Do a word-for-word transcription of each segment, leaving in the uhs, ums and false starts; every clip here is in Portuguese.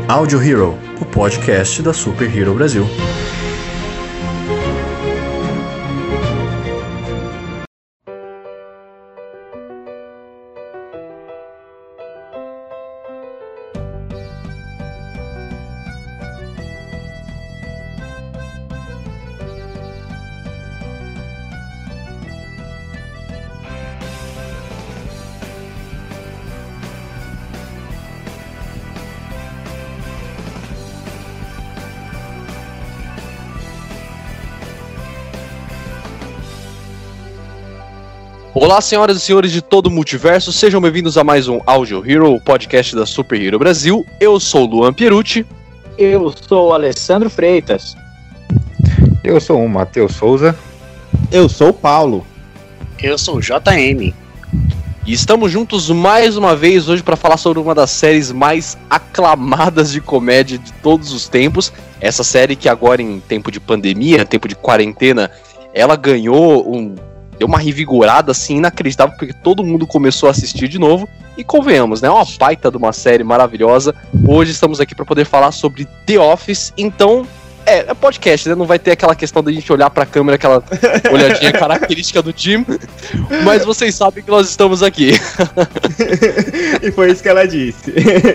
Audio Hero, o podcast da Super Hero Brasil. Olá, senhoras e senhores de todo o multiverso, sejam bem-vindos a mais um Audio Hero, o podcast da Super Hero Brasil. Eu sou o Luan Pierucci. Eu sou o Alessandro Freitas. Eu sou o Matheus Souza. Eu sou o Paulo. Eu sou o J M. E estamos juntos mais uma vez hoje para falar sobre uma das séries mais aclamadas de comédia de todos os tempos. Essa série que agora em tempo de pandemia, tempo de quarentena, ela ganhou um... deu uma revigorada assim inacreditável, porque todo mundo começou a assistir de novo. E convenhamos, né? É uma baita de uma série maravilhosa. Hoje estamos aqui para poder falar sobre The Office. Então, é, é podcast, né? Não vai ter aquela questão da gente olhar pra câmera, aquela olhadinha característica do time. Mas vocês sabem que nós estamos aqui. E foi isso que ela disse.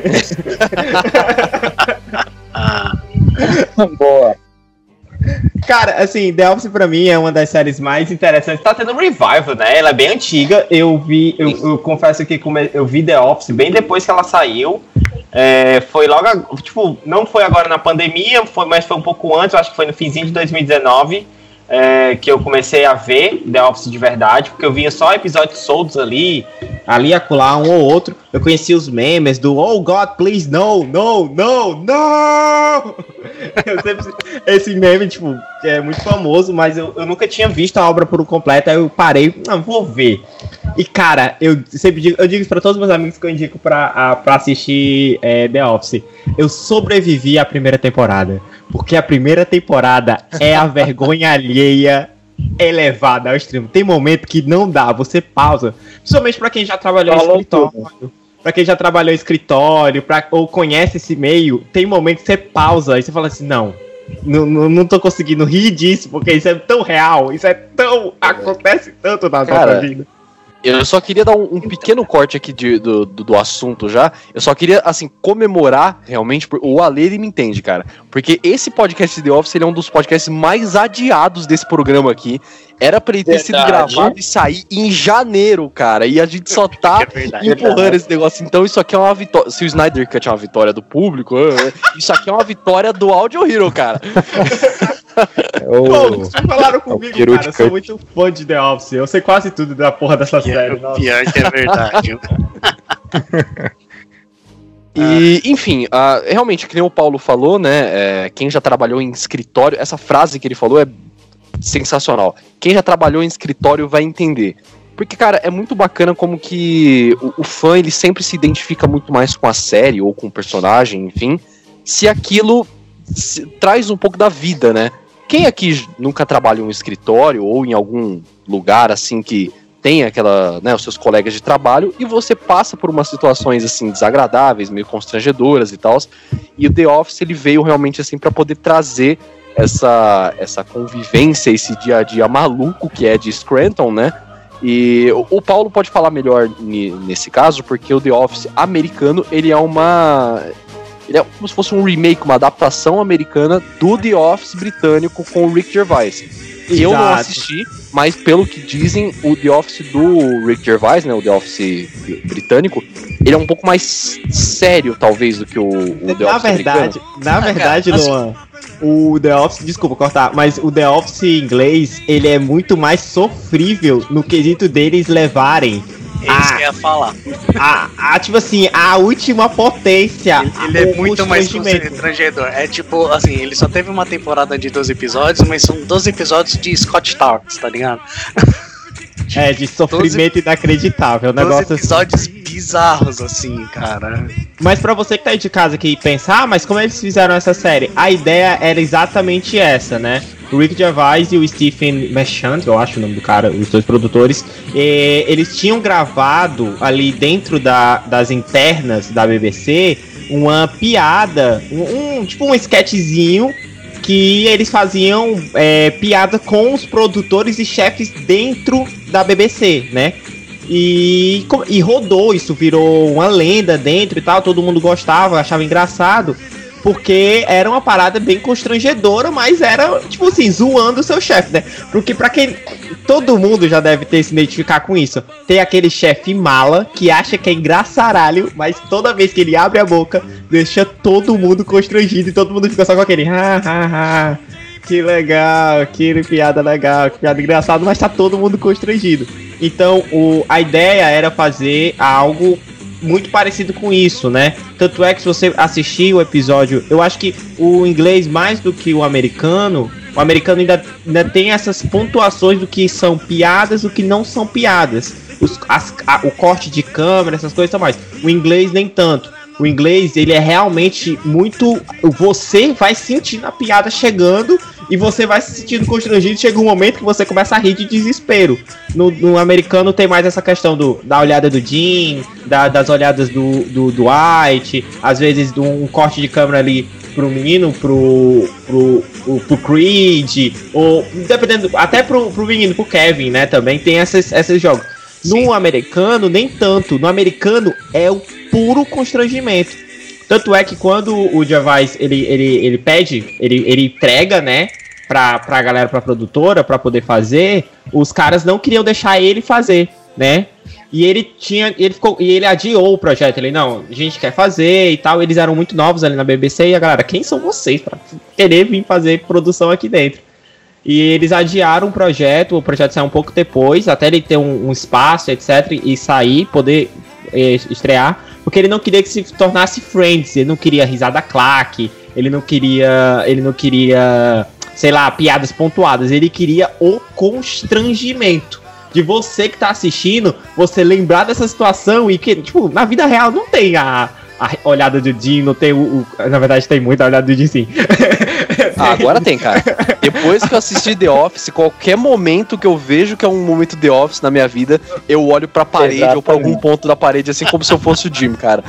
Ah. Boa. Cara, assim, The Office pra mim é uma das séries mais interessantes. Tá tendo um revival, né? Ela é bem antiga. Eu vi, eu, eu confesso que come, eu vi The Office bem depois que ela saiu. É, foi logo, tipo, não foi agora na pandemia, foi, mas foi um pouco antes, eu acho que foi no finzinho de dois mil e dezenove, é, que eu comecei a ver The Office de verdade, porque eu via só episódios soltos ali, ali acolá, um ou outro. Eu conhecia os memes do Oh God, please, no, no, no, no! Eu sempre, esse meme, tipo, é muito famoso, mas eu, eu nunca tinha visto a obra por completo, aí eu parei, não, vou ver. E cara, eu sempre digo, eu digo isso pra todos os meus amigos que eu indico pra, a, pra assistir é, The Office. Eu sobrevivi à primeira temporada, porque a primeira temporada é a vergonha alheia elevada ao extremo. Tem momento que não dá, você pausa, principalmente pra quem já trabalhou em escritório, pra quem já trabalhou em escritório, pra, ou conhece esse meio, tem momento que você pausa e você fala assim, não, não, não, não tô conseguindo rir disso, porque isso é tão real, isso é tão, acontece tanto na nossa vida. Eu só queria dar um, um pequeno corte aqui de, do, do, do assunto já. Eu só queria, assim, comemorar realmente. O Ale, ele me entende, cara. Porque esse podcast de The Office, ele é um dos podcasts mais adiados desse programa aqui. Era pra ele ter sido gravado e sair em janeiro, cara. E a gente só tá é verdade, empurrando verdade. esse negócio. Então isso aqui é uma vitória. Se o Snyder Cut é uma vitória do público, isso aqui é uma vitória do Audio Hero, cara. Oh, Pô, vocês falaram comigo, oh, cara, eu sou muito fã de The Office, eu sei quase tudo da porra dessa pior, série. Nossa. Pior que é verdade. E, enfim, uh, realmente, que nem o Paulo falou, né, é, quem já trabalhou em escritório, essa frase que ele falou é sensacional. Quem já trabalhou em escritório vai entender. Porque, cara, é muito bacana como que o, o fã, ele sempre se identifica muito mais com a série ou com o personagem, enfim, se aquilo se, traz um pouco da vida, né? Quem aqui nunca trabalhou em um escritório ou em algum lugar assim que tem aquela, né, os seus colegas de trabalho e você passa por umas situações assim desagradáveis, meio constrangedoras e tal, e o The Office ele veio realmente assim para poder trazer essa, essa convivência, esse dia a dia maluco que é de Scranton, né? E o, o Paulo pode falar melhor n- nesse caso, porque o The Office americano ele é uma... Ele é como se fosse um remake, uma adaptação americana do The Office britânico com o Rick Gervais. Exato. Eu não assisti, mas pelo que dizem, o The Office do Rick Gervais, né, o The Office britânico, ele é um pouco mais sério, talvez, do que o, o The na Office verdade, americano. Na verdade, Luan, o The Office, desculpa cortar, mas o The Office inglês, ele é muito mais sofrível no quesito deles levarem É isso que eu ia falar. A, a, tipo assim, a última potência. Ele, ele é muito mais constrangedor. É tipo, assim, ele só teve uma temporada de doze episódios, mas são doze episódios de Scott Towers, tá ligado? É, de sofrimento doze, inacreditável. doze episódios assim bizarros, assim, cara. Mas pra você que tá aí de casa aqui pensar, ah, mas como eles fizeram essa série? A ideia era exatamente essa, né? O Rick Gervais e o Stephen Merchant, eu acho o nome do cara, os dois produtores, e eles tinham gravado ali dentro da, das internas da B B C uma piada, um, um tipo um sketchzinho que eles faziam é, piada com os produtores e chefes dentro da B B C, né? E, e rodou, isso virou uma lenda dentro e tal, todo mundo gostava, achava engraçado, porque era uma parada bem constrangedora, mas era, tipo assim, zoando o seu chefe, né? Porque pra quem... Todo mundo já deve ter se identificar com isso. Tem aquele chefe mala que acha que é engraçaralho, mas toda vez que ele abre a boca, deixa todo mundo constrangido e todo mundo fica só com aquele ha, ha, ha. Que legal, que piada legal, que piada engraçada, mas tá todo mundo constrangido. Então, o, a ideia era fazer algo muito parecido com isso, né? Tanto é que se você assistir o episódio, eu acho que o inglês, mais do que o americano, o americano ainda, ainda tem essas pontuações do que são piadas e do que não são piadas. Os, as, a, o corte de câmera, essas coisas são mais. O inglês nem tanto. O inglês, ele é realmente muito... Você vai sentindo a piada chegando e você vai se sentindo constrangido. Chega um momento que você começa a rir de desespero. No, no americano tem mais essa questão do, da olhada do Jim, da, das olhadas do, do, do Dwight, às vezes de um corte de câmera ali pro menino, pro, pro, pro, pro Creed, ou dependendo, até pro, pro menino, pro Kevin, né, também tem esses, esses jogos. Sim. No americano, nem tanto. No americano é o puro constrangimento. Tanto é que quando o Gervais, ele, ele, ele pede, ele, ele entrega, né, pra, pra galera, pra produtora, pra poder fazer, os caras não queriam deixar ele fazer, né? E ele tinha, ele ficou, e ele adiou o projeto. Ele, não, a gente quer fazer e tal. Eles eram muito novos ali na B B C e a galera, quem são vocês pra querer vir fazer produção aqui dentro? E eles adiaram o projeto, o projeto saiu um pouco depois, até ele ter um, um espaço, etcétera, e sair, poder é, estrear, porque ele não queria que se tornasse Friends, ele não queria risada claque, ele não queria, ele não queria, sei lá, piadas pontuadas, ele queria o constrangimento de você que tá assistindo, você lembrar dessa situação e que, tipo, na vida real não tem a, a olhada do Jim, não tem o, o... Na verdade tem muita olhada do Jim, sim. Ah, agora tem, cara. Depois que eu assisti The Office, qualquer momento que eu vejo que é um momento The Office na minha vida, eu olho pra parede Exatamente. ou pra algum ponto da parede, assim como se eu fosse o Jim, cara.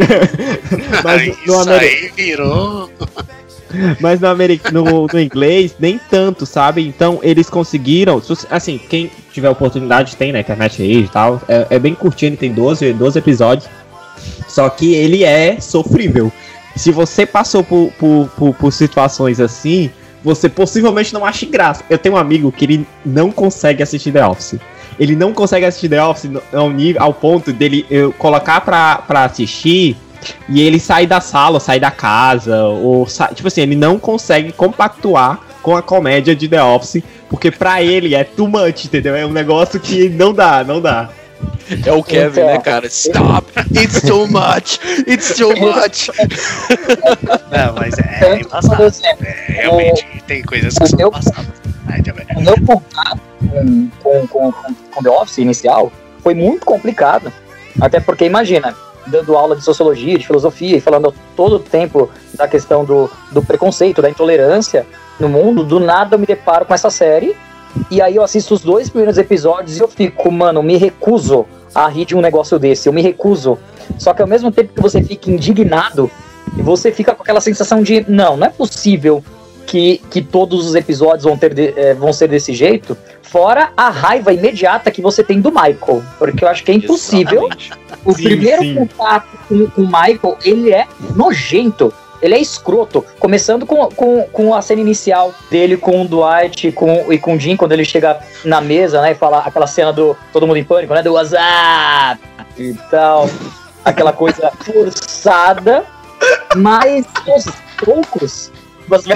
Mas Isso no Ameri... aí virou... Mas no, Ameri... no, no inglês, nem tanto, sabe? Então, eles conseguiram... Assim, quem tiver oportunidade tem na internet aí e tal. É, é bem curtinho, ele tem doze, doze episódios. Só que ele é sofrível. Se você passou por, por, por, por situações assim, você possivelmente não acha graça. Eu tenho um amigo que ele não consegue assistir The Office. Ele não consegue assistir The Office ao, nível, ao ponto dele eu colocar pra, pra assistir e ele sair da sala, ou sair da casa, ou sa... tipo assim, ele não consegue compactuar com a comédia de The Office, porque pra ele é too much, entendeu? É um negócio que não dá, não dá. É o Kevin, então, né, cara? Stop! It's too much! It's too much! Não, mas é, é embaçado. É, realmente, o, tem coisas que são embaçadas. O meu contato com, com, com, com The Office inicial foi muito complicado. Até porque, imagina, dando aula de sociologia, de filosofia, e falando todo o tempo da questão do, do preconceito, da intolerância no mundo, do nada eu me deparo com essa série. E aí eu assisto os dois primeiros episódios e eu fico, mano, me recuso a rir de um negócio desse, eu me recuso. Só que ao mesmo tempo que você fica indignado, você fica com aquela sensação de, não, não é possível que, que todos os episódios vão, ter de, é, vão ser desse jeito, fora a raiva imediata que você tem do Michael, porque eu acho que é impossível. Exatamente. O sim, primeiro sim. contato com, com o Michael, ele é nojento. Ele é escroto, começando com, com, com a cena inicial dele com o Dwight com, e com o Jim, quando ele chega na mesa, né, e fala aquela cena do Todo Mundo em Pânico, né, do WhatsApp e tal, aquela coisa forçada, mas aos poucos, você...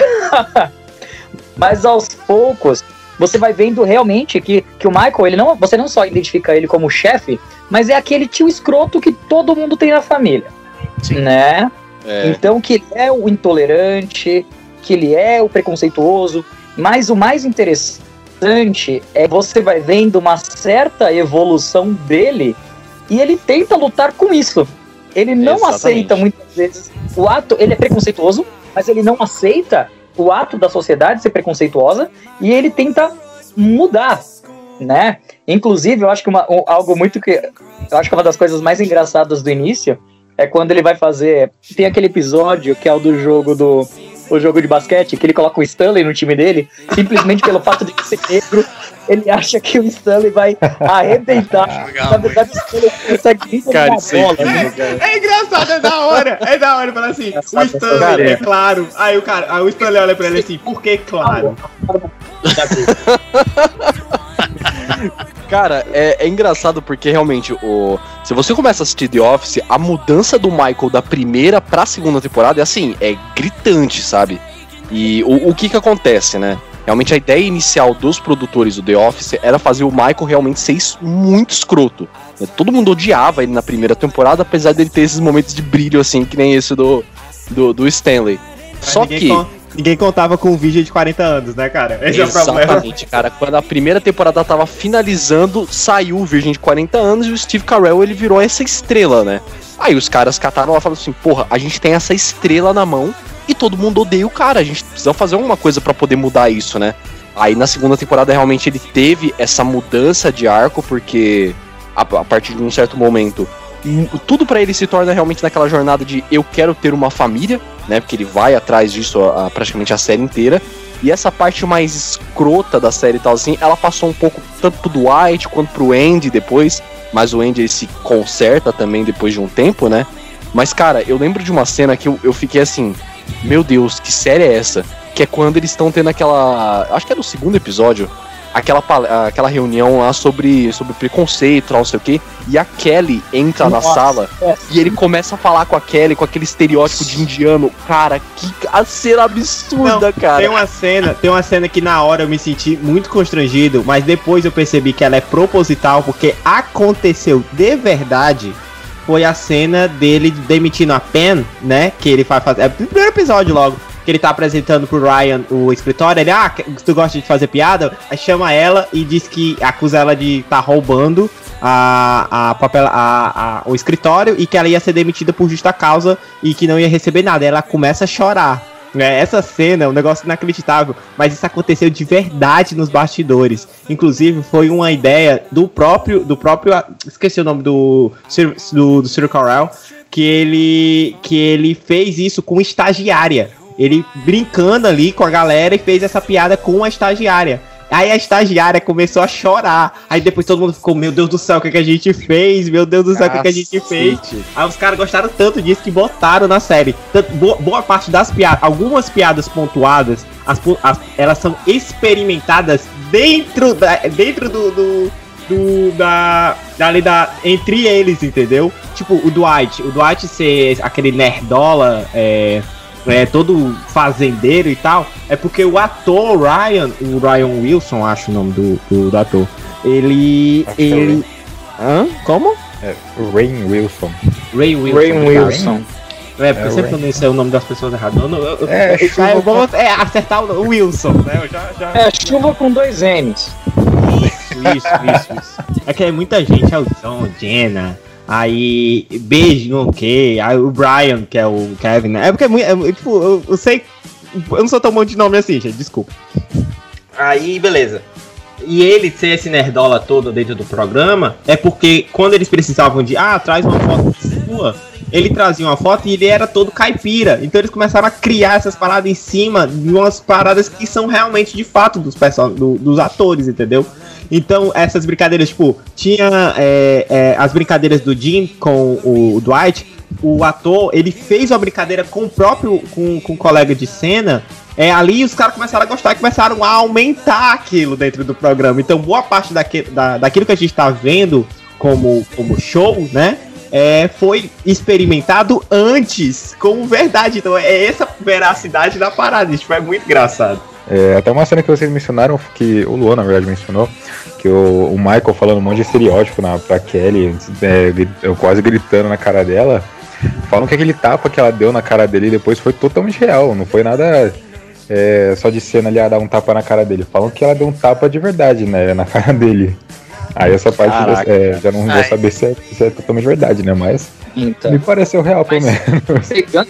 mas aos poucos, você vai vendo realmente que, que o Michael, ele não, você não só identifica ele como chefe, mas é aquele tio escroto que todo mundo tem na família, Sim. né? É. Então que ele é o intolerante, que ele é o preconceituoso, mas o mais interessante é que você vai vendo uma certa evolução dele e ele tenta lutar com isso. Ele não Exatamente. aceita muitas vezes o ato, ele é preconceituoso, mas ele não aceita o ato da sociedade ser preconceituosa e ele tenta mudar, né? Inclusive, eu acho que uma, algo muito que eu acho que uma das coisas mais engraçadas do início é quando ele vai fazer... Tem aquele episódio que é o do jogo do... O jogo de basquete, que ele coloca o Stanley no time dele, simplesmente pelo fato de ser negro, ele acha que o Stanley vai arrebentar. Na verdade, o Stanley consegue vir Cara, uma bola. É, Né, é engraçado, é da hora. É da hora, falar assim, o Stanley cara, é claro. Aí o cara, aí o Stanley olha pra ele assim, por que claro? Cara, é, é engraçado porque realmente, o, se você começa a assistir The Office, a mudança do Michael da primeira pra segunda temporada é assim, é gritante, sabe? E o, o que que acontece, né? Realmente a ideia inicial dos produtores do The Office era fazer o Michael realmente ser muito escroto. Todo mundo odiava ele na primeira temporada, apesar dele ter esses momentos de brilho, assim, que nem esse do, do, do Stanley. Mas Só ninguém que... con- Ninguém contava com um vídeo de quarenta anos, né, cara? Esse é o problema. Exatamente, cara. Quando a primeira temporada tava finalizando, saiu o Virgem de quarenta anos e o Steve Carell, ele virou essa estrela, né? Aí os caras cataram lá e falaram assim, porra, a gente tem essa estrela na mão e todo mundo odeia o cara, a gente precisa fazer alguma coisa pra poder mudar isso, né? Aí na segunda temporada realmente ele teve essa mudança de arco, porque a, a partir de um certo momento tudo pra ele se torna realmente naquela jornada de eu quero ter uma família, né? Porque ele vai atrás disso a, a, praticamente a série inteira. E essa parte mais escrota da série e tal assim, ela passou um pouco tanto pro Dwight quanto pro Andy depois. Mas o Andy ele se conserta também depois de um tempo, né? Mas cara, eu lembro de uma cena que eu, eu fiquei assim, meu Deus, que série é essa? Que é quando eles estão tendo aquela... Acho que é no segundo episódio. Aquela, aquela reunião lá sobre, sobre preconceito, não sei o quê, e a Kelly entra Nossa, na sala é. e ele começa a falar com a Kelly, com aquele estereótipo de indiano. Cara, que a cena absurda, não, cara. Tem uma cena, tem uma cena que na hora eu me senti muito constrangido, mas depois eu percebi que ela é proposital, porque aconteceu de verdade. Foi a cena dele demitindo a Pen, né? Que ele vai fazer. É o primeiro episódio logo. Que ele tá apresentando pro Ryan o escritório, ele, ah, tu gosta de fazer piada? Aí chama ela e diz que acusa ela de tá roubando a, a papel, a, a, o escritório e que ela ia ser demitida por justa causa e que não ia receber nada. Aí ela começa a chorar. Né? Essa cena é um negócio inacreditável, mas isso aconteceu de verdade nos bastidores. Inclusive foi uma ideia do próprio, do próprio, esqueci o nome do do, do Steve Carell, que ele, que ele fez isso com estagiária. Ele brincando ali com a galera e fez essa piada com a estagiária. Aí a estagiária começou a chorar. Aí depois todo mundo ficou, meu Deus do céu, o que, é que a gente fez? Meu Deus do céu, o que, é que a gente fez? Aí os caras gostaram tanto disso que botaram na série. Tanto, boa, boa parte das piadas, algumas piadas pontuadas, as, as, elas são experimentadas dentro, da, dentro do... do Do, da, dali da, entre eles, entendeu? Tipo, o Dwight, o Dwight ser aquele nerdola, é, é, todo fazendeiro e tal, é porque o ator Ryan, o Ryan Wilson, acho o nome do, do, do ator, ele... Acho ele... Hã? Como? É, Rainn Wilson. Ray Wilson. Ray Wilson. É, porque É, eu sempre pronunciei o nome das pessoas errado. Eu, eu, eu, É, eu, chuva eu vou é, acertar o Wilson, né? Eu já, já... É, chuva com dois N's. Isso, isso, isso. É que é muita gente, é o John, Jenna, aí beijo no quê, aí o Brian, que é o Kevin, né? É porque é muito, é, tipo, eu, eu sei, eu não sou tão bom de nome assim, gente, desculpa. Aí, beleza. E ele ser esse nerdola todo dentro do programa é porque quando eles precisavam de, ah, traz uma foto sua, ele trazia uma foto e ele era todo caipira. Então eles começaram a criar essas paradas em cima de umas paradas que são realmente de fato dos, person- do, dos atores, entendeu? Então essas brincadeiras, tipo, tinha é, é, as brincadeiras do Jim com o Dwight. O ator, ele fez uma brincadeira com o próprio, com, com o colega de cena. É, ali os caras começaram a gostar e começaram a aumentar aquilo dentro do programa. Então boa parte daquilo, da, daquilo que a gente tá vendo como, como show, né? É, foi experimentado antes, como verdade. Então é essa veracidade da parada. Isso é muito engraçado. É, até uma cena que vocês mencionaram, que o Luan, na verdade, mencionou, que o, o Michael falando um monte de estereótipo na, pra Kelly, é, eu quase gritando na cara dela. Falam que aquele tapa que ela deu na cara dele depois foi totalmente real, não foi nada é, só de cena ali a dar um tapa na cara dele. Falam que ela deu um tapa de verdade, né, na cara dele. Aí essa parte é, já não vou saber se é, se é totalmente verdade, né? Mas então, me pareceu real, pelo menos. Pegando,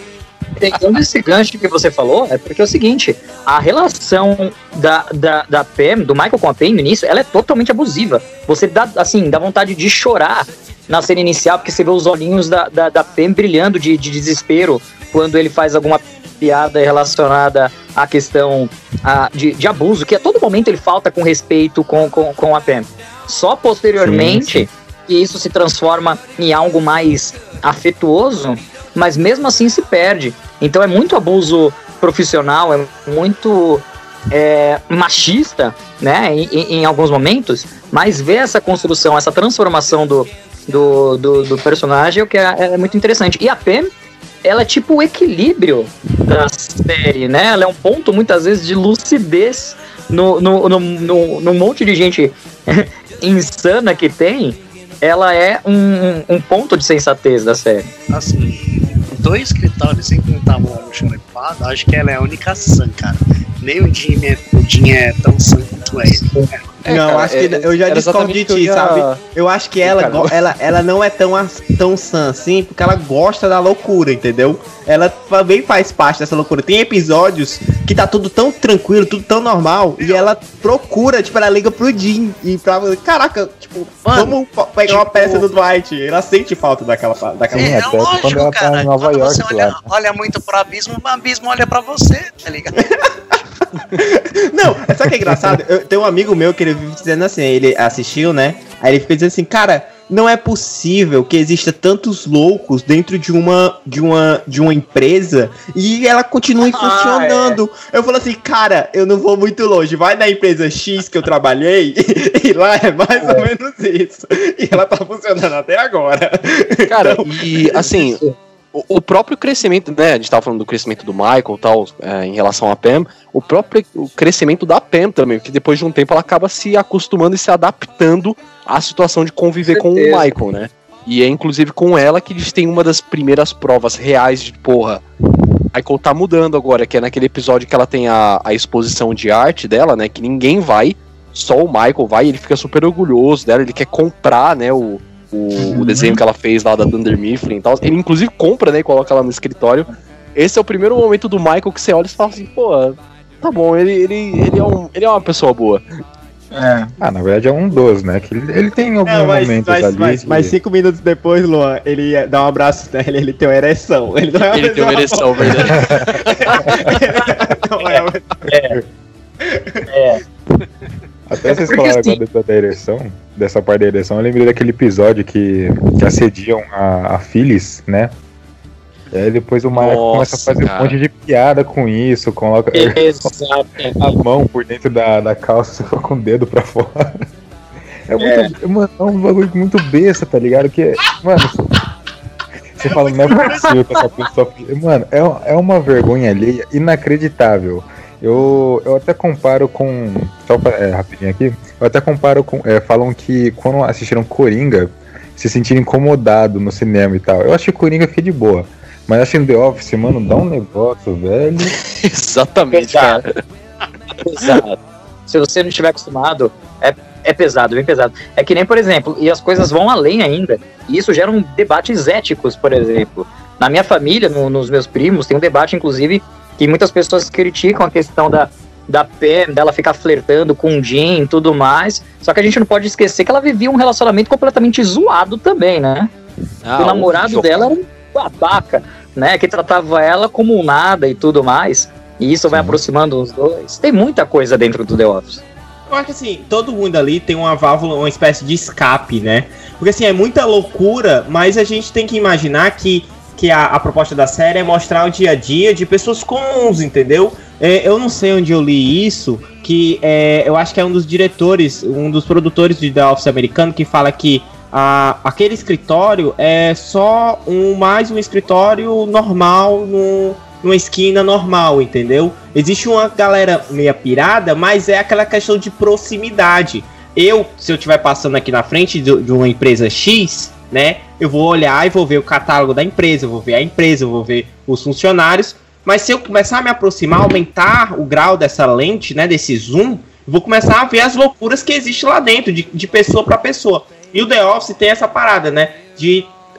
pegando esse gancho que você falou, é porque é o seguinte, a relação da, da, da Pam, do Michael com a Pam no início, ela é totalmente abusiva. Você dá, assim, dá vontade de chorar na cena inicial, porque você vê os olhinhos da, da, da Pam brilhando de, de desespero quando ele faz alguma piada relacionada à questão a, de, de abuso, que a todo momento ele falta com respeito com, com, com a Pam. Só posteriormente sim, sim. que isso se transforma em algo mais afetuoso, mas mesmo assim se perde. Então é muito abuso profissional, é muito é, machista, né, em, em alguns momentos, mas ver essa construção, essa transformação do, do, do, do personagem é o que é, é muito interessante. E a Pam, ela é tipo o equilíbrio da série, né? Ela é um ponto, muitas vezes, de lucidez no, no, no, no, no monte de gente insana que tem. Ela é um, um ponto de sensatez da série. Assim, do escritório, sem contar o almoxarifado, acho que ela é a única sã, cara. Nem o Jimmy é, o Jim é tão sã quanto ele. É, não, cara, acho que é, eu já discordo de ti, ia... sabe? Eu acho que ela, Sim, ela, ela não é tão, tão sã assim, porque ela gosta da loucura, entendeu? Ela também faz parte dessa loucura. Tem episódios que tá tudo tão tranquilo, tudo tão normal, e ela procura, tipo, ela liga pro Jim e pra... Caraca, tipo, Mano, vamos pegar tipo... uma peça do Dwight. Ela sente falta daquela... daquela é, é lógico, quando ela cara. Tá em Nova quando York, você olha, olha muito pro abismo, o abismo olha pra você, tá ligado? Não, sabe o que é engraçado? Eu tenho um amigo meu que ele vive dizendo assim, ele assistiu, né? Aí ele fica dizendo assim, cara, não é possível que exista tantos loucos dentro de uma de uma de uma empresa e ela continue ah, funcionando. É. Eu falo assim, cara, eu não vou muito longe. Vai na empresa X que eu trabalhei e lá é mais é. ou menos isso. E ela tá funcionando até agora. Cara, então, e assim, o, o próprio crescimento, né? A gente tava falando do crescimento do Michael e tal, é, em relação a Pam. O próprio o crescimento da Pam também, que depois de um tempo ela acaba se acostumando e se adaptando à situação de conviver com, com o Michael, né? E é inclusive com ela que eles têm uma das primeiras provas reais de, porra, o Michael tá mudando agora, que é naquele episódio que ela tem a, a exposição de arte dela, né? Que ninguém vai, só o Michael vai, e ele fica super orgulhoso dela, ele quer comprar, né, o, o, uhum. o desenho que ela fez lá da Dunder Mifflin e tal. Ele inclusive compra, né, e coloca ela no escritório. Esse é o primeiro momento do Michael que você olha e fala assim, pô, tá bom, ele, ele, ele, é, um, ele é uma pessoa boa. É. Ah, na verdade é um dos, né? Que ele, ele tem alguns não, mas, momentos mas, ali. Mas, que... mas cinco minutos depois, Luan, ele dá um abraço nele, ele tem uma ereção. Ele, não é ele tem uma ereção, verdade. Não é, é. é. Até vocês falaram assim... agora da ereção, dessa parte da ereção, eu lembrei daquele episódio que, que assediam a, a Phyllis, né? E aí depois o Michael começa a fazer cara. um monte de piada com isso, coloca Exato. a mão por dentro da, da calça, você fica com o dedo pra fora. É muito, é. Mano, é um bagulho muito besta, tá ligado? Que, mano, você fala, não é possível que essa pessoa... Mano, é, é uma vergonha alheia inacreditável. Eu, eu até comparo com... Só pra, é, rapidinho aqui. Eu até comparo com... É, falam que quando assistiram Coringa, se sentiram incomodados no cinema e tal. Eu acho que Coringa fica de boa. Mas acho que no The Office, mano, dá um negócio, velho. Exatamente, pesado. cara. Pesado. Se você não estiver acostumado, é, é pesado, bem pesado. É que nem, por exemplo, e as coisas vão além ainda. E isso gera um debates éticos, por exemplo. Na minha família, no, nos meus primos, tem um debate, inclusive, que muitas pessoas criticam a questão da, da Pam, dela ficar flertando com o Jim e tudo mais. Só que a gente não pode esquecer que ela vivia um relacionamento completamente zoado também, né? Ah, o namorado o dela era um babaca, né, que tratava ela como um nada e tudo mais, e isso vai Sim. aproximando os dois. Tem muita coisa dentro do The Office. Eu acho que assim, todo mundo ali tem uma válvula, uma espécie de escape, né, porque assim, é muita loucura, mas a gente tem que imaginar que, que a, a proposta da série é mostrar o dia a dia de pessoas comuns, entendeu? É, eu não sei onde eu li isso, que é, eu acho que é um dos diretores, um dos produtores de The Office americano que fala que Ah, aquele escritório é só um, mais um escritório normal, no, numa esquina normal, entendeu? Existe uma galera meia pirada, mas é aquela questão de proximidade. Eu, se eu estiver passando aqui na frente de, de uma empresa X, né, eu vou olhar e vou ver o catálogo da empresa, eu vou ver a empresa, eu vou ver os funcionários, mas se eu começar a me aproximar, aumentar o grau dessa lente, né, desse zoom, eu vou começar a ver as loucuras que existem lá dentro, de, de pessoa para pessoa. E o The Office tem essa parada, né? De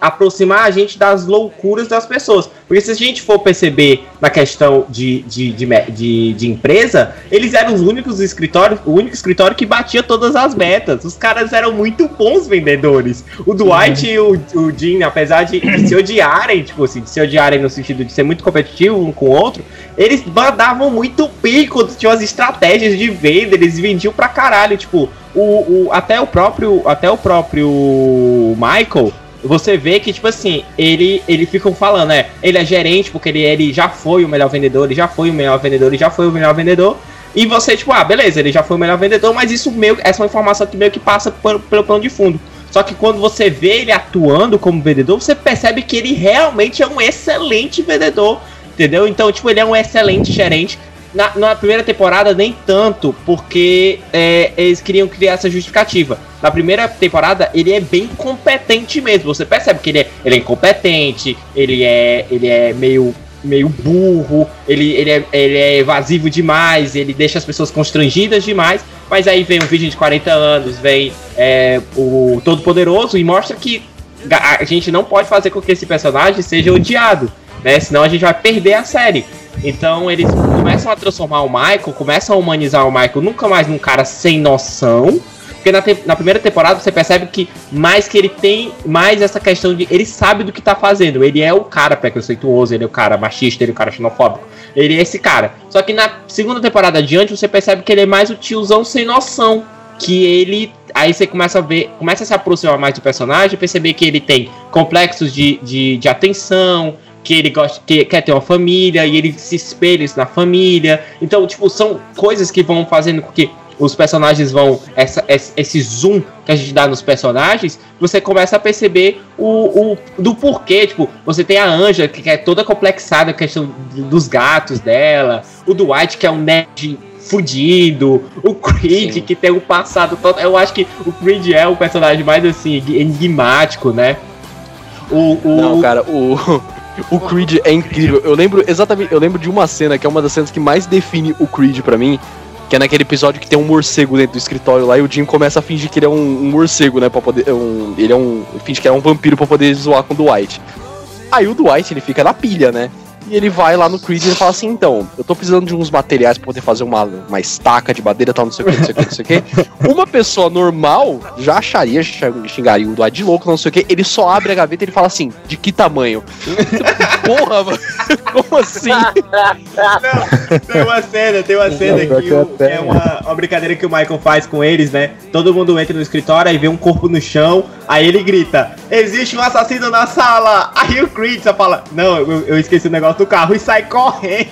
aproximar a gente das loucuras das pessoas. Porque se a gente for perceber na questão de, de, de, de, de empresa, eles eram os únicos escritórios, o único escritório que batia todas as metas. Os caras eram muito bons vendedores. O Dwight uhum. e o, o Jim, apesar de, de se odiarem, tipo assim, de se odiarem no sentido de ser muito competitivo um com o outro, eles davam muito pico, tinham as estratégias de venda, eles vendiam pra caralho, tipo, o, o, até o próprio até o próprio Michael, você vê que, tipo assim, ele, ele ficam falando, né, ele é gerente porque ele, ele já foi o melhor vendedor, ele já foi o melhor vendedor, ele já foi o melhor vendedor, e você, tipo, ah, beleza, ele já foi o melhor vendedor, mas isso meio, essa é uma informação que meio que passa pelo, pelo plano de fundo. Só que quando você vê ele atuando como vendedor, você percebe que ele realmente é um excelente vendedor, entendeu? Então, tipo, ele é um excelente gerente. Na, na primeira temporada, nem tanto, porque é, eles queriam criar essa justificativa. Na primeira temporada, ele é bem competente mesmo. Você percebe que ele é, ele é incompetente, ele é, ele é meio, meio burro, ele, ele, é, ele é evasivo demais, ele deixa as pessoas constrangidas demais. Mas aí vem um vídeo de quarenta anos, vem é, o Todo-Poderoso e mostra que a gente não pode fazer com que esse personagem seja odiado, né? Senão a gente vai perder a série. Então eles começam a transformar o Michael, começam a humanizar o Michael nunca mais num cara sem noção. Porque na, te- na primeira temporada você percebe que mais que ele tem mais essa questão de... Ele sabe do que tá fazendo. Ele é o cara preconceituoso, ele é o cara machista, ele é o cara xenofóbico. Ele é esse cara. Só que na segunda temporada adiante você percebe que ele é mais o tiozão sem noção. Que ele... Aí você começa a ver... Começa a se aproximar mais do personagem, perceber que ele tem complexos de, de, de atenção... Que ele gosta, que quer ter uma família e ele se espelha isso na família. Então, tipo, são coisas que vão fazendo com que os personagens vão... Essa, esse zoom que a gente dá nos personagens, você começa a perceber o, o do porquê. Tipo, você tem a Anja, que é toda complexada, a questão dos gatos dela. O Dwight, que é um nerd fudido. O Creed, Sim. que tem um passado todo... Eu acho que o Creed é o personagem mais, assim, enigmático, né? O, o... Não, cara, o... O Creed é incrível. Eu lembro exatamente, eu lembro de uma cena que é uma das cenas que mais define o Creed pra mim, que é naquele episódio que tem um morcego dentro do escritório lá e o Jim começa a fingir que ele é um, um morcego, né, para poder um, ele é um, finge que é um vampiro pra poder zoar com o Dwight. Aí o Dwight, ele fica na pilha, né? E ele vai lá no Creed e ele fala assim, então, eu tô precisando de uns materiais pra poder fazer uma, uma estaca de madeira, tal, não sei o que, não sei o que, não sei o que. Uma pessoa normal já acharia, xingaria o Dwight de louco, não sei o que. Ele só abre a gaveta e ele fala assim, de que tamanho? Porra, mano, como assim? Não, tem uma cena, tem uma cena que, o, que é uma, uma brincadeira que o Michael faz com eles, né? Todo mundo entra no escritório, aí vê um corpo no chão, aí ele grita, existe um assassino na sala! Aí o Creed só fala, não, eu, eu esqueci o negócio do carro e sai correndo.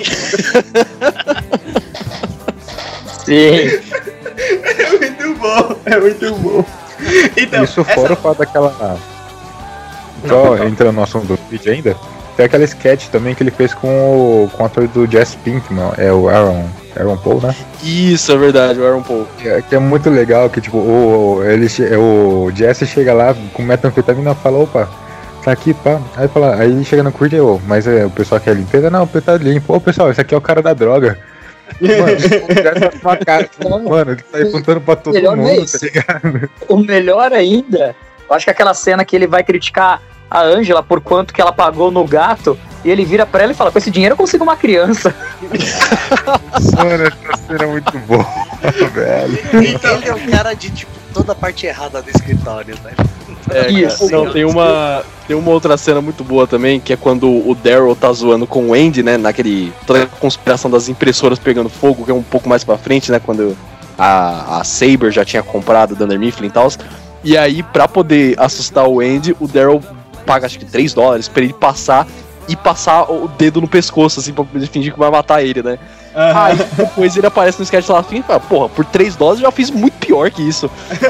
Sim. É muito bom, é muito bom. Então, isso essa... fora o fato daquela... Só entrando no assunto do vídeo ainda, tem aquela sketch também que ele fez com o, com o ator do Jesse Pinkman, é o Aaron, Aaron Paul, né? Isso, é verdade, o Aaron Paul. Que é, que é muito legal, que tipo, o, ele, o Jesse chega lá com metanfetamina e fala, opa, tá aqui, pá. Aí fala, aí ele chega no Creed e eu, mas é, o pessoal quer limpeza? Não, o pessoal tá limpo. Ô pessoal, esse aqui é o cara da droga. Mano, cara, mano, ele tá aí apontando pra todo melhor mundo, mês. tá ligado? O melhor ainda, eu acho que aquela cena que ele vai criticar a Angela por quanto que ela pagou no gato, e ele vira pra ela e fala, com esse dinheiro eu consigo uma criança. Mano, essa cena é muito boa, velho. Então, ele é o cara de, tipo, toda a parte errada do escritório, né? É, Isso. cara, não, tem uma, tem uma outra cena muito boa também, que é quando o Daryl tá zoando com o Andy, né, naquele, toda a conspiração das impressoras pegando fogo, que é um pouco mais pra frente, né, quando a, a Saber já tinha comprado o Dunder Mifflin e tal, e aí, pra poder assustar o Andy, o Daryl paga, acho que três dólares pra ele passar e passar o dedo no pescoço, assim, pra poder fingir que vai matar ele, né. Uhum. Aí depois ele aparece no sketch lá e fala, porra, por três dólares eu já fiz muito pior que isso.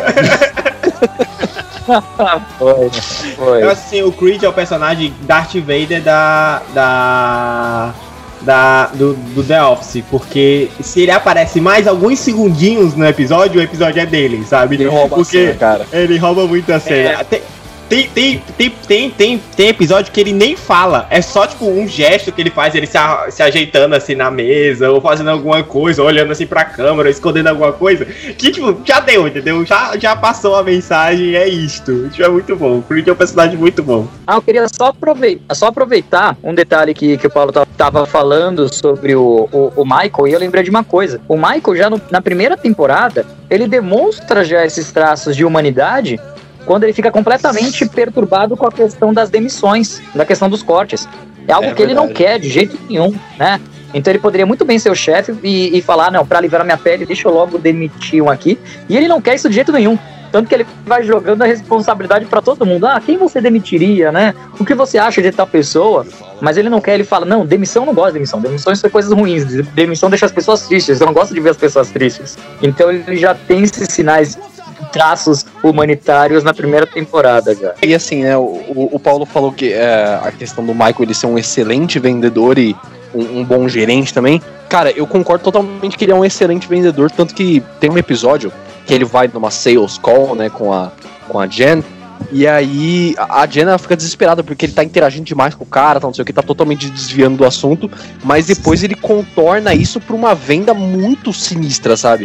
Foi, foi. Eu acho assim, o Creed é o personagem Darth Vader da. da. da do, do The Office, porque se ele aparece mais alguns segundinhos no episódio, o episódio é dele, sabe? Ele rouba porque a cena, cara. Ele rouba muito a cena. É. Tem, tem, tem, tem, tem, tem, tem episódio que ele nem fala. É só, tipo, um gesto que ele faz, ele se, a, se ajeitando assim na mesa, ou fazendo alguma coisa, ou olhando assim pra câmera, escondendo alguma coisa. Que, tipo, já deu, entendeu? Já, já passou a mensagem, é isto. Isso é muito bom. O Creed é um personagem muito bom. Ah, eu queria só aproveitar, só aproveitar um detalhe que, que o Paulo tava falando sobre o, o, o Michael, e eu lembrei de uma coisa. O Michael, já no, na primeira temporada, ele demonstra já esses traços de humanidade quando ele fica completamente perturbado com a questão das demissões, da questão dos cortes. É algo É que ele não verdade. quer de jeito nenhum, né? Então ele poderia muito bem ser o chefe e, e falar, não, pra livrar minha pele, deixa eu logo demitir um aqui. E ele não quer isso de jeito nenhum. Tanto que ele vai jogando a responsabilidade pra todo mundo. Ah, quem você demitiria, né? O que você acha de tal pessoa? Mas ele não quer, ele fala, não, demissão eu não gosto de demissão. Demissão são coisas ruins. Demissão deixa as pessoas tristes. Eu não gosto de ver as pessoas tristes. Então ele já tem esses sinais, traços humanitários na primeira temporada já. E assim, né, o, o Paulo falou que é, a questão do Michael ele ser um excelente vendedor e um, um bom gerente também. Cara, eu concordo totalmente que ele é um excelente vendedor, tanto que tem um episódio que ele vai numa sales call, né, com a, com a Jen, e aí a Jen ela fica desesperada porque ele tá interagindo demais com o cara, tá, não sei o que, tá totalmente desviando do assunto, mas depois ele contorna isso pra uma venda muito sinistra, sabe?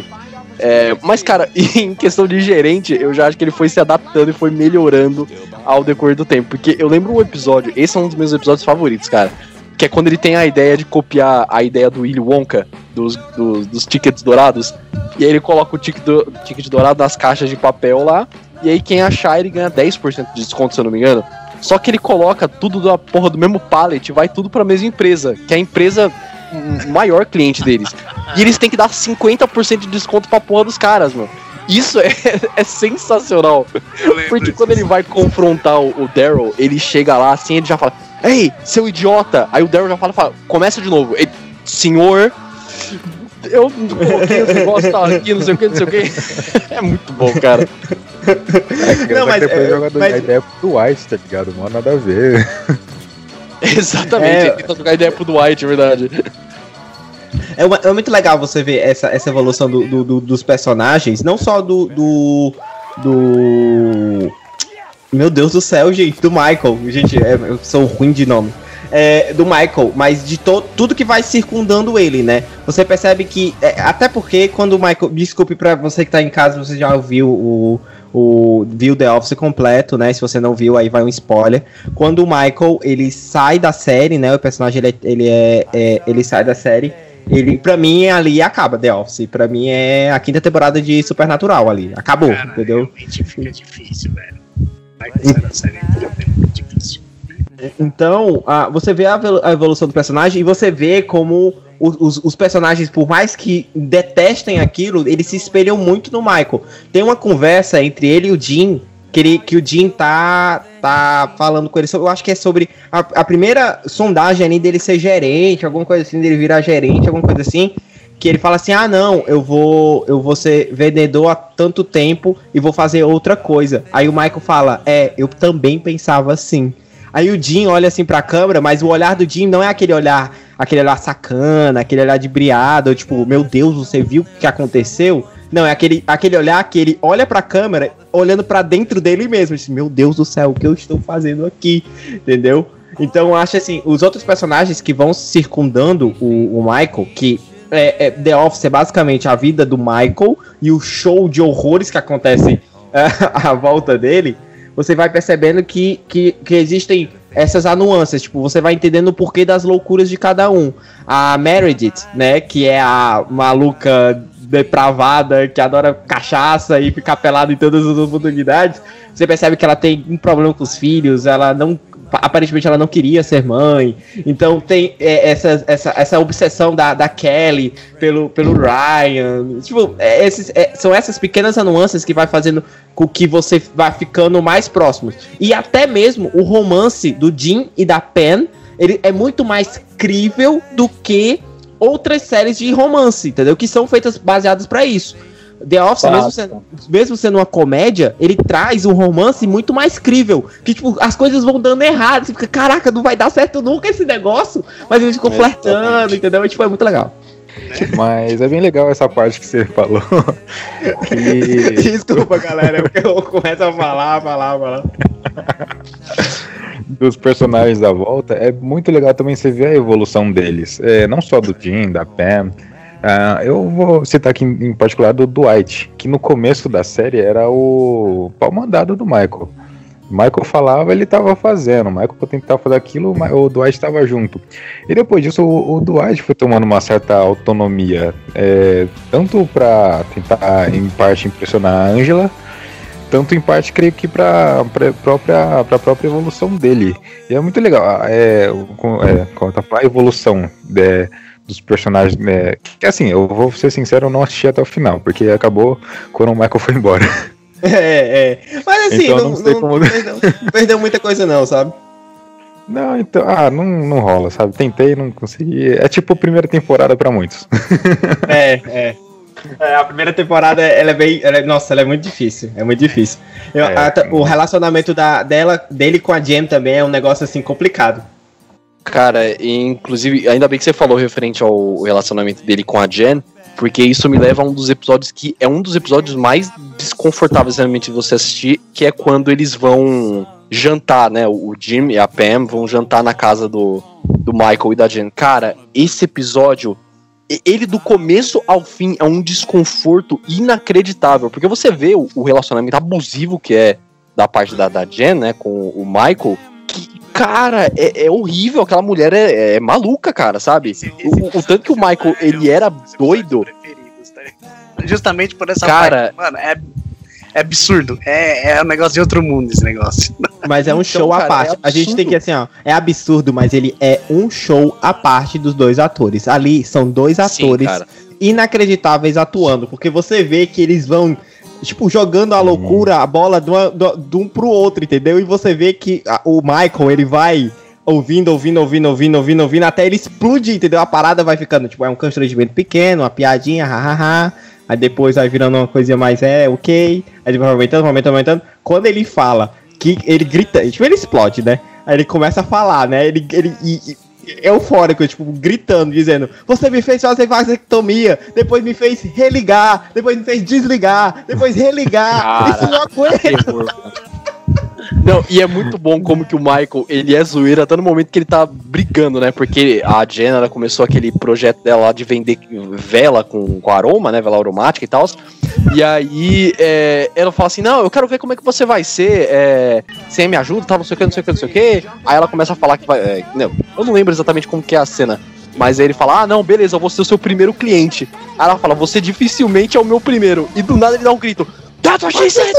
É, mas, cara, em questão de gerente, eu já acho que ele foi se adaptando e foi melhorando ao decorrer do tempo. Porque eu lembro um episódio, esse é um dos meus episódios favoritos, cara, que é quando ele tem a ideia de copiar a ideia do Willy Wonka, dos, dos, dos tickets dourados, e aí ele coloca o ticket, do, ticket dourado nas caixas de papel lá, e aí quem achar ele ganha dez por cento de desconto, se eu não me engano. Só que ele coloca tudo da porra do mesmo pallet, vai tudo pra mesma empresa, que é a empresa maior cliente deles. E eles têm que dar cinquenta por cento de desconto pra porra dos caras, mano. Isso é, é sensacional. Porque quando ele vai confrontar o, o Daryl, ele chega lá assim, ele já fala, ei, seu idiota! Aí o Daryl já fala, fala começa de novo. Ele, senhor, eu coloquei esse negócio aqui, não sei o que, não sei o que. É muito bom, cara. É, Não, mas, depois é, joga mas- a ideia do White, tá ligado? Mó nada a ver. Exatamente, É. ele tenta jogar a ideia pro Dwight, é verdade. É, uma- é muito legal você ver essa, essa evolução do, do- do- dos personagens, não só do, do. do. Meu Deus do céu, gente, do Michael. Gente, é, eu sou ruim de nome. É, do Michael, mas de to, tudo que vai circundando ele, né? Você percebe que. É, até porque quando o Michael. Desculpe pra você que tá em casa, você já ouviu o. O, viu The Office completo, né? Se você não viu, aí vai um spoiler. Quando o Michael, ele sai da série, né? O personagem, ele, é, ele, é, é, ele sai da série. Ele, pra mim, ali acaba The Office. Pra mim, é a quinta temporada de Supernatural ali. Acabou, Cara, entendeu? realmente fica difícil, velho. Vai começar a série inteira, é muito difícil. Então, ah, você vê a evolu- a evolução do personagem e você vê como os, os- os personagens, por mais que detestem aquilo, eles se espelham muito no Michael. Tem uma conversa entre ele e o Jim, que, ele, que o Jim tá, tá falando com ele sobre, eu acho que é sobre a, a primeira sondagem ali dele ser gerente, alguma coisa assim, dele virar gerente, alguma coisa assim. Que ele fala assim, ah não, eu vou, eu vou ser vendedor há tanto tempo e vou fazer outra coisa. Aí o Michael fala, é, eu também pensava assim. Aí o Jim olha assim pra câmera, mas o olhar do Jim não é aquele olhar, aquele olhar sacana, aquele olhar de briado, tipo, meu Deus, você viu o que aconteceu? Não, é aquele, aquele olhar que ele olha pra câmera, olhando pra dentro dele mesmo, assim, meu Deus do céu, o que eu estou fazendo aqui? Entendeu? Então eu acho assim, os outros personagens que vão circundando o, o Michael, que é, é, The Office é basicamente a vida do Michael e o show de horrores que acontece é, à volta dele, você vai percebendo que, que, que existem essas nuances, tipo, você vai entendendo o porquê das loucuras de cada um. A Meredith, né, que é a maluca depravada, que adora cachaça e ficar pelada em todas as oportunidades, você percebe que ela tem um problema com os filhos, ela não... aparentemente ela não queria ser mãe, então tem é, essa, essa, essa obsessão da, da Kelly pelo, pelo Ryan, tipo, é, esses, é, são essas pequenas nuances que vai fazendo com que você vá ficando mais próximo, e até mesmo o romance do Jim e da Pen, ele é muito mais crível do que outras séries de romance, entendeu? Que são feitas baseadas pra isso. The Office, mesmo sendo, mesmo sendo uma comédia, ele traz um romance muito mais crível. Que, tipo, as coisas vão dando errado. Você fica, caraca, não vai dar certo nunca esse negócio. Mas eles ficam É, flertando, entendeu? E, tipo, é muito legal. Mas é bem legal essa parte que você falou. Que... Desculpa, galera, porque eu começo a falar, falar, falar. Dos personagens da volta, é muito legal também você ver a evolução deles. É, não só do Jim, da Pam. Uh, eu vou citar aqui em, em particular do Dwight, que no começo da série era o pau mandado do Michael. O Michael falava, ele tava fazendo. O Michael tentava fazer aquilo, o Dwight estava junto. E depois disso, o, o Dwight foi tomando uma certa autonomia, é, tanto para tentar, em parte, impressionar a Angela, tanto em parte, creio que para a própria, pra própria evolução dele. E é muito legal, é, é, a evolução é, dos personagens. É, que assim, eu vou ser sincero, eu não assisti até o final, porque acabou quando o Michael foi embora. É, é. Mas assim, então, não, não, sei não, como... não perdeu, perdeu muita coisa não, sabe? Não, então, ah, não, não rola, sabe? Tentei, não consegui. É tipo a primeira temporada pra muitos. É, é. É, a primeira temporada, ela é bem. Ela é, nossa, ela é muito difícil. É muito difícil. Eu, É, a- o relacionamento da, dela, dele com a Jen também é um negócio assim complicado. Cara, e, inclusive, ainda bem que você falou referente ao relacionamento dele com a Jen, porque isso me leva a um dos episódios que é um dos episódios mais desconfortáveis realmente de você assistir, que é quando eles vão jantar, né? O Jim e a Pam vão jantar na casa do, do Michael e da Jen. Cara, esse episódio, e- ele do começo ao fim é um desconforto inacreditável, porque você vê o, o relacionamento abusivo que é da parte da, da Jen, né, com o Michael, que, cara, é, é horrível, aquela mulher é, é maluca, cara, sabe? O, o tanto que o Michael, ele era doido. Justamente por essa Cara- parte. Mano, é, é absurdo. É, é um negócio de outro mundo esse negócio. Mas é um show cara, à parte. é a gente absurdo. tem que, assim, ó. É absurdo, mas ele é um show à parte dos dois atores. Ali são dois atores cara. inacreditáveis atuando. Porque você vê que eles vão, tipo, jogando a loucura, a bola de, uma- do- de um pro outro, entendeu? E você vê que a- o Michael, ele vai ouvindo, ouvindo, ouvindo, ouvindo, ouvindo, ouvindo, até ele explodir, entendeu? A parada vai ficando, tipo, é um constrangimento pequeno, uma piadinha, hahaha. Aí depois vai virando uma coisinha mais, é, ok. Aí depois vai aumentando, aumentando, aumentando. Quando ele fala, que ele grita, tipo, ele explode, né? Aí ele começa a falar, né? Ele, ele e, e- eufórico, tipo, gritando, dizendo: você me fez fazer vasectomia, depois me fez religar, depois me fez desligar, depois religar. Cara, Isso não aguenta. Terror, cara. Não, e é muito bom como que o Michael, ele é zoeiro até no momento que ele tá brigando, né? Porque a Jen, ela começou aquele projeto dela lá de vender vela com, com aroma, né? Vela aromática e tal. E aí é, ela fala assim: não, eu quero ver como é que você vai ser. É, você me ajuda, tal, não sei o que, não sei o que, não sei o que. Aí ela começa a falar que vai. É, não, eu não lembro exatamente como que é a cena. Mas aí ele fala: ah, não, beleza, eu vou ser o seu primeiro cliente. Aí ela fala: você dificilmente é o meu primeiro. E do nada ele dá um grito: That's what she said!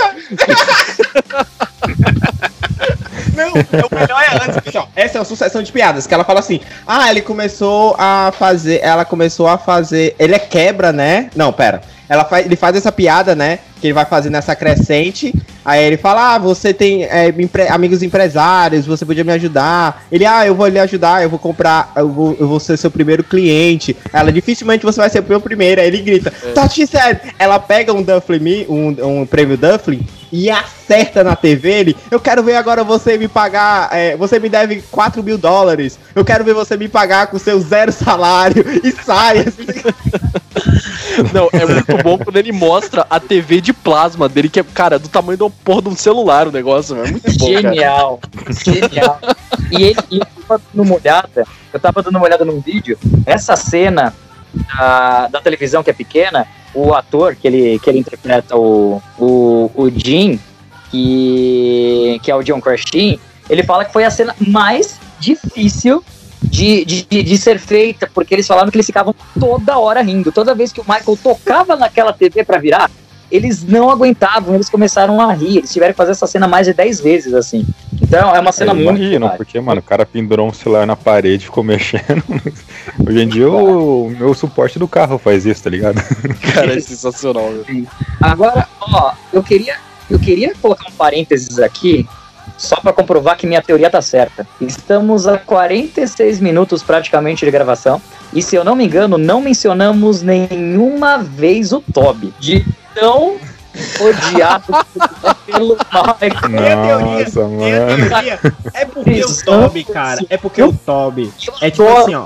Não, o melhor é antes, pessoal. Essa é uma sucessão de piadas que ela fala assim: ah, ele começou a fazer, ela começou a fazer, ele é quebra, né? Não, pera. Ela faz, ele faz essa piada, né? Que ele vai fazer nessa crescente. Aí ele fala: ah, você tem é, empre- amigos empresários, você podia me ajudar. Ele: ah, eu vou lhe ajudar, eu vou comprar, eu vou, eu vou ser seu primeiro cliente. Ela: dificilmente você vai ser o meu primeiro. Aí ele grita: That's she said. Ela pega um Duffling, um, um prêmio Duffling e acerta na T V. Ele: eu quero ver agora você me pagar, é, você me deve quatro mil dólares. Eu quero ver você me pagar com seu zero salário. E sai. Assim. Não, é muito bom quando ele mostra a T V de plasma dele, que é, cara, do tamanho da porra de um celular o negócio, é muito bom, cara. Genial, genial. E ele, e eu tava dando uma olhada, eu tava dando uma olhada num vídeo, essa cena da, da televisão que é pequena, o ator que ele, que ele interpreta, o, o, o Jim, que, que é o John Krasinski, ele fala que foi a cena mais difícil de, de, de ser feita, porque eles falavam que eles ficavam toda hora rindo. Toda vez que o Michael tocava naquela T V pra virar, eles não aguentavam, eles começaram a rir. Eles tiveram que fazer essa cena mais de dez vezes, assim. Então é uma cena Eles muito... imaginam, legal. porque, mano, o cara pendurou um celular na parede e ficou mexendo. Hoje em dia o meu suporte do carro faz isso, tá ligado? Cara, é sensacional, velho. Agora, ó, eu queria, eu queria colocar um parênteses aqui, só pra comprovar que minha teoria tá certa. Estamos a quarenta e seis minutos praticamente de gravação, e se eu não me engano, não mencionamos nenhuma vez o Toby. De tão odiado pelo Michael. Minha teoria, Nossa, minha mano. teoria é porque o Toby, cara, é porque o Toby é tipo assim, ó.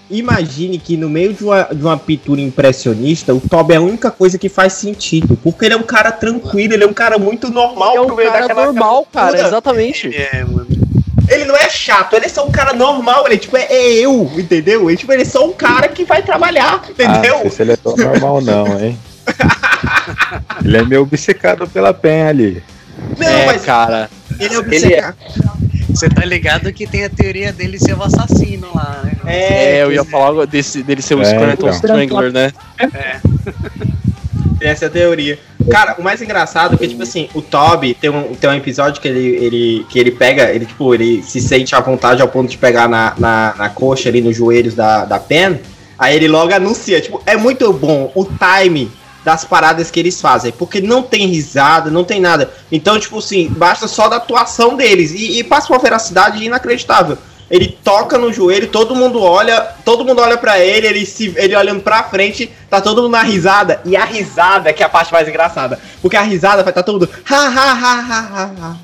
imagine que no meio de uma, de uma pintura impressionista, o Toby é a única coisa que faz sentido. Porque ele é um cara tranquilo, ele é um cara muito normal. Ele é um pro meio cara daquela normal, cara, pintura. exatamente. É, mano. Ele não é chato, ele é só um cara normal, ele tipo, é, é eu, entendeu? Ele, tipo, ele é só um cara que vai trabalhar, entendeu? Ah, não sei se ele é tão normal não, hein? Ele é meio obcecado pela Pen ali. Não, é, mas cara. ele é Ele é. obcecado. Você tá ligado que tem a teoria dele ser o assassino lá, né? É, eu ia falar algo desse, dele ser o É, Scranton então. Strangler, né? Essa é a teoria. Cara, o mais engraçado é que, tipo assim, o Toby tem um, tem um episódio que ele, ele, que ele pega, ele, tipo, ele se sente à vontade ao ponto de pegar na, na, na coxa ali, nos joelhos da, da Pen. Aí ele logo anuncia, tipo, é muito bom o time das paradas que eles fazem, porque não tem risada, não tem nada. Então, tipo assim, basta só da atuação deles e, e passa uma veracidade inacreditável. Ele toca no joelho, todo mundo olha, todo mundo olha pra ele, ele, se, ele olhando pra frente, tá todo mundo na risada. E a risada é que é a parte mais engraçada. Porque a risada vai estar tá todo mundo. Ha, ha, ha, ha, ha.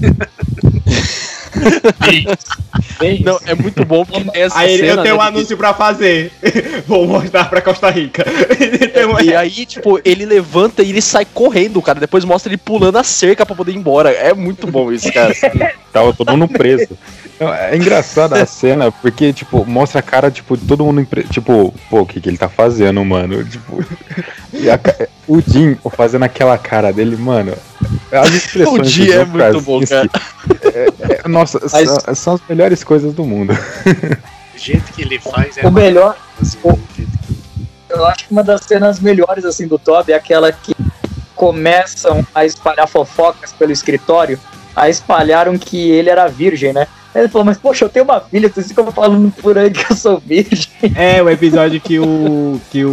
Não, é muito bom porque tem essa Aí cena, eu tenho né, um de- anúncio pra fazer. Vou mostrar pra Costa Rica. Tem um- E aí, tipo, ele levanta e ele sai correndo, cara. Depois mostra ele pulando a cerca pra poder ir embora. É muito bom isso, cara. Tava todo mundo preso. Não, é engraçada a cena, porque, tipo, mostra a cara, tipo, de todo mundo, impre... tipo, pô, o que que ele tá fazendo, mano? Tipo, e a ca- o Jim fazendo aquela cara dele, mano, as expressões O Jim do é John muito bom, Krasinski, é- é- nossa, Mas- são, são as melhores coisas do mundo. O jeito que ele faz é O melhor, maravilhoso, o- o jeito que- eu acho que uma das cenas melhores assim do Toby é aquela que começam a espalhar fofocas pelo escritório, a espalharam que ele era virgem, né? Ele falou, mas poxa, eu tenho uma filha, vocês ficam falando por aí que eu sou virgem. É, o episódio que o. que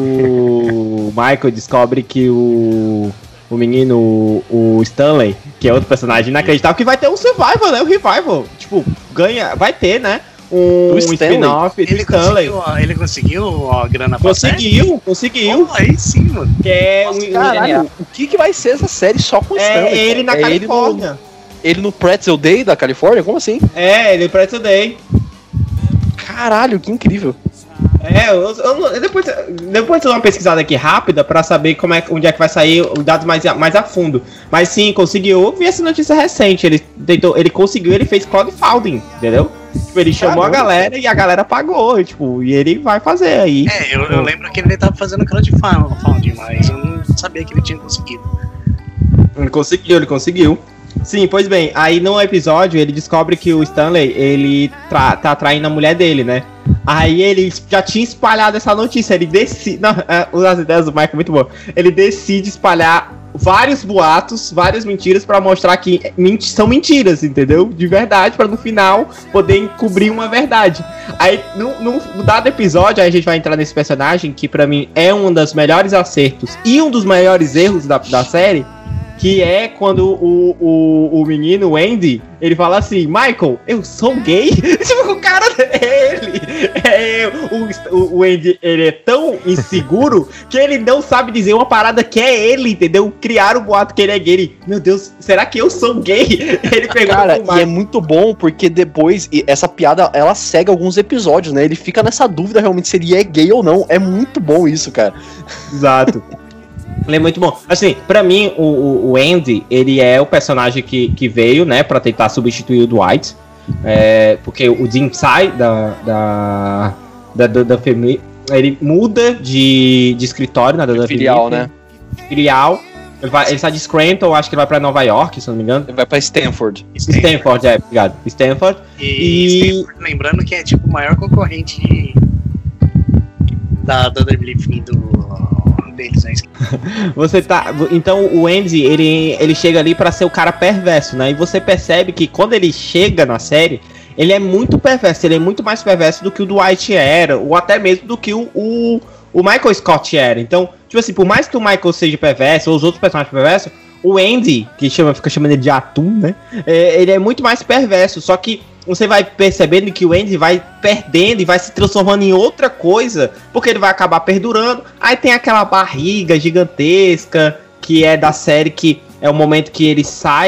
o Michael descobre que o. O menino, o, o Stanley, que é outro personagem inacreditável, que vai ter um survival, né? O revival. Tipo, ganha. Vai ter, né? Um, Do um Stanley? spin-off do Ele Stanley. conseguiu, a- ele conseguiu a grana pra série? Conseguiu, conseguiu. Pô, aí sim, mano. Que é Nossa, um, Caralho, o que que vai ser essa série só com o Stanley? é ele na cara? É Califórnia. Ele no, ele no Pretzel Day da Califórnia? Como assim? É, ele parece Day. Caralho, que incrível. É, eu, eu não- eu depois, depois eu dou uma pesquisada aqui rápida pra saber como é, onde é que vai sair os dados mais, a- mais a fundo. Mas sim, conseguiu. Eu vi essa notícia recente. Ele tentou, ele conseguiu, ele fez crowdfunding, entendeu? Tipo, ele chamou Caramba. a galera e a galera pagou, tipo, e ele vai fazer aí. É, eu, eu lembro que ele tava fazendo crowdfunding, mas eu não sabia que ele tinha conseguido. Ele conseguiu, ele conseguiu. Sim, pois bem, aí no episódio ele descobre que o Stanley, ele tra- tá traindo a mulher dele, né? Aí ele já tinha espalhado essa notícia, ele decide... Não, é, as ideias do Michael é muito boa. Ele decide espalhar vários boatos, várias mentiras pra mostrar que menti- são mentiras, entendeu? De verdade, pra no final poder encobrir uma verdade. Aí, no, no, no dado episódio, aí a gente vai entrar nesse personagem que pra mim é um dos melhores acertos e um dos maiores erros da, da série, que é quando o, o, o menino, o Andy, ele fala assim, Michael, eu sou gay? Tipo, o cara é ele. É, o, o, o Andy, ele é tão inseguro que ele não sabe dizer uma parada que é ele, entendeu? Criaram o boato que ele é gay. Ele, meu Deus, será que eu sou gay? Ele pegou Cara, pro e é Michael. muito bom porque depois e essa piada ela segue alguns episódios, né? Ele fica nessa dúvida realmente se ele é gay ou não. É muito bom isso, cara. Exato. Ele é muito bom. Assim, pra mim, o, o, o Andy, ele é o personagem que, que veio, né, pra tentar substituir o Dwight. É, porque o Jim sai da, da, da, da, da família. Ele muda de, de escritório, né, da, da Filial, família. né? Filial. Ele, vai, ele sai de Scranton, acho que ele vai pra Nova York, se não me engano. Ele vai pra Stanford. Stanford, é, obrigado. Stanford. E, E- Stanford, lembrando que é tipo o maior concorrente da Dunder Mifflin do deles, né? Você tá. Então o Andy, ele, ele chega ali pra ser o cara perverso, né? E você percebe que quando ele chega na série, ele é muito perverso. Ele é muito mais perverso do que o Dwight era, ou até mesmo do que o, o, o Michael Scott era. Então, tipo assim, por mais que o Michael seja perverso, ou os outros personagens perversos, o Andy, que chama, fica chamando ele de atum, né? É, ele é muito mais perverso. Só que você vai percebendo que o Andy vai perdendo e vai se transformando em outra coisa, porque ele vai acabar perdurando. Aí tem aquela barriga gigantesca, que é da série, que é o momento que ele sai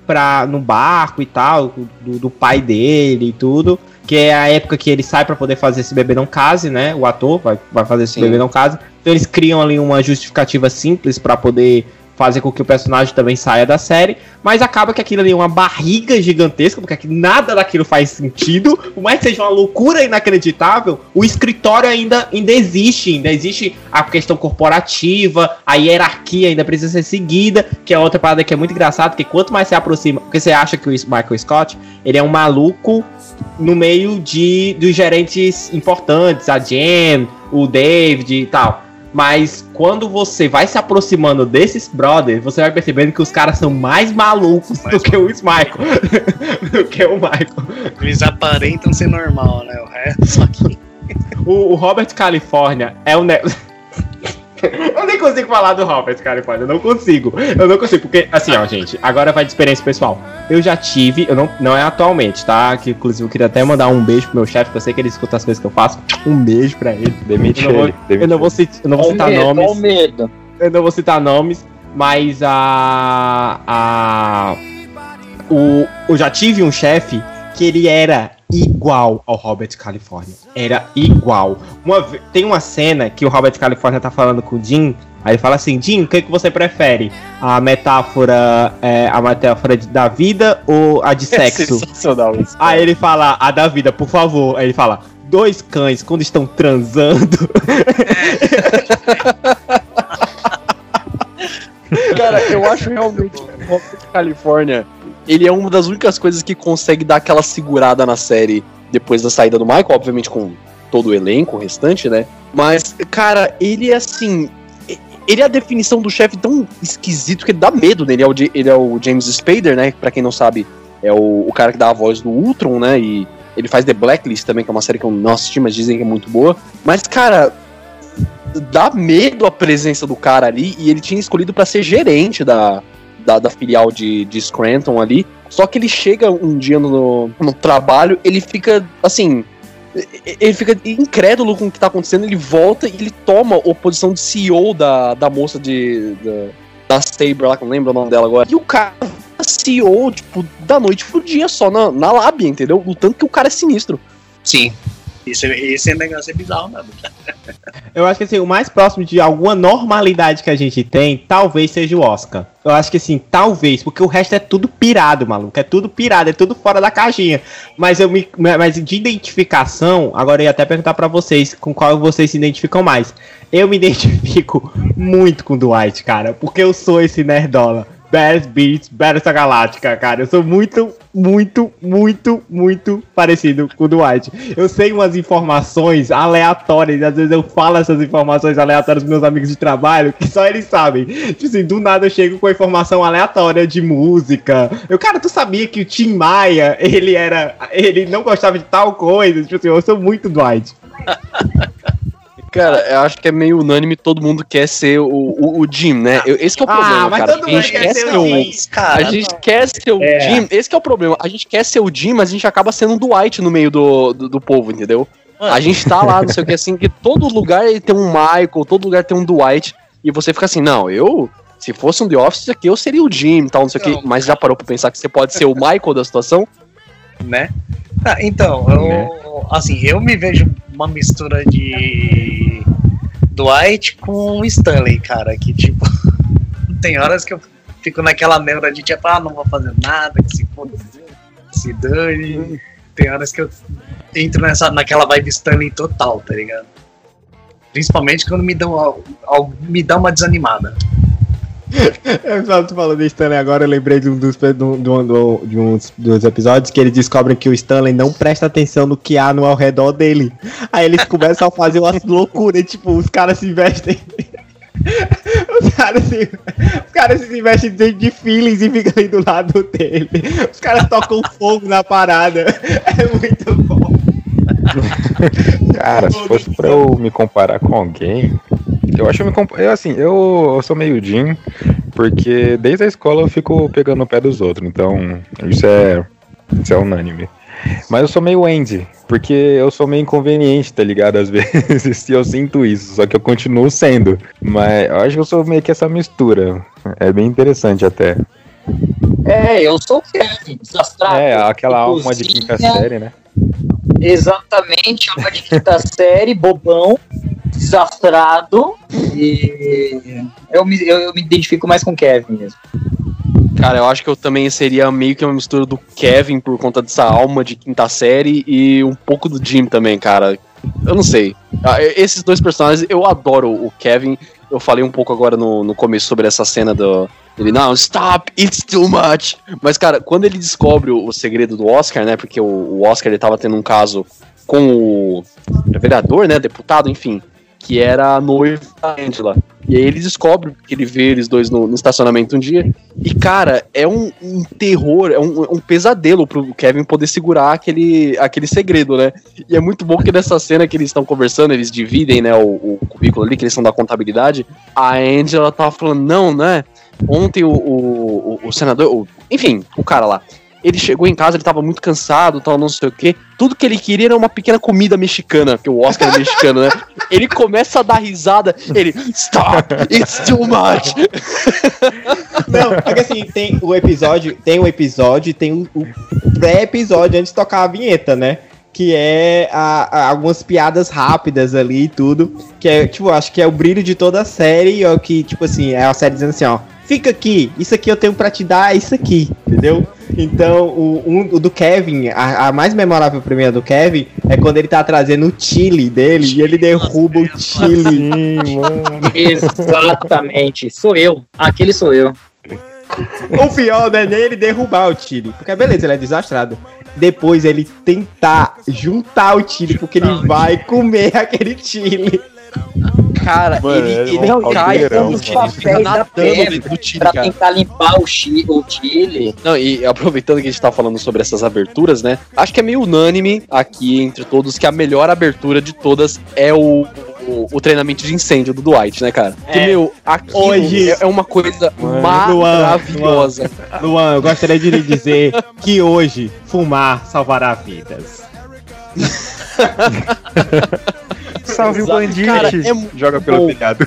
pra, no barco e tal, do, do pai dele e tudo, que é a época que ele sai pra poder fazer esse bebê não case, né? O ator vai, vai fazer esse Sim. bebê não case. Então eles criam ali uma justificativa simples pra poder fazer com que o personagem também saia da série, mas acaba que aquilo ali é uma barriga gigantesca, porque nada daquilo faz sentido, por mais que seja uma loucura inacreditável, o escritório ainda, ainda existe, ainda existe a questão corporativa, a hierarquia ainda precisa ser seguida, que é outra parada que é muito engraçada, porque quanto mais se aproxima, porque você acha que o Michael Scott, ele é um maluco no meio de, dos gerentes importantes, a Jen, o David e tal. Mas quando você vai se aproximando desses brothers, você vai percebendo que os caras são mais malucos mais do que o Michael. do que o Michael. Eles aparentam ser normal, né? O resto só que... o, o Robert California é o... Ne- eu nem consigo falar do Robert California, eu não consigo. Eu não consigo, porque, assim, ó, gente, agora vai de experiência pessoal. Eu já tive, eu não, não é atualmente, tá? Que inclusive eu queria até mandar um beijo pro meu chefe, porque eu sei que ele escuta as coisas que eu faço. Um beijo pra ele. Demite eu não vou, ele. Demite eu não vou, cit, eu não vou citar medo, nomes. medo. Eu não vou citar nomes, mas a. a o, eu já tive um chefe que ele era igual ao Robert California. Era igual. Uma, tem uma cena que o Robert California tá falando com o Jim. Aí ele fala assim: Jim, o que, que você prefere? A metáfora é, a metáfora da vida ou a de sexo? É sensacional isso. Aí ele fala: a da vida, por favor. Aí ele fala: dois cães quando estão transando. Cara, eu acho realmente que o Robert California, ele é uma das únicas coisas que consegue dar aquela segurada na série depois da saída do Michael, obviamente com todo o elenco, o restante, né? Mas, cara, ele é assim... Ele é a definição do chefe tão esquisito que ele dá medo nele. Ele é o, ele é o James Spader, né? Pra quem não sabe, é o, o cara que dá a voz do Ultron, né? E ele faz The Blacklist também, que é uma série que eu não assisti, mas dizem que é muito boa. Mas, cara... dá medo a presença do cara ali, e ele tinha escolhido pra ser gerente da, da, da filial de, de Scranton ali, só que ele chega um dia no, no trabalho, ele fica, assim, ele fica incrédulo com o que tá acontecendo, ele volta e ele toma a posição de C E O da, da moça de, da, da Sabre lá, que eu não lembro o nome dela agora, e o cara C E O, tipo, da noite pro dia só na, na lábia, entendeu? O tanto que o cara é sinistro. Sim. Esse, esse negócio é bizarro, né? Eu acho que assim, o mais próximo de alguma normalidade que a gente tem, talvez seja o Oscar. Eu acho que assim, talvez, porque o resto é tudo pirado, maluco. É tudo pirado, é tudo fora da caixinha. Mas eu me, mas de identificação, agora eu ia até perguntar pra vocês com qual vocês se identificam mais. Eu me identifico muito com o Dwight, cara, porque eu sou esse nerdola. Best Beats, Battlestar Galáctica, cara. Eu sou muito, muito, muito, muito parecido com o Dwight. Eu sei umas informações aleatórias, e às vezes eu falo essas informações aleatórias pros meus amigos de trabalho, que só eles sabem. Tipo assim, do nada eu chego com a informação aleatória de música. Eu, cara, tu sabia que o Tim Maia, ele era... ele não gostava de tal coisa? Tipo assim, eu sou muito Dwight. Cara, eu acho que é meio unânime, todo mundo quer ser o, o, o Jim, né? Eu, esse que é o problema, ah, mas cara. todo A mundo gente quer quer ser ser o o Jim. cara, a gente quer ser o É. Jim, esse que é o problema. A gente quer ser o Jim, mas a gente acaba sendo um Dwight no meio do, do, do povo, entendeu? A gente tá lá, não sei o que, assim, que todo lugar tem um Michael, todo lugar tem um Dwight, e você fica assim, não, eu... se fosse um The Office aqui, eu seria o Jim e tal, não sei o que, mas já parou pra pensar que você pode ser o Michael da situação? Né? Ah, então, eu, assim, eu me vejo uma mistura de Dwight com Stanley, cara, que tipo, tem horas que eu fico naquela neura de tipo, ah, não vou fazer nada, que se foda, se dane. Tem horas que eu entro nessa, naquela vibe Stanley total, tá ligado? Principalmente quando me dá uma, me dá uma desanimada. Eu só tô falando de Stanley agora, eu lembrei de um dos, de um, de um, de um dos episódios que eles descobrem que o Stanley não presta atenção no que há no ao redor dele. Aí eles começam a fazer umas loucuras, tipo, os caras se vestem. Os caras se, os caras se vestem de, de feelings e ficam ali do lado dele. Os caras tocam fogo na parada. É muito bom. Cara, se fosse pra eu me comparar com alguém, eu acho que eu me comp... eu, assim, eu, eu sou meio Jim, porque desde a escola eu fico pegando no pé dos outros, então isso é, isso é unânime. Mas eu sou meio Andy, porque eu sou meio inconveniente, tá ligado? Às vezes, e eu sinto isso, só que eu continuo sendo. Mas eu acho que eu sou meio que essa mistura. É bem interessante até. É, eu sou o Kevin, desastrado. É, aquela alma de cozinha, quinta série, né? Exatamente, alma de quinta série, bobão, desastrado. E eu me, eu, eu me identifico mais com o Kevin mesmo. Cara, eu acho que eu também seria meio que uma mistura do Kevin por conta dessa alma de quinta série e um pouco do Jim também, cara. Eu não sei. Esses dois personagens, eu adoro o Kevin. Eu falei um pouco agora no, no começo sobre essa cena do... Ele, não, stop, it's too much. Mas, cara, quando ele descobre o, o segredo do Oscar, né? Porque o, o Oscar, ele tava tendo um caso com o vereador, né? Deputado, enfim. Que era a noiva da Angela. E aí ele descobre que ele vê eles dois no, no estacionamento um dia. E, cara, é um, um terror, é um, um pesadelo pro Kevin poder segurar aquele, aquele segredo, né? E é muito bom que nessa cena que eles estão conversando, eles dividem, né, o, o cubículo ali, que eles são da contabilidade. A Angela tava falando, não, né? Ontem o, o, o, o senador, o, enfim, o cara lá, ele chegou em casa, ele tava muito cansado, tal, não sei o quê. Tudo que ele queria era uma pequena comida mexicana, porque o Oscar é mexicano, né? Ele começa a dar risada, ele, stop, it's too much. Não, porque assim, tem o episódio, tem o episódio, tem o, o pré-episódio antes de tocar a vinheta, né? Que é a, a, algumas piadas rápidas ali e tudo. Que é, tipo, acho que é o brilho de toda a série. Ou que, tipo assim, é a série dizendo assim, ó. Fica aqui, isso aqui eu tenho pra te dar, isso aqui, entendeu? Então, o, um, o do Kevin, a, a mais memorável pra mim é do Kevin, é quando ele tá trazendo o chili dele e ele derruba o chili. Exatamente, sou eu, aquele sou eu. O pior não é nem ele derrubar o chili, porque beleza, ele é desastrado. Depois ele tentar juntar o chili, porque ele vai comer aquele chili. Cara, Mano, ele, ele ele é um cai caldeirão, no Os Chile, ele fica papéis da nadando Kevin dentro do Chile, pra cara. tentar limpar o, chi, o Chile. Não, e aproveitando que a gente tá falando sobre essas aberturas, né? Acho que é meio unânime aqui entre todos que a melhor abertura de todas é o, o, o treinamento de incêndio do Dwight, né, cara? Porque, É. meu, aquilo Hoje- é, é uma coisa Mano, maravilhosa. Luan, eu gostaria de lhe dizer que hoje fumar salvará vidas. Salve o Exato. Bandit! Cara, é muito Joga pelo bom. telhado.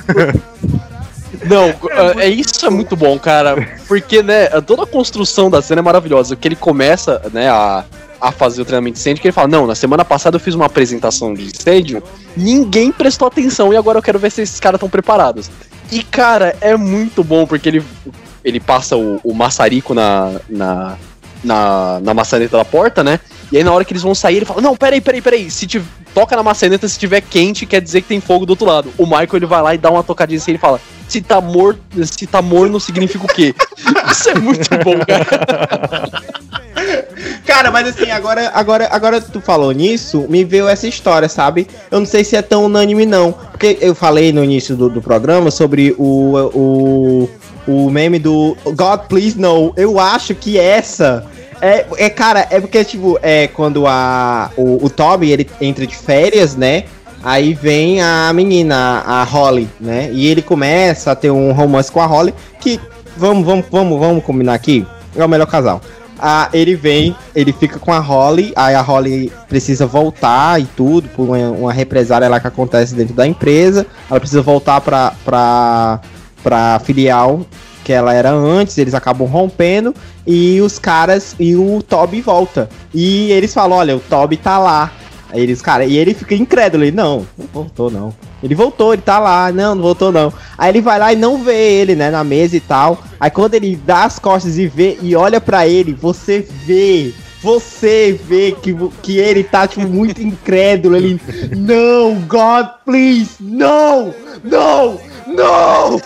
Não, é isso é muito bom, cara. Porque, né, toda a construção da cena é maravilhosa. Que ele começa, né, a, a fazer o treinamento de incêndio, que ele fala, não, na semana passada eu fiz uma apresentação de incêndio, ninguém prestou atenção e agora eu quero ver se esses caras estão preparados. E, cara, é muito bom, porque ele, ele passa o, o maçarico na, na, na, na maçaneta da porta, né? E aí na hora que eles vão sair, ele fala, não, peraí, peraí, peraí, se tiver, toca na maçaneta, se tiver quente, quer dizer que tem fogo do outro lado. O Michael, ele vai lá e dá uma tocadinha assim, ele fala, se tá morto, se tá morno, significa o quê? Isso é muito bom, cara. Cara, mas assim, agora, agora, agora tu falou nisso, me veio essa história, sabe? Eu não sei se é tão unânime, não. Porque eu falei no início do, do programa sobre o, o, o meme do God Please No. Eu acho que essa... É, é, cara, é porque, tipo, é quando a, o, o Toby, ele entra de férias, né? Aí vem a menina, a Holly, né? E ele começa a ter um romance com a Holly, que, vamos, vamos, vamos, vamos combinar aqui, é o melhor casal. Ah, ele vem, ele fica com a Holly, aí a Holly precisa voltar e tudo, por uma, uma represária lá que acontece dentro da empresa. Ela precisa voltar pra, pra, pra filial que ela era antes, eles acabam rompendo, e os caras, e o Toby volta. E eles falam, olha, o Toby tá lá. Aí eles, cara, e ele fica incrédulo, ele, não, não voltou não. Ele voltou, ele tá lá, não, não voltou não. Aí ele vai lá e não vê ele, né, na mesa e tal. Aí quando ele dá as costas e vê, e olha pra ele, você vê, você vê que, que ele tá, tipo, muito incrédulo. Ele, não, God, please, não, não, não.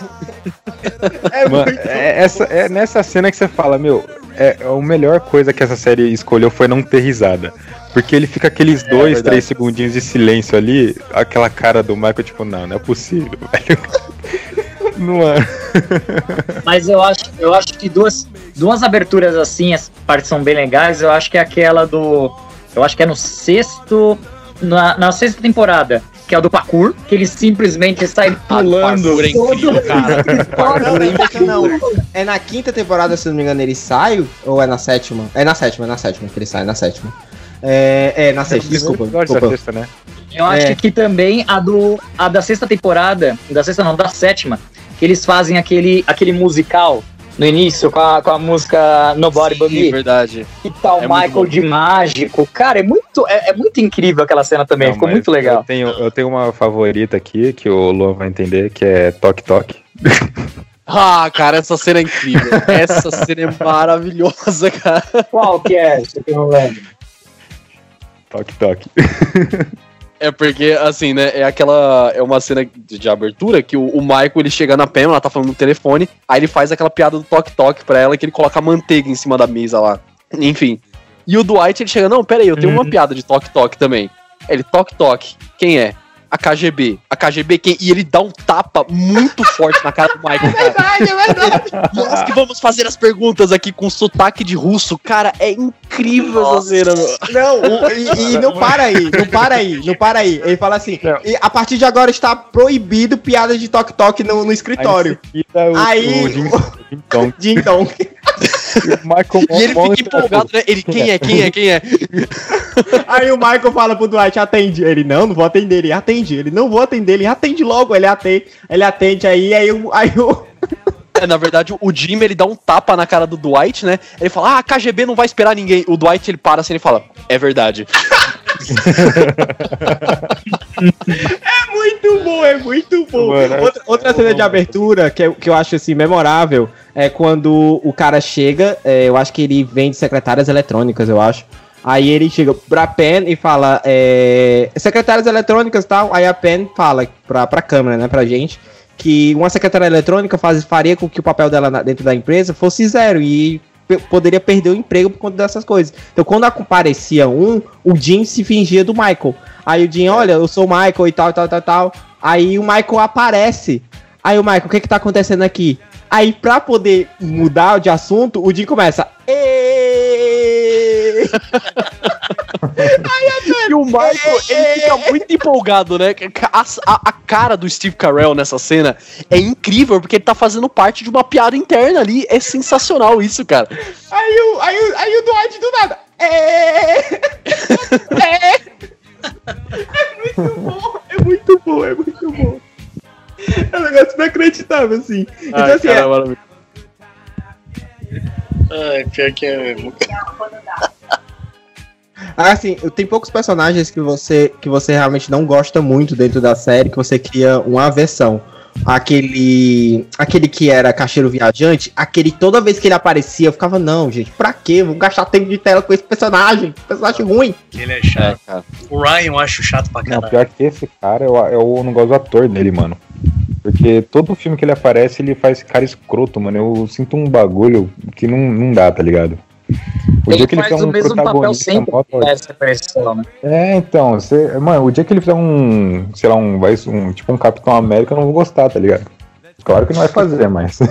É, Mano, é, essa, é nessa cena que você fala, meu, é, a melhor coisa que essa série escolheu foi não ter risada. Porque ele fica aqueles dois, é três segundinhos de silêncio ali, aquela cara do Michael, tipo, não, não é possível, velho. Não é. Mas eu acho, eu acho que duas, duas aberturas assim, as partes são bem legais. Eu acho que é aquela do. Eu acho que é no sexto. Na, na sexta temporada, que é o do parkour, que ele simplesmente sai pulando. Parkour é incrível, cara. Não, não, não. É na quinta temporada, se não me engano, ele sai, ou é na sétima? É na sétima, é na sétima que ele sai, é na sétima. É, é na sexta, desculpa. desculpa. Da sexta, né? Eu acho É. que também a, do, a da sexta temporada, da sexta não, da sétima, que eles fazem aquele, aquele musical no início, com a, com a música Nobody But Sim, Me. verdade. E tal, É Michael muito bom. de mágico. Cara, é muito, é, é muito incrível aquela cena também, Não, ficou mas muito legal. Eu tenho, eu tenho uma favorita aqui, que o Luan vai entender, que é Toque Toque. Ah, cara, essa cena é incrível. Essa cena é maravilhosa, cara. Qual que é? Isso que eu não lembro. Toque Toque. É porque, assim, né, é aquela... É uma cena de, de abertura que o, o Michael, ele chega na Pam, ela tá falando no telefone, aí ele faz aquela piada do toque-toque pra ela, que ele coloca manteiga em cima da mesa lá. Enfim. E o Dwight, ele chega, não, pera aí, eu tenho uma piada de toque-toque também. Ele, toque-toque, quem é? A K G B. A K G B quem? E ele dá um tapa muito forte na cara do Michael, cara. É verdade, é verdade. Nós que vamos fazer as perguntas aqui com sotaque de russo. Cara, é incrível essa cena, meu. Não, o- e, e não para aí, não para aí, não para aí. Ele fala assim, e a partir de agora está proibido piada de toque-toque no, no escritório. Aí, em seguida, o, Aí- o Jim, Jim Tong. De então. E o Michael E ele fica empolgado, né? Ele, quem é, quem é, quem é? Aí o Michael fala pro Dwight, atende. Ele, não, não vou atender. Ele, atende. Ele, não vou atender. Ele, atende logo. Ele atende, ele atende aí, aí, o- aí o... É, na verdade, o Jimmy, ele dá um tapa na cara do Dwight, né? Ele fala, ah, a K G B não vai esperar ninguém. O Dwight, ele para assim e fala, é verdade. É muito bom, é muito bom. Mano, é- outra outra cena de abertura que eu, que eu acho assim memorável é quando o cara chega, é, eu acho que ele vende secretárias eletrônicas, eu acho. Aí ele chega pra Pen e fala, é, secretárias eletrônicas e tal. Aí a Pen fala pra, pra câmera, né, pra gente, que uma secretária eletrônica faz, faria com que o papel dela na- dentro da empresa fosse zero e pe- poderia perder o emprego por conta dessas coisas. Então quando aparecia um, o Jim se fingia do Michael. Aí o Jim, olha, eu sou o Michael e tal, tal, tal, tal. Aí o Michael aparece. Aí o Michael, o que que tá acontecendo aqui? Aí pra poder mudar de assunto, o Jim começa... "Êêêê!" E o Michael, ele fica muito empolgado, né? A, a- a cara do Steve Carell nessa cena é incrível, porque ele tá fazendo parte de uma piada interna ali. É sensacional isso, cara. Aí o, aí o, aí o Dwight do nada... "Êêê!" É muito bom, é muito bom, é muito bom. É um negócio inacreditável, assim. Então, Ai, assim, cara, é- maravilhoso. Ai, pior que é mesmo. Ah, assim, tem poucos personagens que você, que você realmente não gosta muito dentro da série, que você cria uma aversão. Aquele. Aquele que era caixeiro viajante, aquele toda vez que ele aparecia, eu ficava, não, gente, pra quê? Vamos gastar tempo de tela com esse personagem. Personagem ruim. Ele é chato. É, cara. O Ryan eu acho chato pra Não, caralho. pior que esse cara, eu, eu não gosto do ator dele, mano. Porque todo filme que ele aparece, ele faz esse cara escroto, mano. Eu sinto um bagulho que não, não dá, tá ligado? O Ele dia que ele faz fizer o um mesmo papel protagonista sempre mó- com essa pressão, né? É, então, você, mano, o dia que ele fizer um, sei lá, um, vai, um tipo um Capitão América, eu não vou gostar, tá ligado? Claro que não vai fazer, mas...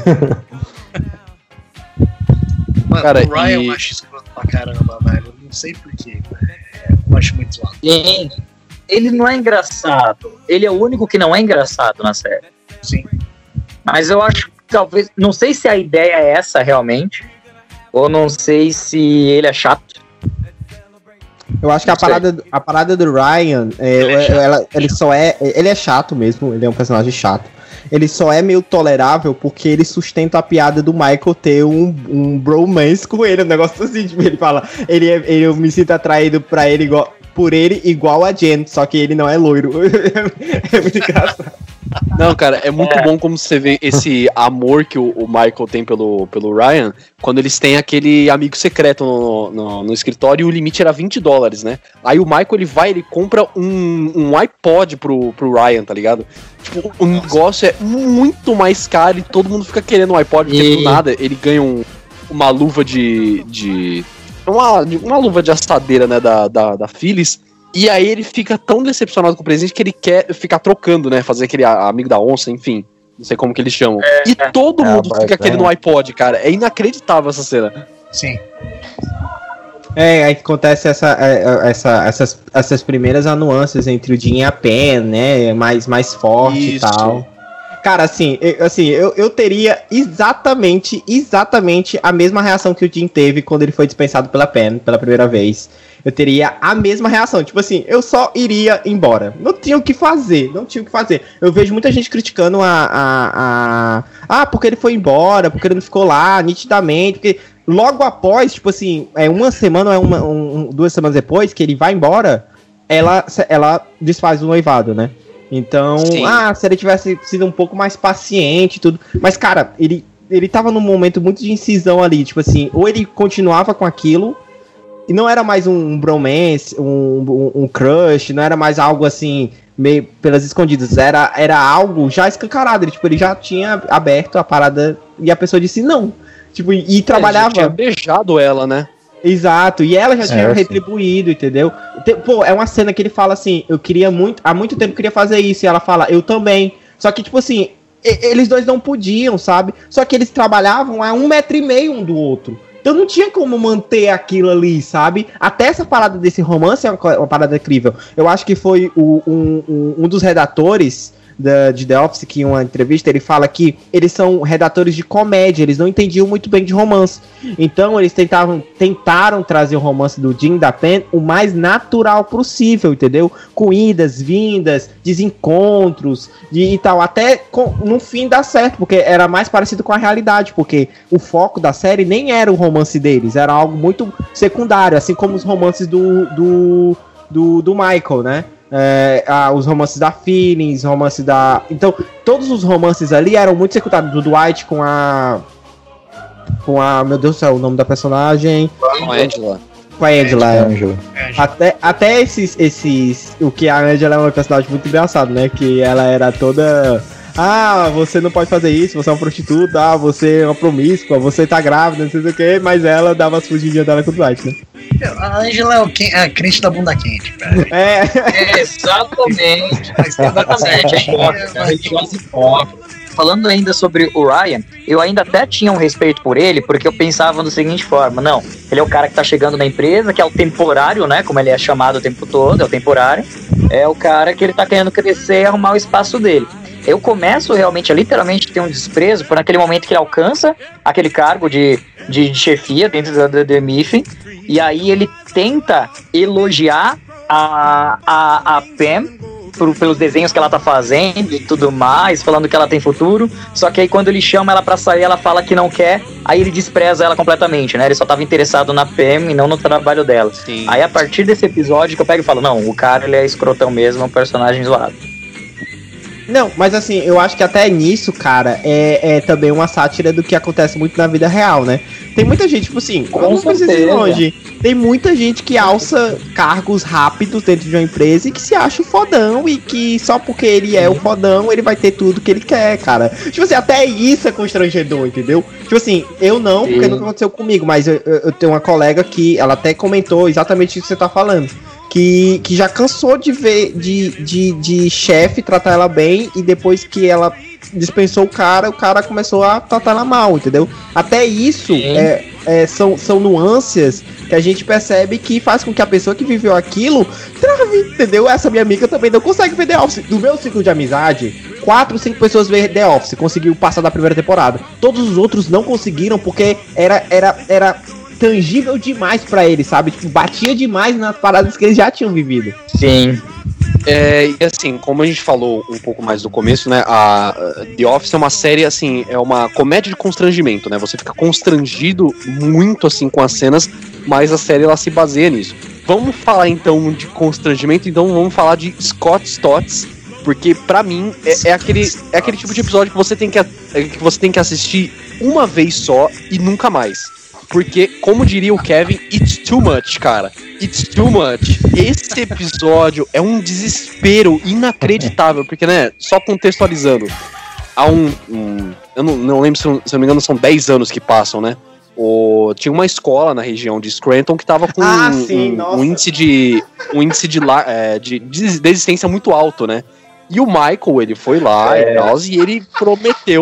Mano, Cara, o Ryan e- eu acho escroto pra caramba, velho. Não sei porquê. Eu acho muito zoado. Sim. Ele não é engraçado. Ele é o único que não é engraçado na série. Sim. Mas eu acho que talvez. Não sei se a ideia é essa realmente. Ou não sei se ele é chato. Eu acho que a Não sei. parada, a parada do Ryan, é, Ele é chato. ela- ele só é. Ele é chato mesmo, ele é um personagem chato. Ele só é meio tolerável porque ele sustenta a piada do Michael ter um, um bromance com ele. Um negócio assim, tipo, ele fala, ele, é- ele eu me sinto atraído pra ele igual, por ele igual a Jen, só que ele não é loiro. É muito engraçado. Não, cara, é muito bom como você vê esse amor que o, o Michael tem pelo, pelo Ryan, quando eles têm aquele amigo secreto no, no, no escritório e o limite era vinte dólares, né? Aí o Michael, ele vai, ele compra um, um iPod pro, pro Ryan, tá ligado? Tipo, o negócio é muito mais caro e todo mundo fica querendo um iPod, porque E- do nada ele ganha um, uma luva de... de uma, uma luva de assadeira, né, da, da, da Philips. E aí ele fica tão decepcionado com o presente que ele quer ficar trocando, né? Fazer aquele a- amigo da onça, enfim. Não sei como que eles chamam. e todo É, mundo rapaz, fica querendo é. um iPod, cara. É inacreditável essa cena. Sim. É, aí acontece essa, é, essa, essas, essas primeiras nuances entre o Jim e a Pen, né? Mais, mais forte Isso. e tal. Cara, assim, eu, assim eu, eu teria exatamente, exatamente a mesma reação que o Jim teve quando ele foi dispensado pela Pen pela primeira vez. Eu teria a mesma reação. Tipo assim, eu só iria embora. Não tinha o que fazer, não tinha o que fazer. Eu vejo muita gente criticando a... a, a ah, porque ele foi embora, porque ele não ficou lá, nitidamente, porque... Logo após, tipo assim, é uma semana ou é uma, um, duas semanas depois que ele vai embora, ela, ela desfaz o noivado, né? Então, Sim. ah, se ele tivesse sido um pouco mais paciente e tudo. Mas, cara, ele, ele tava num momento muito de incisão ali, tipo assim, ou ele continuava com aquilo, e não era mais um bromance, um, um, um crush, não era mais algo assim, meio pelas escondidas, era, era algo já escancarado, ele, tipo, ele já tinha aberto a parada e a pessoa disse não. Tipo, e, e trabalhava. Ele já tinha beijado ela, né? Exato, e ela já tinha é, retribuído, entendeu? Pô, é uma cena que ele fala assim, eu queria muito, há muito tempo eu queria fazer isso, e ela fala, eu também. Só que, tipo assim, eles dois não podiam, sabe? Só que eles trabalhavam a um metro e meio um do outro. Então não tinha como manter aquilo ali, sabe? Até essa parada desse romance é uma, uma parada incrível. Eu acho que foi o, um, um, um dos redatores da, de The Office, que em uma entrevista ele fala que eles são redatores de comédia, eles não entendiam muito bem de romance. Então eles tentavam, tentaram trazer o romance do Jim e da Pen o mais natural possível, entendeu? Com idas, vindas, desencontros de, e tal. Até com, no fim dá certo, porque era mais parecido com a realidade, porque o foco da série nem era o romance deles, era algo muito secundário, assim como os romances do, do, do, do Michael, né? É, ah, os romances da Feelings, romances da... Então, todos os romances ali eram muito secundários. Do Dwight com a... Com a... Meu Deus do céu, o nome da personagem... Com a Angela. Com a Angela, é. Angela. Até, até esses, esses... O que a Angela é uma personagem muito engraçada, né? Que ela era toda... Ah, você não pode fazer isso, você é uma prostituta, ah, você é uma promíscua, você tá grávida, não sei o que, mas ela dava as fugidinhas dela com o Dwight, né? A Angela é o que, a crente da bunda quente, cara. É, É, exatamente. Exatamente. É religiosa hipócrita. Falando ainda sobre o Ryan, eu ainda até tinha um respeito por ele, porque eu pensava da seguinte forma, não, ele é o cara que tá chegando na empresa, que é o temporário, né, como ele é chamado o tempo todo, é o temporário, é o cara que ele tá querendo crescer e arrumar o espaço dele. Eu começo realmente a literalmente ter um desprezo por aquele momento que ele alcança aquele cargo de, de, de chefia dentro da, da, da M I F, e aí ele tenta elogiar a, a, a Pam por, pelos desenhos que ela tá fazendo e tudo mais, falando que ela tem futuro, só que aí quando ele chama ela pra sair, ela fala que não quer, aí ele despreza ela completamente, né? Ele só tava interessado na Pam e não no trabalho dela. Sim. Aí a partir desse episódio que eu pego e falo, não, o cara ele é escrotão mesmo, é um personagem zoado. não, mas assim, eu acho que até nisso, cara, é, é também uma sátira do que acontece muito na vida real, né? Tem muita gente, tipo assim, Com não precisa ir certeza. longe. Tem muita gente que alça cargos rápidos dentro de uma empresa e que se acha o fodão e que só porque ele é o fodão, ele vai ter tudo que ele quer, cara. Tipo assim, até isso é constrangedor, entendeu? Tipo assim, eu não, porque Sim. nunca aconteceu comigo, mas eu, eu, eu tenho uma colega que ela até comentou exatamente isso que você tá falando. Que, que já cansou de ver de, de, de chefe tratar ela bem e depois que ela dispensou o cara, o cara começou a tratar ela mal, entendeu? Até isso é, é, são, são nuances que a gente percebe que faz com que a pessoa que viveu aquilo trave, entendeu? Essa minha amiga também não consegue ver The Office. Do meu ciclo de amizade, quatro, cinco pessoas ver The Office, conseguiu passar da primeira temporada. Todos os outros não conseguiram porque era... era, era tangível demais pra eles, sabe? Tipo, batia demais nas paradas que eles já tinham vivido. Sim. É, e assim, como a gente falou um pouco mais no começo, né, a a The Office é uma série, assim, é uma comédia de constrangimento, né, você fica constrangido muito, assim, com as cenas, mas a série, ela se baseia nisso. Vamos falar, então, de constrangimento, então vamos falar de Scott Stotts, porque pra mim é, é, aquele, é aquele tipo de episódio que você tem que, que você tem que assistir uma vez só e nunca mais. Porque, como diria o Kevin, it's too much, cara. It's too much. Esse episódio é um desespero inacreditável, porque, né, só contextualizando, há um... um eu não, não lembro, se, se eu não me engano, são dez anos que passam, né? O, tinha uma escola na região de Scranton que tava com Ah, um, sim, um, um índice de um índice de, la- é, de, de desistência muito alto, né? E o Michael, ele foi lá É. e tal, e ele prometeu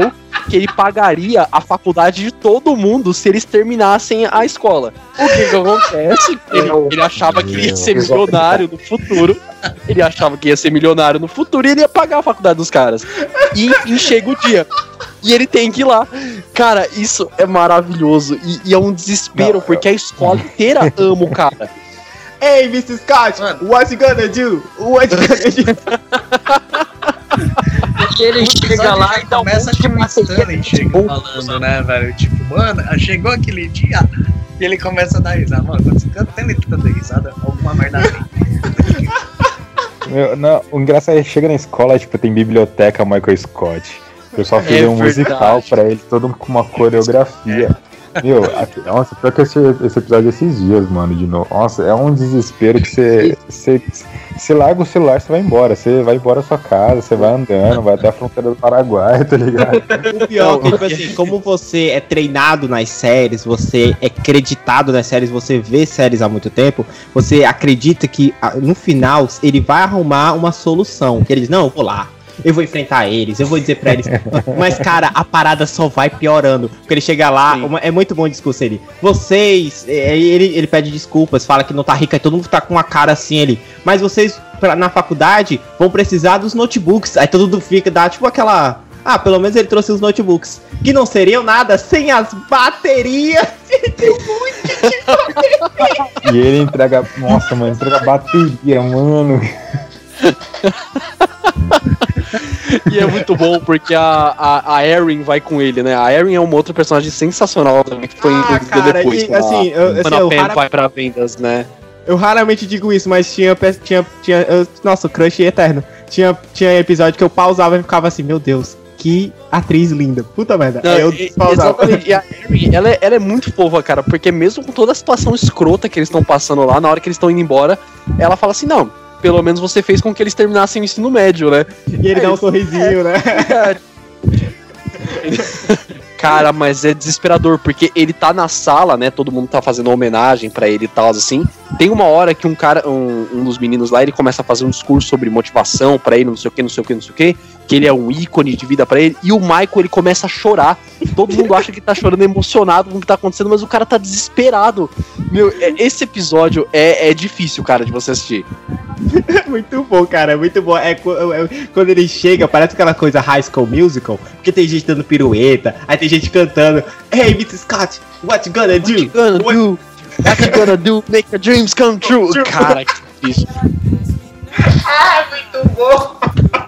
que ele pagaria a faculdade de todo mundo se eles terminassem a escola. O que que acontece? Ele, ele achava que ia ser milionário no futuro. Ele achava que ia ser milionário no futuro e ele ia pagar a faculdade dos caras. E enfim, chega o dia. E ele tem que ir lá. Cara, isso é maravilhoso. E, e é um desespero, não, porque a escola inteira ama o cara. Hey, mister Scott, mano, what you gonna do? What you gonna do? E ele chega lá e começa tipo uma Stanley chega falando, né, velho? Tipo, mano, chegou aquele dia e ele começa a dar risada. Mano, quando você canta, ele tá dando risada, alguma merda tem. Meu, não, o engraçado é que chega na escola, tipo, tem biblioteca Michael Scott. O pessoal fez é um verdade. musical pra ele, todo com uma coreografia. Meu, aqui, nossa, pior que esse, esse episódio esses dias, mano, de novo. Nossa, é um desespero que você, você, você larga o celular, você vai embora. Você vai embora da sua casa, você vai andando, vai até a fronteira do Paraguai, tá ligado? O pior é que, tipo assim, como você é treinado nas séries, você é acreditado nas séries, você vê séries há muito tempo, você acredita que no final ele vai arrumar uma solução. Que ele diz, não, eu vou lá. Eu vou enfrentar eles, eu vou dizer pra eles. Mas, cara, a parada só vai piorando. Porque ele chega lá, uma, é muito bom o discurso ele. Vocês, ele, ele pede desculpas, fala que não tá rico, aí todo mundo tá com uma cara assim, ele. Mas vocês, pra, na faculdade, vão precisar dos notebooks. Aí todo mundo fica, dá tipo aquela... Ah, pelo menos ele trouxe os notebooks. Que não seriam nada sem as baterias. Ele tem um monte de bateria. E ele entrega... Nossa, mano, entrega bateria, mano. E é muito bom porque a, a, a Erin vai com ele, né? A Erin é uma outra personagem sensacional também, que foi ah, incluída depois. E, assim, eu, assim, quando a Pen rara... vai pra vendas, né? Eu raramente digo isso, mas tinha... tinha, tinha eu, nossa, o crush eterno. Tinha, tinha episódio que eu pausava e ficava assim, meu Deus, que atriz linda. Puta merda. Não, eu exatamente. E a Erin, ela, é, ela é muito fofa, cara, porque mesmo com toda a situação escrota que eles estão passando lá, na hora que eles estão indo embora, ela fala assim, não... Pelo menos você fez com que eles terminassem o ensino médio, né? E ele é, dá um sorrisinho, é, né? É. Cara, mas é desesperador, porque ele tá na sala, né? Todo mundo tá fazendo uma homenagem pra ele e tal, assim. Tem uma hora que um cara, um, um dos meninos lá, ele começa a fazer um discurso sobre motivação pra ele, não sei o que, não sei o que, não sei o que, que ele é um ícone de vida pra ele, e o Michael, ele começa a chorar. Todo mundo acha que ele tá chorando emocionado com o que tá acontecendo, mas o cara tá desesperado. Meu, esse episódio é, é difícil, cara, de você assistir. Muito bom, cara, é muito bom. É, é, quando ele chega, parece aquela coisa High School Musical, porque tem gente dando pirueta, aí tem gente cantando, Hey, mister Scott, what you gonna do? What you gonna what... do? What you gonna do? Make your dreams come true. Cara, que difícil. Ah, muito bom.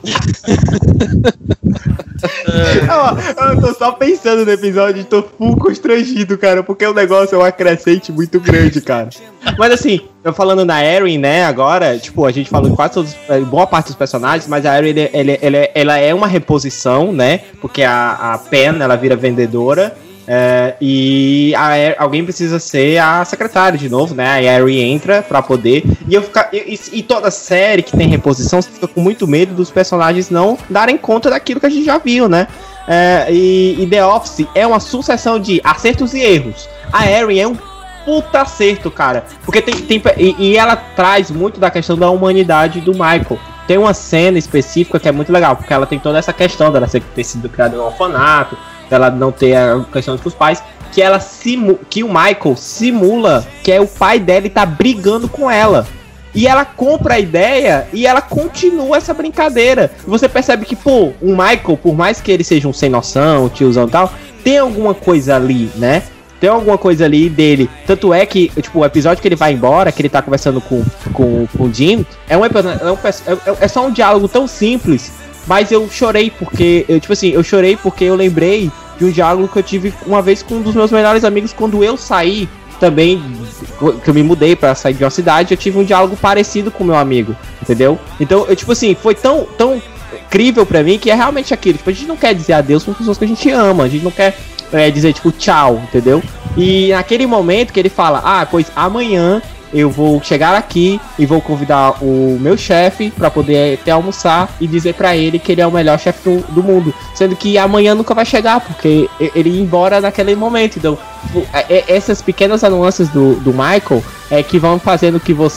eu, eu tô só pensando no episódio e tô full constrangido, cara, porque o negócio é um acrescente muito grande, cara. Mas assim, eu falando na Erin, né, agora, tipo, a gente falou em quase todos, boa parte dos personagens, mas a Erin, ele, ele, ele, ela é uma reposição, né, porque a, a Pen, ela vira vendedora. É, e a, alguém precisa ser a secretária de novo, né? A Erin entra pra poder. E eu fica, e, e toda série que tem reposição, você fica com muito medo dos personagens não darem conta daquilo que a gente já viu, né? É, e, e The Office é uma sucessão de acertos e erros. A Erin é um puta acerto, cara. Porque tem. tem e, e ela traz muito da questão da humanidade do Michael. Tem uma cena específica que é muito legal, porque ela tem toda essa questão dela ter sido criada em um orfanato, dela não ter a questão com os pais, que ela simu- que o Michael simula que é o pai dela e tá brigando com ela. E ela compra a ideia e ela continua essa brincadeira. E você percebe que, pô, o Michael, por mais que ele seja um sem noção, um tiozão e tal, tem alguma coisa ali, né? Tem alguma coisa ali dele. Tanto é que, tipo, o episódio que ele vai embora, que ele tá conversando com, com, com o Jim, é, um, é, um, é só um diálogo tão simples, mas eu chorei porque, eu, tipo assim, eu chorei porque eu lembrei de um diálogo que eu tive uma vez com um dos meus melhores amigos quando eu saí também, que eu me mudei pra sair de uma cidade, eu tive um diálogo parecido com o meu amigo, entendeu? Então, eu, tipo assim, foi tão, tão incrível pra mim que é realmente aquilo. Tipo, a gente não quer dizer adeus com pessoas que a gente ama, a gente não quer é, dizer, tipo, tchau, entendeu? E naquele momento que ele fala, ah, pois amanhã eu vou chegar aqui e vou convidar o meu chefe pra poder até almoçar e dizer pra ele que ele é o melhor chefe do, do mundo. Sendo que amanhã nunca vai chegar, porque ele ia embora naquele momento. Então, essas pequenas nuances do, do Michael é que vão fazendo que você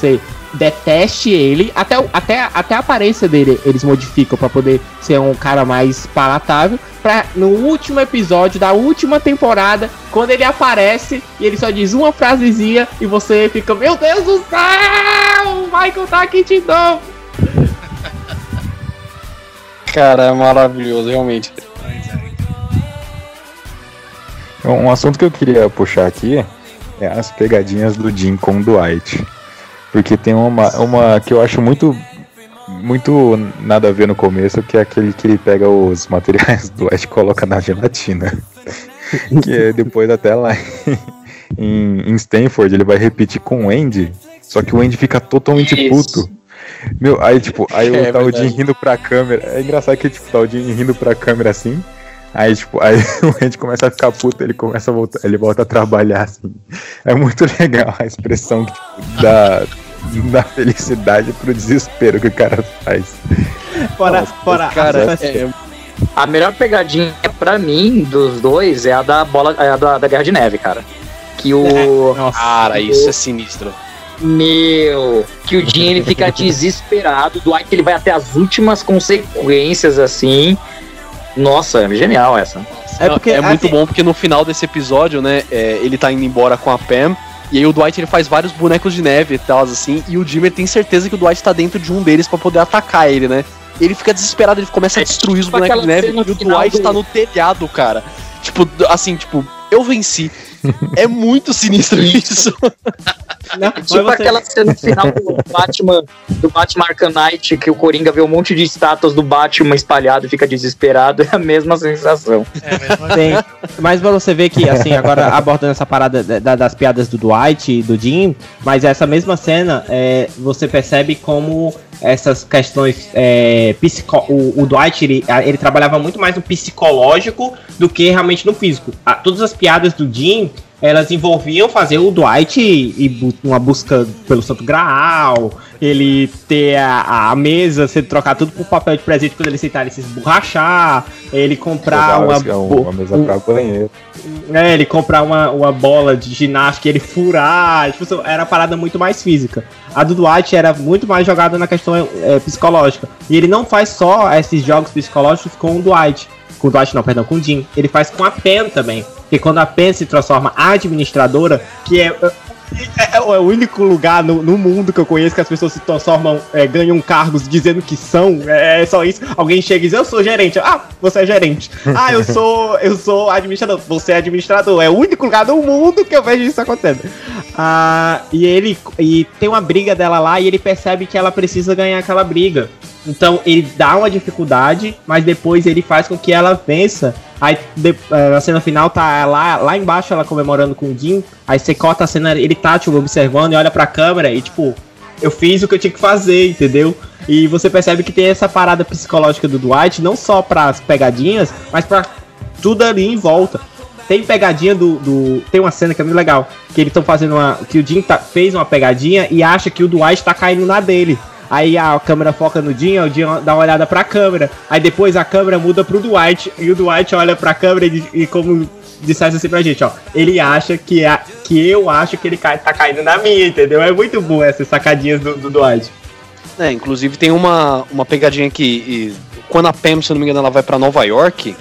deteste ele, até, o- até, até a aparência dele eles modificam pra poder ser um cara mais palatável, pra no último episódio da última temporada, quando ele aparece e ele só diz uma frasezinha e você fica, meu Deus do céu, o Michael tá aqui de novo. Cara, é maravilhoso, realmente. Um assunto que eu queria puxar aqui é as pegadinhas do Jim com o Dwight. Porque tem uma, uma que eu acho muito, muito nada a ver no começo, que é aquele que ele pega os materiais do Dwight e coloca na gelatina. Que é depois até lá em, em Stanford ele vai repetir com o Andy, só que o Andy fica totalmente Isso. puto. Meu, aí tipo, aí É o tá o verdade. Jim rindo pra câmera. É engraçado que tipo, tá o Jim rindo pra câmera assim. Aí, tipo, aí o Andy começa a ficar puto, ele começa a voltar, ele volta a trabalhar, assim. É muito legal a expressão que, tipo, da, da felicidade pro desespero que o cara faz. Fora, Nossa, fora, Cara, a- é, A melhor pegadinha pra mim dos dois é a da bola, é a da, da Guerra de Neve, cara. Que o. Nossa. cara, isso é sinistro. Meu, que o Jim ele fica desesperado, o Dwight ele vai até as últimas consequências assim. Nossa, é genial essa. É porque, é muito assim- bom porque no final desse episódio, né, é, ele tá indo embora com a Pam. E aí o Dwight ele faz vários bonecos de neve e tal, assim. E o Jimmer tem certeza que o Dwight tá dentro de um deles pra poder atacar ele, né? Ele fica desesperado, ele começa a É destruir os tipo bonecos de aquela neve. cena E o final Dwight do- tá no telhado, cara. Tipo, assim, tipo, eu venci. É muito sinistro isso. Não, Tipo mas você- aquela cena final do Batman, do Batman Arkham Knight, que o Coringa vê um monte de estátuas do Batman espalhado e fica desesperado, é a mesma sensação. É, mesmo Tem. Mas pra você ver que, assim, agora abordando essa parada da- da- das piadas do Dwight e do Jim, mas essa mesma cena, é, você percebe como essas questões é, psico... o, o Dwight, ele, ele trabalhava muito mais no psicológico do que realmente no físico. Ah, todas as piadas do Jim, elas envolviam fazer o Dwight e bu- uma busca pelo Santo Graal, ele ter a, a mesa, você trocar tudo por papel de presente quando ele aceitar ele se esborrachar, ele comprar uma, Jogar uma, bo- uma mesa um- pra banheiro. é, ele comprar uma, uma bola de ginástica e ele furar, tipo, isso era uma parada muito mais física. A do Dwight era muito mais jogada na questão é, psicológica. E ele não faz só esses jogos psicológicos com o Dwight. Com o Dwight não, perdão, com o Jim. Ele faz com a Pen também. Porque quando a Pen se transforma administradora, que é... É, é o único lugar no, no mundo que eu conheço que as pessoas se transformam, é, ganham cargos dizendo que são. É, é só isso. Alguém chega e diz, eu sou gerente. Ah, você é gerente. Ah, eu sou, eu sou administrador. Você é administrador. É o único lugar do mundo que eu vejo isso acontecendo. Ah, e ele e tem uma briga dela lá e ele percebe que ela precisa ganhar aquela briga. Então ele dá uma dificuldade, mas depois ele faz com que ela vença. Aí de, eh, na cena final tá lá, lá embaixo ela comemorando com o Jim. Aí você corta a cena, ele tá tipo, observando e olha pra câmera e tipo, eu fiz o que eu tinha que fazer, entendeu? E você percebe que tem essa parada psicológica do Dwight, não só pras pegadinhas, mas pra tudo ali em volta. Tem pegadinha do, do. Tem uma cena que é muito legal. Que eles estão fazendo uma. Que o Jim tá, fez uma pegadinha e acha que o Dwight tá caindo na dele. Aí a câmera foca no Jim, o Jim dá uma olhada pra câmera. Aí depois a câmera muda pro Dwight. E o Dwight olha pra câmera e, e como dissesse assim pra gente, ó. Ele acha que, a, que eu acho que ele cai, tá caindo na minha, entendeu? É muito bom essas sacadinhas do, do Dwight. É, inclusive tem uma, uma pegadinha que e, quando a Pam, se eu não me engano, ela vai pra Nova York.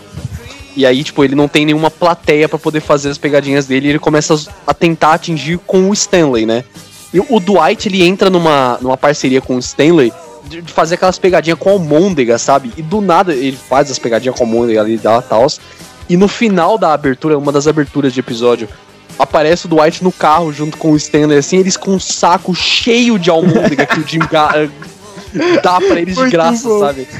E aí, tipo, ele não tem nenhuma plateia pra poder fazer as pegadinhas dele e ele começa a tentar atingir com o Stanley, né? E o Dwight, ele entra numa, numa parceria com o Stanley de, de fazer aquelas pegadinhas com a Almôndega, sabe? E do nada ele faz as pegadinhas com a Almôndega ali e tal. E no final da abertura, uma das aberturas de episódio, aparece o Dwight no carro junto com o Stanley, assim, eles com um saco cheio de almôndega que o Jim ga- dá pra eles de Muito graça, bom. sabe?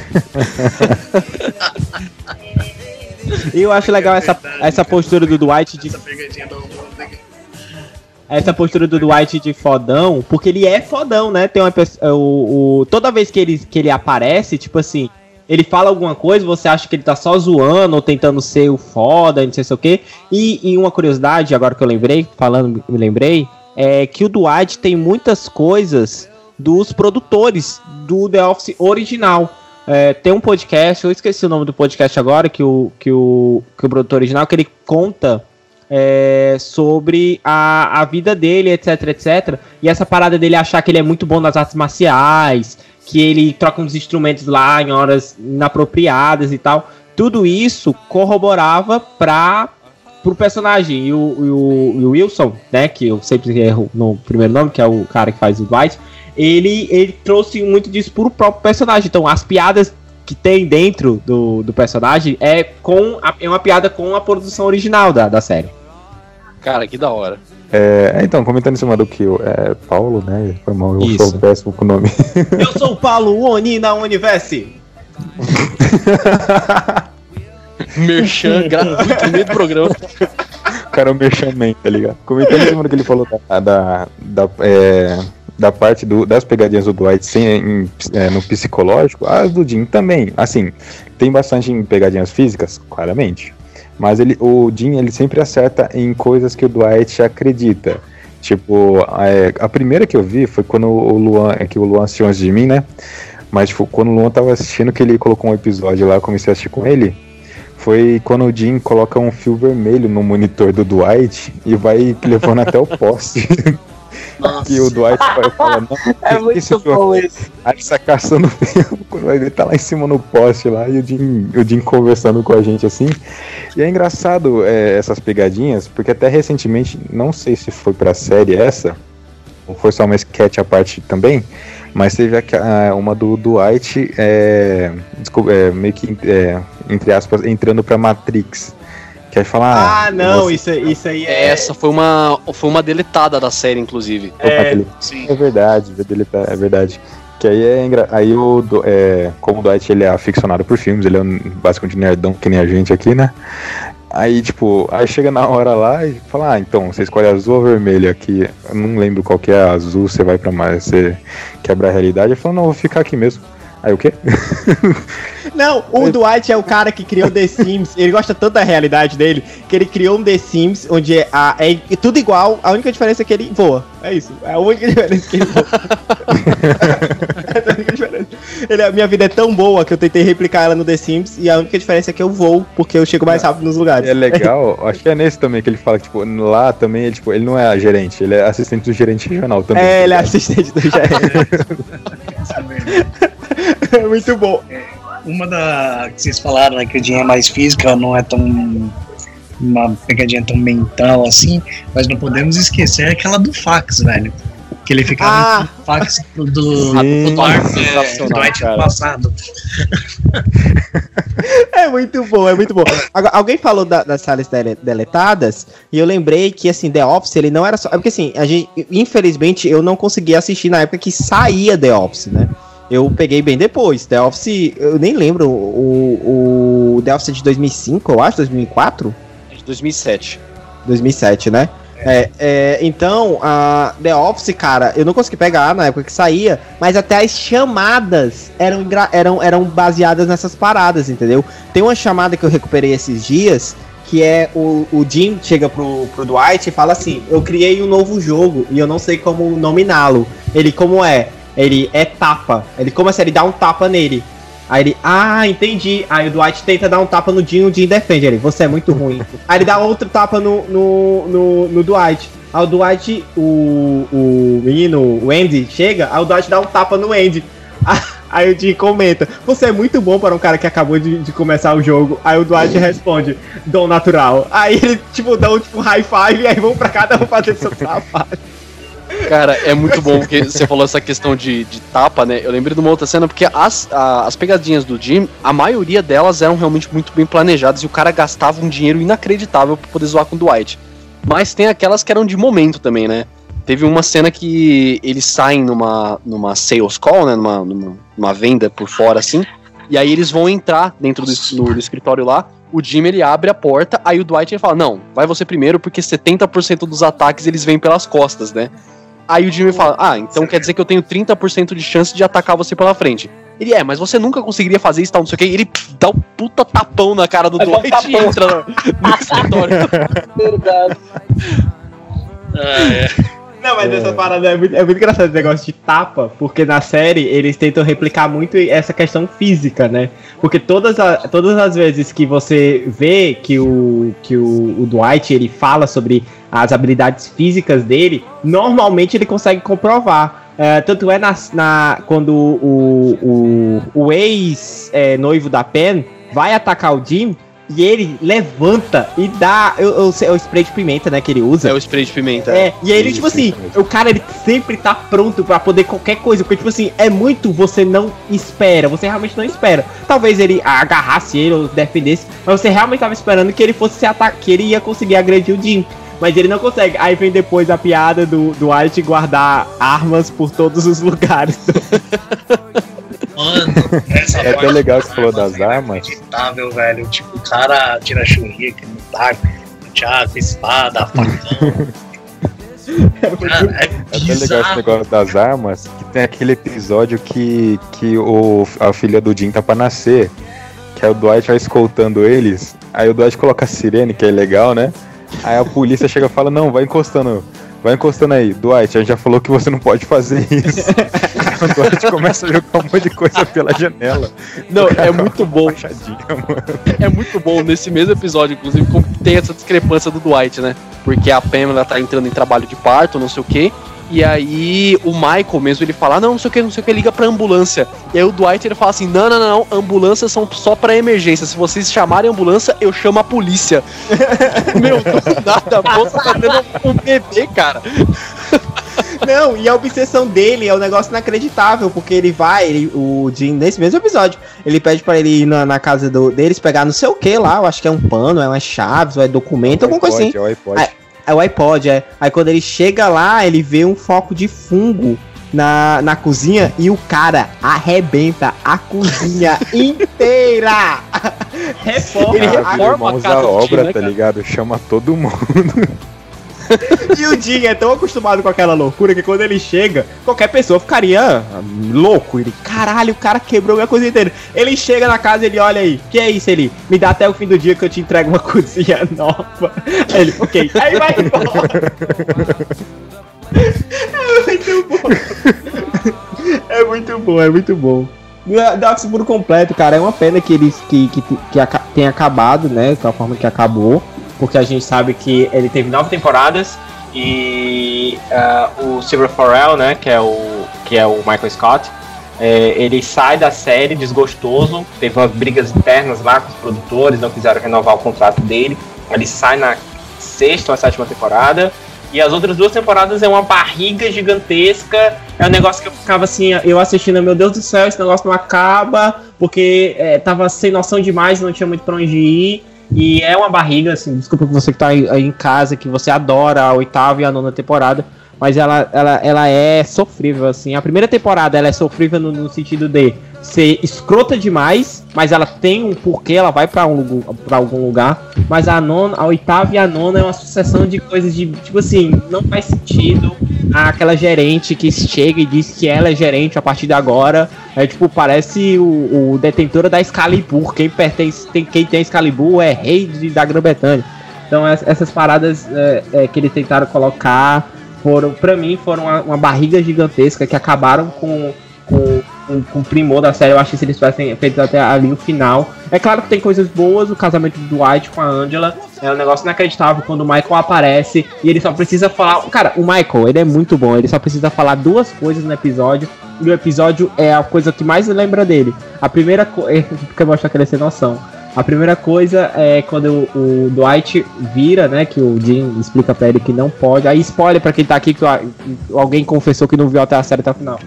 E eu acho legal essa, essa postura do Dwight de. Essa pegadinha do Almôndega. Essa postura do Dwight de fodão, porque ele é fodão, né? Tem uma pessoa. O, o, toda vez que ele, que ele aparece, tipo assim, ele fala alguma coisa, você acha que ele tá só zoando ou tentando ser o foda, não sei se é o quê. E, e uma curiosidade, agora que eu lembrei, falando, me lembrei, é que o Dwight tem muitas coisas dos produtores do The Office original. É, tem um podcast, eu esqueci o nome do podcast agora, que o, que o, que o produtor original, que ele conta é, sobre a, a vida dele, etc, etcétera. E essa parada dele achar que ele é muito bom nas artes marciais, que ele troca uns instrumentos lá em horas inapropriadas e tal. Tudo isso corroborava para pro personagem. E o, o, o Wilson, né, que eu sempre erro no primeiro nome, que é o cara que faz o Dwight, ele, ele trouxe muito disso pro próprio personagem. Então as piadas que tem dentro do, do personagem é, com a, é uma piada com a produção original da, da série. Cara, que da hora. É, então, comentando em cima do que é Paulo, né? Foi mal, eu Isso. sou péssimo com o nome. Eu sou o Paulo, o Oni na Universe. Merchan gratuito no meio do programa. O cara é um merchan, tá ligado? Comentando em cima do que ele falou da, da, da, é, da parte do, das pegadinhas do Dwight sem, em, é, no psicológico, as do Jim também. Assim, tem bastante em pegadinhas físicas, claramente. Mas ele, o Jim, ele sempre acerta em coisas que o Dwight acredita. Tipo, a, a primeira que eu vi foi quando o Luan, é que o Luan assistiu antes de mim, né? Mas tipo, quando o Luan tava assistindo, que ele colocou um episódio lá, eu comecei a assistir com ele. Foi quando o Jim coloca um fio vermelho no monitor do Dwight e vai levando até o poste. Nossa. E o Dwight vai falando, É muito bom isso. Aí ele tá caçando fio, quando vai ver, tá lá em cima no poste lá, e o Jim, o Jim conversando com a gente assim. E é engraçado é, essas pegadinhas, porque até recentemente, não sei se foi pra série essa, ou foi só uma sketch à parte também, mas teve a, a, uma do Dwight, é, desculpa, é, meio que, é, entre aspas, entrando pra Matrix. Quer falar? Ah, não, você... isso, isso aí é... Essa foi uma, foi uma deletada da série, inclusive. É, Sim. É verdade, é verdade. Que aí é engra... aí o é, como o Dwight ele é aficionado por filmes, ele é um, basicamente nerdão que nem a gente aqui, né? Aí tipo, aí chega na hora lá e fala, ah, então, você escolhe azul ou vermelho aqui. Eu não lembro qual que é azul, você vai pra mais, você quebra a realidade. Ele falou, não, vou ficar aqui mesmo. Aí o quê? Não, o Dwight é o cara que criou The Sims. Ele gosta tanto da realidade dele que ele criou um The Sims onde é, a, é tudo igual. A única diferença é que ele voa. É isso. É a única diferença que ele voa. Essa é a única diferença. Ele, a minha vida é tão boa que eu tentei replicar ela no The Sims e a única diferença é que eu voo porque eu chego mais rápido nos lugares. É legal, acho que é nesse também que ele fala que tipo, lá também ele, tipo, ele não é gerente, ele é assistente do gerente regional também. É, ele é assistente do gerente. É muito bom. Uma da que vocês falaram, né, que o Jim é mais física, não é tão uma pegadinha tão mental assim, mas não podemos esquecer aquela do fax, velho. Que ele ficava Ah. no fax do, do, Sim. do, ar, é, do Sensacional, Dwight cara. no passado. É muito bom, é muito bom. Agora, alguém falou da- das salas dele- deletadas e eu lembrei que, assim, The Office, ele não era só... É porque, assim, a gente, infelizmente, eu não consegui assistir na época que saía The Office, né? Eu peguei bem depois. The Office, eu nem lembro, o, o The Office é de dois mil e cinco, eu acho, dois mil e quatro? É de dois mil e sete. dois mil e sete, né? É, é, então, a The Office, cara, eu não consegui pegar na época que saía, mas até as chamadas eram, engra- eram, eram baseadas nessas paradas, entendeu? Tem uma chamada que eu recuperei esses dias, que é o, o Jim chega pro, pro Dwight e fala assim, eu criei um novo jogo e eu não sei como nominá-lo. Ele, como é? Ele é tapa. Ele começa, ele dá um tapa nele. Aí ele, ah, entendi. Aí o Dwight tenta dar um tapa no Jim, o Jim defende ele, você é muito ruim. Aí ele dá outro tapa no, no, no, no Dwight. Aí o Dwight, o, o menino, o Andy, chega, aí o Dwight dá um tapa no Andy. Aí o Jim comenta, você é muito bom para um cara que acabou de, de começar o jogo. Aí o Dwight responde, dom natural. Aí ele, tipo, dá um tipo, high five e aí vão pra cada um fazer seu trabalho. Cara, é muito bom porque você falou essa questão de, de tapa, né? Eu lembrei de uma outra cena, porque as, a- as pegadinhas do Jim, a maioria delas eram realmente muito bem planejadas e o cara gastava um dinheiro inacreditável pra poder zoar com o Dwight. Mas tem aquelas que eram de momento também, né? Teve uma cena que eles saem numa, numa sales call, né? Numa, numa, numa venda por fora, assim. E aí eles vão entrar dentro do, no- do escritório lá. O Jim, ele abre a porta, aí o Dwight ele fala, não, vai você primeiro, porque setenta por cento dos ataques eles vêm pelas costas, né? Aí o Jimmy fala, ah, então quer dizer que eu tenho trinta por cento de chance de atacar você pela frente. Ele, é, mas você nunca conseguiria fazer isso, tal, não sei o que. E ele pff, dá um puta tapão na cara do Dá um Dwight e tapão. entra no, no escritório. Verdade. Ah, é. Não, mas essa parada é muito, é muito engraçado esse negócio de tapa, porque na série eles tentam replicar muito essa questão física, né? Porque todas, a, todas as vezes que você vê que o, que o, o Dwight ele fala sobre as habilidades físicas dele, normalmente ele consegue comprovar. Uh, tanto é na, na, quando o, o, o ex-noivo é, da Pen vai atacar o Jim, e ele levanta e dá o, o, o spray de pimenta, né, que ele usa. É o spray de pimenta. É, e aí ele, tipo assim, o cara, ele sempre tá pronto pra poder qualquer coisa, porque, tipo assim, é muito você não espera, você realmente não espera. Talvez ele agarrasse ele ou defendesse, mas você realmente tava esperando que ele fosse se atacar, que ele ia conseguir agredir o Jim. Mas ele não consegue. Aí vem depois a piada do, do Dwight guardar armas por todos os lugares. Mano, essa é até legal que você falou das armas. Inacreditável, velho. Tipo, o cara tira shuriken, no taco, no tchaco, espada, facão. Cara, é, é até legal esse negócio das armas, que tem aquele episódio que, que o, a filha do Jim tá pra nascer, que aí o Dwight vai escoltando eles, aí o Dwight coloca a sirene, que é legal, né? Aí a polícia chega e fala, não, vai encostando, vai encostando aí. Dwight, a gente já falou que você não pode fazer isso. Aí o Dwight começa a jogar um monte de coisa pela janela. Não, é muito bom. É muito bom nesse mesmo episódio, inclusive, como tem essa discrepância do Dwight, né? Porque a Pamela tá entrando em trabalho de parto, não sei o quê. E aí o Michael mesmo, ele fala, não, não sei o que, não sei o que, liga pra ambulância. E aí o Dwight, ele fala assim, não, não, não, ambulâncias são só pra emergência. Se vocês chamarem a ambulância, eu chamo a polícia. Meu, não nada, a moça tá tendo um bebê, cara. Não, e a obsessão dele é um negócio inacreditável, porque ele vai, ele, o Jim, nesse mesmo episódio, ele pede pra ele ir na, na casa do, deles, pegar não sei o que lá, eu acho que é um pano, é umas chaves, ou é documento, alguma coisa assim. É o iPod. Aí, é o iPod, é. Aí quando ele chega lá, ele vê um foco de fungo na, na cozinha e o cara arrebenta a cozinha inteira. Reforma, ele reforma a casa a obra, Jim, né, tá ligado? Chama todo mundo. E o Jim é tão acostumado com aquela loucura que quando ele chega, qualquer pessoa ficaria louco. Ele, caralho, o cara quebrou minha cozinha inteira. Ele chega na casa e ele olha aí, que é isso, ele? Me dá até o fim do dia que eu te entrego uma cozinha nova. Aí ele, ok. Aí vai embora. É muito bom. É muito bom, é muito bom. The Office por completo, cara, é uma pena que eles que, que, que aca- tenha acabado, né, da forma que acabou. Porque a gente sabe que ele teve nove temporadas e uh, o Silver Forel, né, que é o, que é o Michael Scott, é, ele sai da série desgostoso, teve umas brigas internas lá com os produtores, não quiseram renovar o contrato dele, ele sai na sexta ou sétima temporada, e as outras duas temporadas é uma barriga gigantesca, é um negócio que eu ficava assim, eu assistindo, meu Deus do céu, esse negócio não acaba, porque é, tava sem noção demais, não tinha muito pra onde ir. E é uma barriga, assim, desculpa que você que tá aí, aí em casa, que você adora a oitava e a nona temporada, mas ela, ela, ela é sofrível, assim. A primeira temporada ela é sofrível no, no sentido de ser escrota demais, mas ela tem um porquê, ela vai pra, um, pra algum lugar. Mas a nona, a oitava e a nona é uma sucessão de coisas de, tipo assim, não faz sentido. Aquela gerente que chega e diz que ela é gerente a partir de agora. É tipo, parece o, o detentora da Excalibur. Quem pertence, tem, quem tem Excalibur é rei de, da Grã-Bretanha. Então essas paradas é, é, que eles tentaram colocar foram, pra mim, foram uma, uma barriga gigantesca que acabaram com, com, com, com o primor da série. Eu acho que se eles tivessem feito até ali o final. É claro que tem coisas boas, o casamento do Dwight com a Angela é um negócio inacreditável quando o Michael aparece e ele só precisa falar... Cara, o Michael, ele é muito bom, ele só precisa falar duas coisas no episódio e o episódio é a coisa que mais lembra dele. A primeira coisa... Porque mostra que ele tem noção. A primeira coisa é quando o, o Dwight vira, né, que o Jim explica pra ele que não pode. Aí spoiler pra quem tá aqui, que alguém confessou que não viu até a série até o final.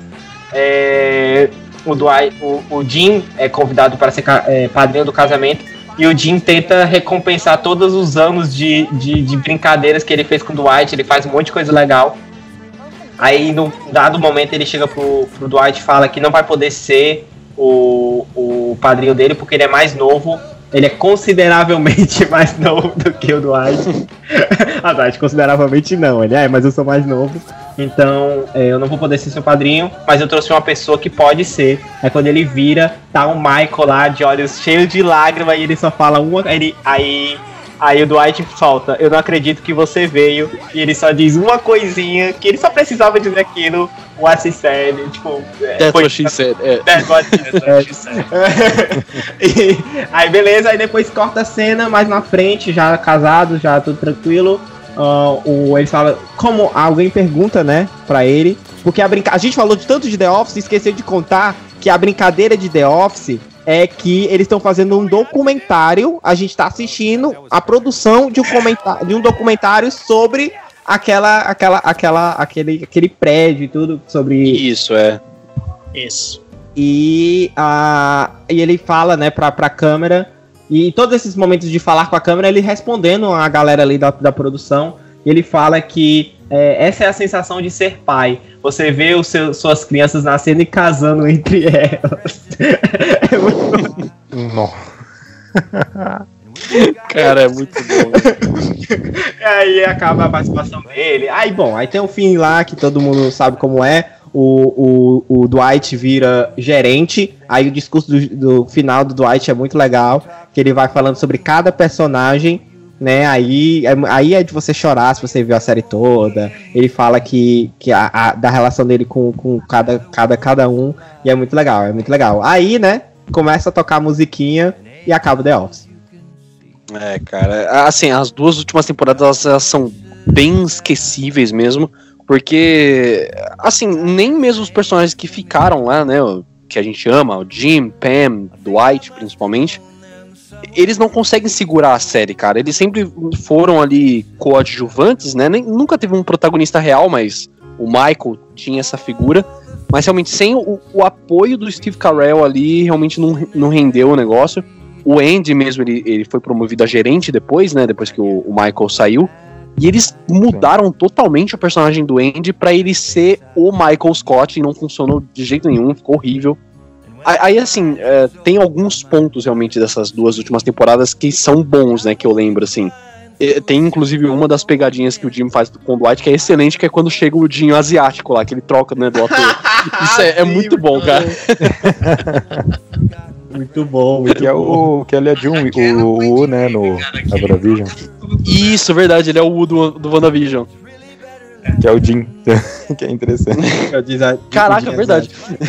É... O, Dwight, o, o Jim é convidado para ser é, padrinho do casamento e o Jim tenta recompensar todos os anos de, de, de brincadeiras que ele fez com o Dwight. Ele faz um monte de coisa legal. Aí, num dado momento, ele chega pro, pro Dwight e fala que não vai poder ser o, o padrinho dele porque ele é mais novo. Ele é consideravelmente mais novo do que o Dwight. A Dwight consideravelmente não, ele é, mas eu sou mais novo. Então, é, eu não vou poder ser seu padrinho, mas eu trouxe uma pessoa que pode ser. Aí quando ele vira, tá o Michael lá de olhos cheios de lágrimas e ele só fala uma... Ele, aí Aí o Dwight solta, eu não acredito que você veio. E ele só diz uma coisinha, que ele só precisava dizer aquilo. What she said, tipo... That's foi, what she said. É. That's what she said. E, aí beleza, aí depois corta a cena, mais na frente, já casado, já tudo tranquilo. Uh, o, ele fala, como alguém pergunta, né, pra ele, porque a, brinca- a gente falou de tanto de The Office e esqueceu de contar que a brincadeira de The Office é que eles estão fazendo um documentário, a gente tá assistindo a produção de um, comentar- de um documentário sobre aquela, aquela, aquela, aquele, aquele prédio e tudo, sobre... Isso, é. Isso. E, uh, e ele fala, né, pra, pra câmera, e todos esses momentos de falar com a câmera, ele respondendo a galera ali da, da produção, e ele fala que é, essa é a sensação de ser pai. Você vê os seus, suas crianças nascendo e casando entre elas. É muito... Nossa. Cara, é muito bom. Aí acaba a participação dele. Aí, bom, aí tem um fim lá que todo mundo sabe como é. O, o, o Dwight vira gerente. Aí o discurso do, do final do Dwight é muito legal. Que ele vai falando sobre cada personagem, né? Aí, aí é de você chorar se você viu a série toda. Ele fala que, que a, a, da relação dele com, com cada, cada, cada um. E é muito legal, é muito legal. Aí, né? Começa a tocar a musiquinha e acaba The Office. É, cara, assim, as duas últimas temporadas elas, elas são bem esquecíveis mesmo, porque, assim, nem mesmo os personagens que ficaram lá, né, que a gente ama, o Jim, Pam, Dwight, principalmente, eles não conseguem segurar a série, cara, eles sempre foram ali coadjuvantes, né, nem, nunca teve um protagonista real, mas o Michael tinha essa figura, mas realmente sem o, o apoio do Steve Carell ali, realmente não, não rendeu o negócio. O Andy mesmo, ele, ele foi promovido a gerente depois, né? Depois que o, o Michael saiu. E eles mudaram Sim. totalmente o personagem do Andy pra ele ser o Michael Scott. E não funcionou de jeito nenhum, ficou horrível. Aí, assim, é, tem alguns pontos realmente dessas duas últimas temporadas que são bons, né? Que eu lembro, assim. Tem, inclusive, uma das pegadinhas que o Jim faz com o Dwight, que é excelente, que é quando chega o Jim asiático lá, que ele troca, né, do ator. Isso é, é muito bom, cara. Muito bom, muito que é bom. O, que ele é de um, o U, né, no WandaVision. Isso, verdade, ele é o U do, do WandaVision. Que é o Jim, que é interessante. Caraca, é verdade.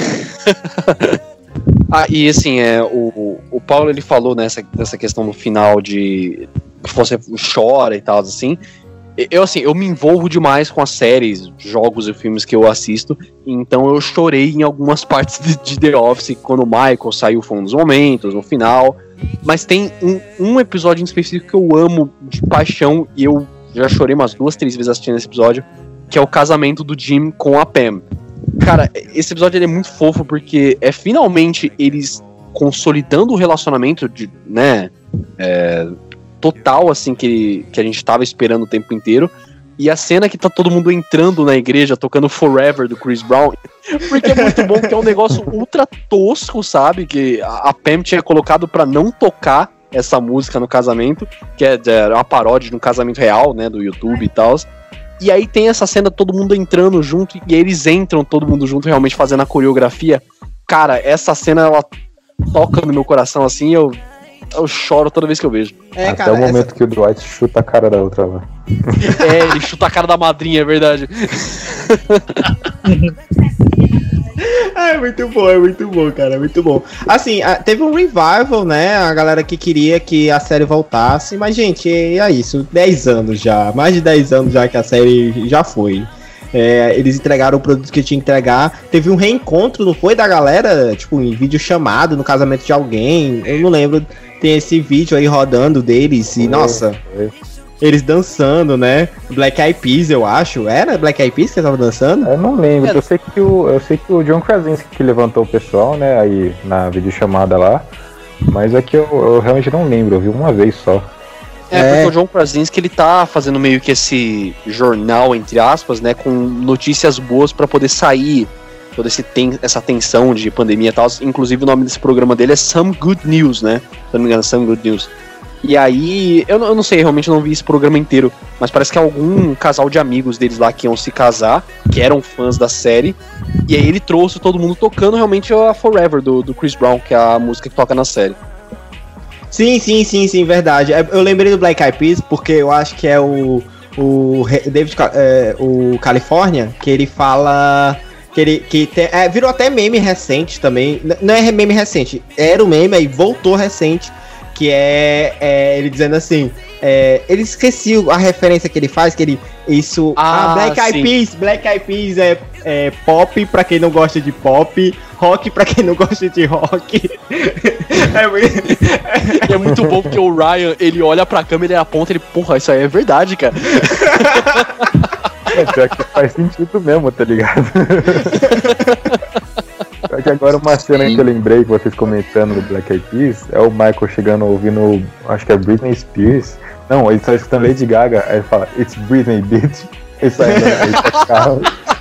Ah, e assim, é, o, o Paulo, ele falou nessa, nessa questão no final de que você chora e tal, assim. Eu, assim, eu me envolvo demais com as séries, jogos e filmes que eu assisto, então eu chorei em algumas partes de, de The Office, quando o Michael saiu, foi um dos momentos, no final, mas tem um, um episódio em específico que eu amo de paixão, e eu já chorei umas duas, três vezes assistindo esse episódio, que é o casamento do Jim com a Pam. Cara, esse episódio ele é muito fofo, porque é finalmente eles consolidando o relacionamento de, né, é, total, assim, que, que a gente tava esperando o tempo inteiro. E a cena que tá todo mundo entrando na igreja, tocando Forever, do Chris Brown, porque é muito bom, que é um negócio ultra tosco, sabe? Que a, a Pam tinha colocado pra não tocar essa música no casamento, que é, é uma paródia de um casamento real, né, do YouTube e tal. E aí tem essa cena, todo mundo entrando junto, e eles entram todo mundo junto, realmente fazendo a coreografia. Cara, essa cena, ela toca no meu coração, assim, eu... Eu choro toda vez que eu vejo. É, Até cara, o momento essa... que o Dwight chuta a cara da outra lá. É, ele chuta a cara da madrinha, é verdade. É muito bom, é muito bom, cara, é muito bom. Assim, teve um revival, né? A galera que queria que a série voltasse, mas, gente, é isso. dez anos já, mais de dez anos já que a série já foi. É, eles entregaram o produto que tinha que entregar. Teve um reencontro, não foi, da galera? Tipo, em vídeo chamado no casamento de alguém. Eu não lembro. Tem esse vídeo aí rodando deles. E, é, nossa, é. eles dançando, né? Black Eyed Peas, eu acho. Era Black Eyed Peas que eles estavam dançando? Eu não lembro. É. Eu, sei que o, eu sei que o John Krasinski que levantou o pessoal, né? Aí na videochamada lá. Mas é que eu, eu realmente não lembro. Eu vi uma vez só. É, é, porque o John Krasinski, ele tá fazendo meio que esse jornal, entre aspas, né, com notícias boas pra poder sair toda esse ten- essa tensão de pandemia e tal. Inclusive o nome desse programa dele é Some Good News, né, se não me engano, Some Good News. E aí, eu, eu não sei, realmente eu não vi esse programa inteiro, mas parece que algum casal de amigos deles lá que iam se casar, que eram fãs da série, e aí ele trouxe todo mundo tocando realmente a Forever, do, do Chris Brown, que é a música que toca na série. Sim, sim, sim, sim, verdade. Eu lembrei do Black Eyed Peas porque eu acho que é o, o David, é, o California, que ele fala... Que ele que tem, é, virou até meme recente também. Não é meme recente, era o meme, aí voltou recente. Que é, é ele dizendo assim, é, ele esqueceu a referência que ele faz, que ele, isso, ah, ah, Black Eyed Peas, Black Eyed Peas é, é pop pra quem não gosta de pop, rock pra quem não gosta de rock. é, muito, é muito bom porque o Ryan, ele olha pra câmera e aponta, ele, porra, isso aí é verdade, cara. É, pior que faz sentido mesmo, tá ligado? Só que agora uma cena que eu lembrei que vocês comentando do Black Eyed Peas é o Michael chegando ouvindo, acho que é Britney Spears. Não, ele tá escutando Lady Gaga, aí ele fala, it's Britney, bitch. Ele sai andando no carro.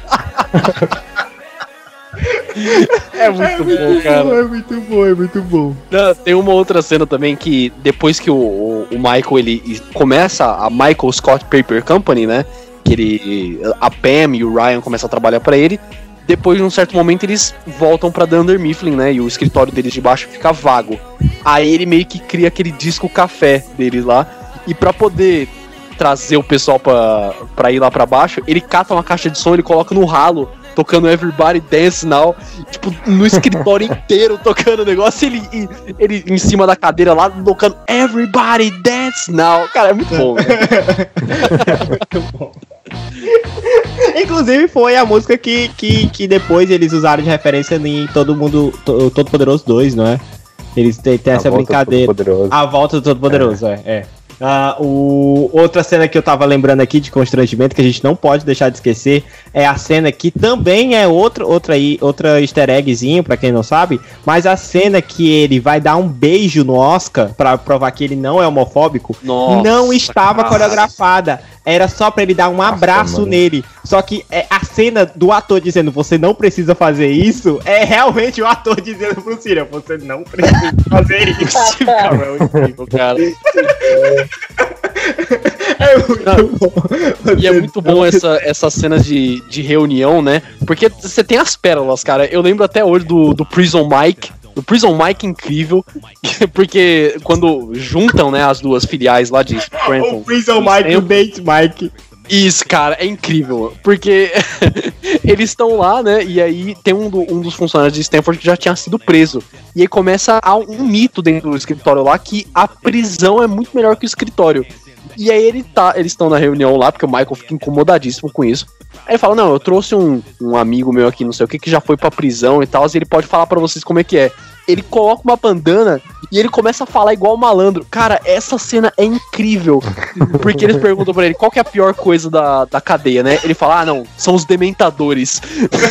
É muito bom, cara. É muito bom, é muito bom. Não, tem uma outra cena também que depois que o, o, o Michael, ele começa a Michael Scott Paper Company, né? Que ele, a Pam e o Ryan começam a trabalhar pra ele. Depois de um certo momento eles voltam pra Dunder Mifflin, né? E o escritório deles de baixo fica vago. Aí ele meio que cria aquele disco café deles lá. E pra poder trazer o pessoal pra, pra ir lá pra baixo, ele cata uma caixa de som, ele coloca no ralo, tocando Everybody Dance Now. Tipo, no escritório inteiro tocando o negócio. Ele, ele em cima da cadeira lá, tocando Everybody Dance Now. Cara, é muito bom. É muito bom. Inclusive foi a música que, que, que depois eles usaram de referência em Todo Mundo, to, Todo Poderoso dois, não é? Eles têm, têm essa brincadeira. A volta do Todo Poderoso, é. é. Uh, o, outra cena que eu tava lembrando aqui de constrangimento, que a gente não pode deixar de esquecer, é a cena que também é outra, outra, aí, outra easter eggzinho, pra quem não sabe, mas a cena que ele vai dar um beijo no Oscar pra provar que ele não é homofóbico, Nossa, não estava cara. coreografada. Era só pra ele dar um abraço Nossa, nele. Só que é, a cena do ator dizendo você não precisa fazer isso é realmente o ator dizendo pro Círio, você não precisa fazer isso. Cara, é incrível, cara. É muito bom. E é muito bom essa, essas cenas de, de reunião, né? Porque você tem as pérolas, cara. Eu lembro até hoje do, do Prison Mike. Do Prison Mike incrível, porque quando juntam, né, as duas filiais lá de Scranton, o Prison Mike e o Bates Mike. Isso, cara, é incrível, porque eles estão lá, né, e aí tem um, do, um dos funcionários de Stanford que já tinha sido preso, e aí começa a, um mito dentro do escritório lá que a prisão é muito melhor que o escritório. E aí ele tá, eles estão na reunião lá, porque o Michael fica incomodadíssimo com isso. Aí ele fala, não, eu trouxe um, um amigo meu aqui, não sei o que, que já foi pra prisão e tal, e ele pode falar pra vocês como é que é. Ele coloca uma bandana e ele começa a falar igual o malandro. Cara, essa cena é incrível. Porque eles perguntam pra ele qual que é a pior coisa da, da cadeia, né? Ele fala, ah, não, são os dementadores.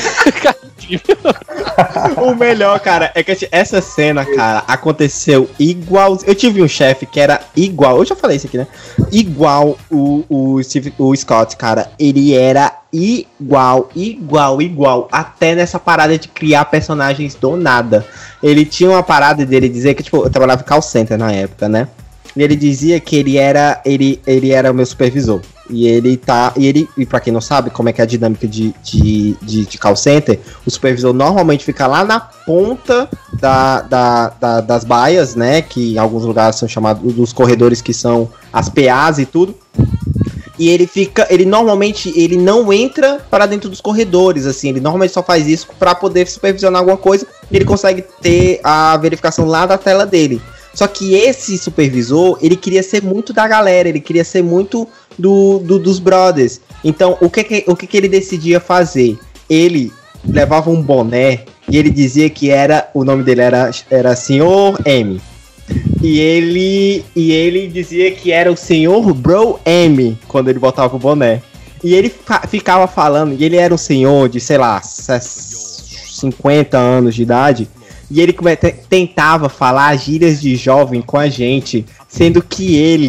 O melhor, cara, é que essa cena, cara, aconteceu igual. Eu tive um chefe que era igual. Eu já falei isso aqui, né? Igual o, o, Steve, o Scott, cara. Ele era igual, igual, igual. Até nessa parada de criar personagens do nada. Ele tinha uma parada dele dizer que, tipo, eu trabalhava em call center na época, né? E ele dizia que ele era, ele, ele era o meu supervisor. E ele tá. E ele, e pra quem não sabe como é que é a dinâmica de, de, de, de call center, o supervisor normalmente fica lá na ponta da, da, da, das baias, né? Que em alguns lugares são chamados dos corredores, que são as P As e tudo. E ele fica, ele normalmente, ele não entra para dentro dos corredores, assim, ele normalmente só faz isso para poder supervisionar alguma coisa, e ele consegue ter a verificação lá da tela dele. Só que esse supervisor, ele queria ser muito da galera, ele queria ser muito do, do dos brothers. Então, o que que, o que que ele decidia fazer? Ele levava um boné e ele dizia que era, o nome dele era, era senhor M. E ele, e ele dizia que era o senhor Bro M quando ele botava o boné. E ele fa- ficava falando, e ele era um senhor de, sei lá, cinquenta anos de idade. E ele come- t- tentava falar gírias de jovem com a gente, sendo que ele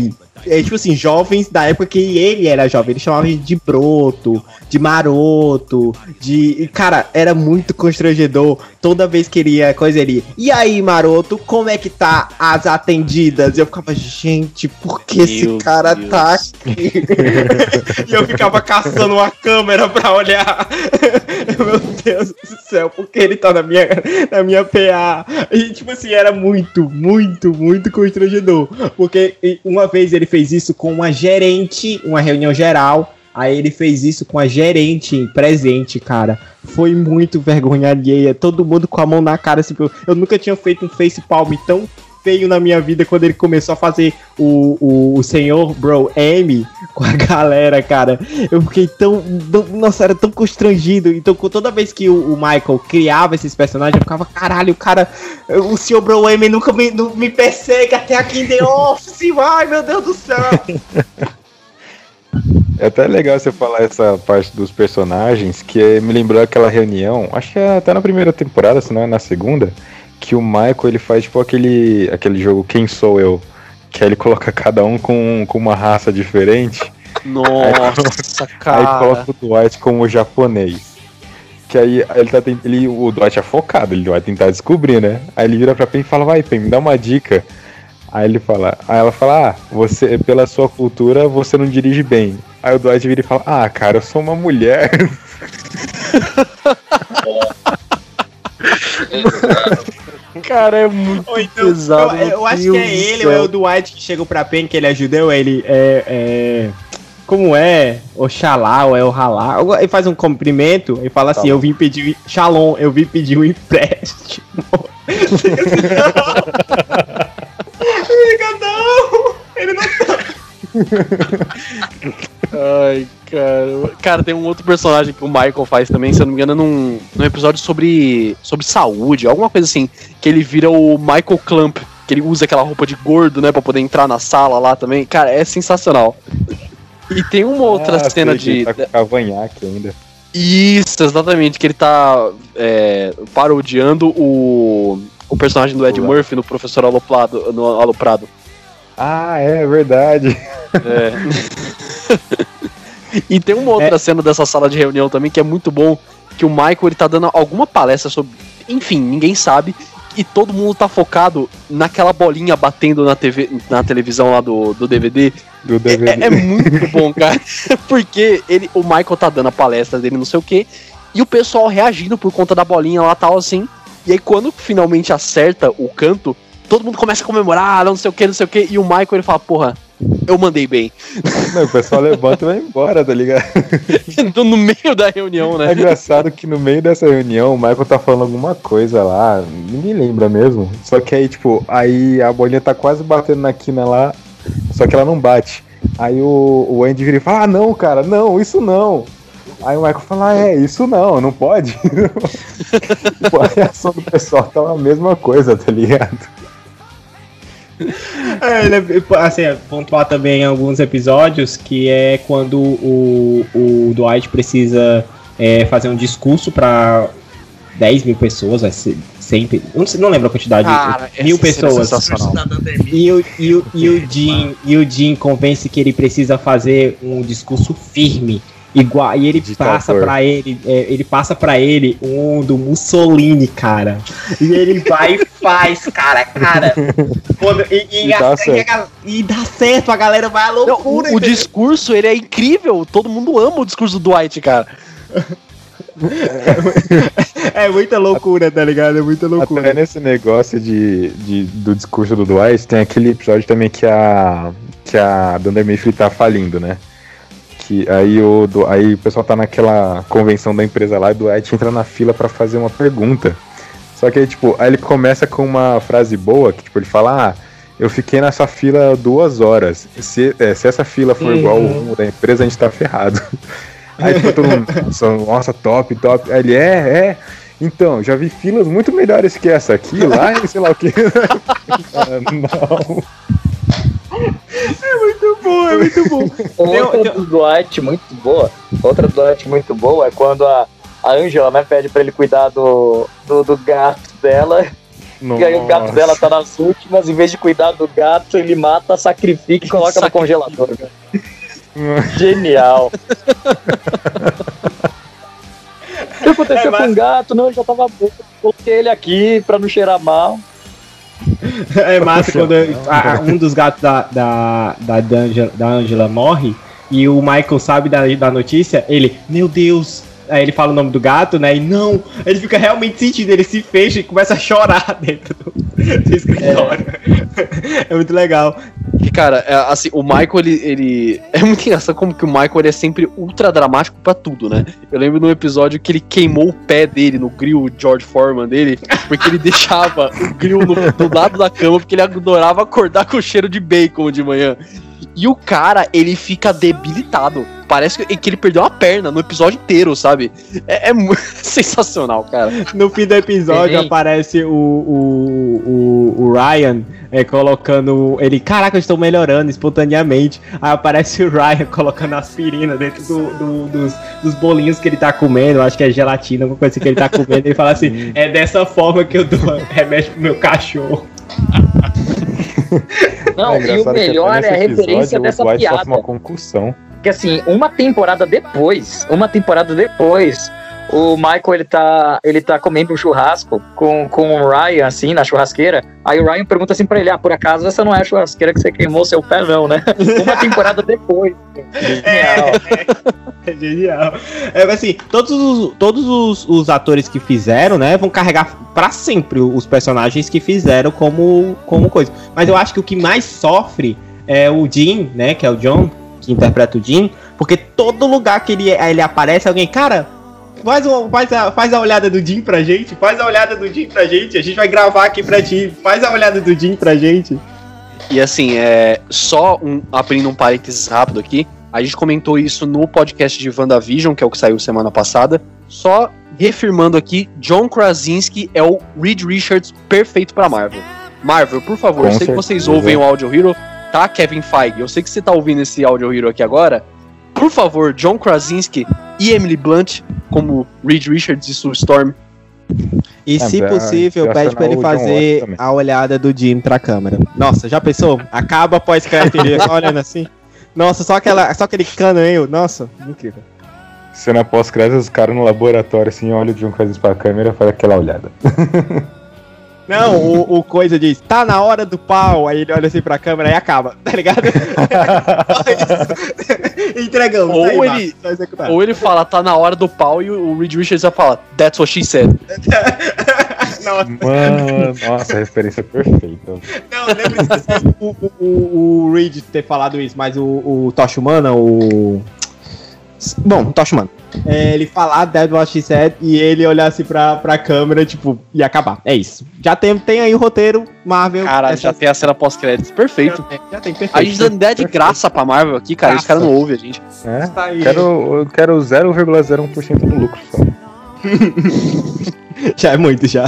é, tipo assim, jovens da época que ele era jovem. Ele chamava ele de broto, de maroto, de... Cara, era muito constrangedor. Toda vez que ele ia coisa, ele ia, e aí, maroto, como é que tá as atendidas? E eu ficava, gente, por que esse Meu cara Deus. tá aqui? E eu ficava caçando uma câmera pra olhar. Meu Deus do céu, por que ele tá na minha, na minha P A? E, tipo assim, era muito, muito, muito constrangedor. Porque uma vez ele fez isso com uma gerente, uma reunião geral. Aí ele fez isso com a gerente presente, cara. Foi muito vergonha alheia. Todo mundo com a mão na cara. Assim, eu, eu nunca tinha feito um facepalm tão feio na minha vida quando ele começou a fazer o, o, o senhor Bro M com a galera, cara. Eu fiquei tão, tão... Nossa, era tão constrangido. Então, toda vez que o, o Michael criava esses personagens, eu ficava, caralho, o cara... O senhor Bro M nunca me, não, me persegue até aqui em The Office. Ai, meu Deus do céu. É até legal você falar essa parte dos personagens, que me lembrou aquela reunião, acho que é até na primeira temporada, se não é na segunda, que o Michael ele faz tipo aquele, aquele jogo Quem Sou Eu, que aí ele coloca cada um com, com uma raça diferente. Nossa, Aí cara. coloca o Dwight como japonês. Que aí ele tá tent... ele, o Dwight é focado, ele vai tentar descobrir, né? Aí ele vira pra Pen e fala, vai Pen, me dá uma dica. Aí ele fala, aí ela fala, ah, você, pela sua cultura, você não dirige bem. Aí o Dwight vira e fala, ah, cara, eu sou uma mulher. Cara, é muito Ou então, pesado. eu, eu meu acho Deus que é do ele céu. ou é o Dwight que chegou pra Pen, que ele ajudou ele. É. é como é? Oxalá ou é o Ralá? Ele faz um cumprimento e fala assim: eu vim pedir. Shalom, eu vim pedir um empréstimo. Fica, não! Ele não tá. Ai, cara. Cara, tem um outro personagem que o Michael faz também, se eu não me engano, num, num episódio sobre, sobre saúde, alguma coisa assim, que ele vira o Michael Clump, que ele usa aquela roupa de gordo, né, pra poder entrar na sala lá também. Cara, é sensacional. E tem uma outra Ah, cena sei que de... ele tá com cavanhaque ainda. Isso, exatamente, que ele tá é, parodiando o, o personagem do Ed Olá. Murphy no Professor Aloprado, no Aloprado. Ah, é verdade. É. E tem uma outra É. cena dessa sala de reunião também que é muito bom, que o Michael ele tá dando alguma palestra sobre, enfim, ninguém sabe, e todo mundo tá focado naquela bolinha batendo na T V, na televisão lá do, do D V D. Do D V D. É, é muito bom, cara, porque ele, o Michael tá dando a palestra dele, não sei o que, e o pessoal reagindo por conta da bolinha lá tal assim. E aí quando finalmente acerta o canto, todo mundo começa a comemorar, não sei o que, não sei o que, e o Michael ele fala, porra, eu mandei bem. Não, o pessoal levanta e vai embora, tá ligado? Então, no meio da reunião, né? É engraçado que no meio dessa reunião o Michael tá falando alguma coisa lá, ninguém lembra mesmo. Só que aí, tipo, aí a bolinha tá quase batendo na quina lá, só que ela não bate. Aí o, o Andy vira e fala, ah não, cara, não, isso não. Aí o Michael fala, ah, é, isso não, não pode. Tipo, a reação do pessoal tá a mesma coisa, tá ligado? É, ele é, assim, é, pontuar também alguns episódios que é quando o, o Dwight precisa é, fazer um discurso pra dez mil pessoas, vai ser sempre. Não, sei- não lembro a quantidade, Cara, mil essa cena é pessoas. sensacional. Da Dandemir. E o, e, o, e, o Jim, e o Jim convence que ele precisa fazer um discurso firme. Igual, e ele Ditador. passa pra ele, é, ele passa para ele um do Mussolini, cara. E ele vai e faz, cara, cara. Quando- e, e, E a- dá e a certo. gal- e dá certo, a galera vai à Não, loucura. o, o entendeu? discurso, ele é incrível. Todo mundo ama o discurso do Dwight, cara. É muita loucura, tá ligado? É muita Até loucura. nesse negócio de, de- do discurso do Dwight, tem aquele episódio também que a, que a Dunder Mifflin tá falindo, né? Que aí o, do- aí o pessoal tá naquela convenção da empresa lá e o Dwight entra na fila pra fazer uma pergunta. Só que aí, tipo, aí ele começa com uma frase boa, que tipo, ele fala, ah, eu fiquei nessa fila duas horas. Se, é, se essa fila for igual ao rumo da empresa, a gente tá ferrado. Aí tipo, todo mundo, nossa, nossa, top, top. Aí ele, é, é. Então, já vi filas muito melhores que essa aqui, lá e sei lá o que. Não. Muito bom, é muito bom. Outra Tem- do Dwight muito boa, outra do Dwight muito boa é quando a, a Angela, né, pede pra ele cuidar do, do, do gato dela E aí o gato dela tá nas últimas, em vez de cuidar do gato, ele mata, sacrifica e coloca no congelador. Genial. O que aconteceu é, mas... com o gato? Não, ele já tava bom. Coloquei ele aqui pra não cheirar mal. É massa quando eu, a, um dos gatos da, da, da, Angela, da Angela morre e o Michael sabe da, da notícia, ele, meu Deus, aí ele fala o nome do gato, né, e não, ele fica realmente sentindo, ele se fecha e começa a chorar dentro do, do escritório. É. É muito legal. E cara, é, assim, o Michael, ele, ele... É muito engraçado como que o Michael ele é sempre ultra dramático pra tudo, né? Eu lembro num episódio que ele queimou o pé dele no grill George Foreman dele, porque ele deixava o grill no, do lado da cama, porque ele adorava acordar com o cheiro de bacon de manhã. E o cara, ele fica debilitado. Parece que, que ele perdeu uma perna no episódio inteiro, sabe? É, é muito sensacional, cara. No fim do episódio Sim. aparece o, o, o, o Ryan é, colocando... Ele, caraca, eu estou melhorando espontaneamente. Aí aparece o Ryan colocando aspirina dentro do, do, dos, dos bolinhos que ele tá comendo. Eu acho que é gelatina, alguma coisa que ele tá comendo. Ele fala assim, é dessa forma que eu dou remédio pro meu cachorro. Não, é e o melhor é a referência dessa piada. Uma concussão. Que assim, uma temporada depois, uma temporada depois, o Michael ele tá, ele tá comendo um churrasco com, com o Ryan, assim, na churrasqueira. Aí o Ryan pergunta assim pra ele: ah, por acaso essa não é a churrasqueira que você queimou seu pé, não, né? Uma temporada depois. Genial. É, é genial. É, assim, todos os, todos os, os atores que fizeram, né, vão carregar pra sempre os personagens que fizeram como, como coisa. Mas eu acho que o que mais sofre é o Jim, né, que é o John, que interpreta o Jim, porque todo lugar que ele, ele aparece, alguém, cara, faz, uma, faz, a, faz a olhada do Jim pra gente, faz a olhada do Jim pra gente, a gente vai gravar aqui pra ti, faz a olhada do Jim pra gente. E assim, é, só um, abrindo um parênteses rápido aqui, a gente comentou isso no podcast de WandaVision, que é o que saiu semana passada, só reafirmando aqui, John Krasinski é o Reed Richards perfeito pra Marvel. Marvel, por favor, eu sei que vocês ouvem o Audio Hero, tá, Kevin Feige? Eu sei que você tá ouvindo esse Audio Hero aqui agora. Por favor, John Krasinski e Emily Blunt como Reed Richards e Sue Storm. E se possível, pede pra ele fazer a olhada do Jim pra câmera. Nossa, já pensou? Acaba pós-crédito ele olhando assim. Nossa, só, aquela, só aquele cano aí. Nossa, incrível. Cena pós-crédito, os caras no laboratório assim, olham o John Krasinski pra câmera e faz aquela olhada. Não, o, o coisa diz, tá na hora do pau, aí ele olha assim pra câmera e acaba, tá ligado? Entregamos, ou, tá ele, ou ele fala, tá na hora do pau, e o Reed Richards já fala, that's what she said. Nossa. Mano, nossa, a referência é perfeita. Não, lembra o, o, o Reed ter falado isso, mas o, o Tocha Humana, o... Bom, o Tocha Humana. É, ele falar That's What She Said e ele olhar assim pra, pra câmera, tipo, e acabar. É isso. Já tem, tem aí o roteiro Marvel. Caralho, já tem a cena pós-créditos. Perfeito. Já tem, já tem, perfeito. A gente dando ideia de graça pra Marvel aqui, cara. Esse cara não ouve a gente. É, quero, eu quero zero vírgula zero um por cento do lucro só. Já é muito, já.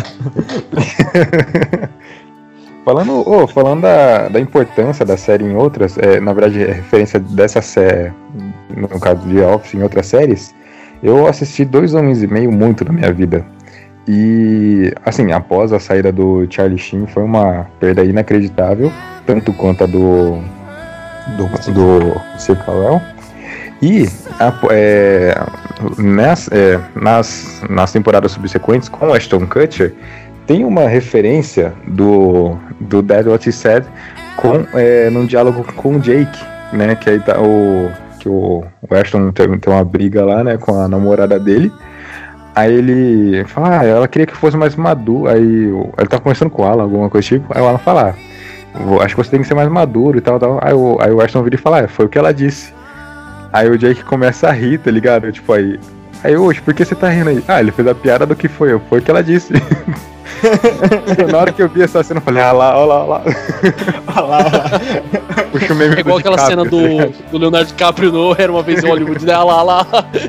Falando, oh, falando da, da importância da série em outras, é, na verdade, é referência dessa série, no caso de The Office, em outras séries, eu assisti Dois Homens e Meio muito na minha vida. E, assim, após a saída do Charlie Sheen, foi uma perda inacreditável, tanto quanto a do, do, do Steve Carell. E a, é, nas, é, nas, nas temporadas subsequentes, com Ashton Kutcher, tem uma referência do, do That's What She Said com, é, num diálogo com o Jake, né? Que aí tá o, que o, o Ashton tem, tem uma briga lá, né? Com a namorada dele. Aí ele fala, ah, ela queria que fosse mais maduro. Aí ele tá conversando com ela, alguma coisa tipo. Aí ela fala, ah, acho que você tem que ser mais maduro e tal, tal. Aí o, aí o Ashton vira e fala, ah, foi o que ela disse. Aí o Jake começa a rir, tá ligado? Tipo, aí... Aí, oxe, por que você tá rindo aí? Ah, ele fez a piada do que foi eu. Foi o que ela disse. Na hora que eu vi essa cena, eu falei, ah lá, ó lá, ó lá. Ó lá, ó lá. Puxa o meme. É igual aquela cena do, do Leonardo DiCaprio no Era Uma Vez em Hollywood, né? Ah lá, lá.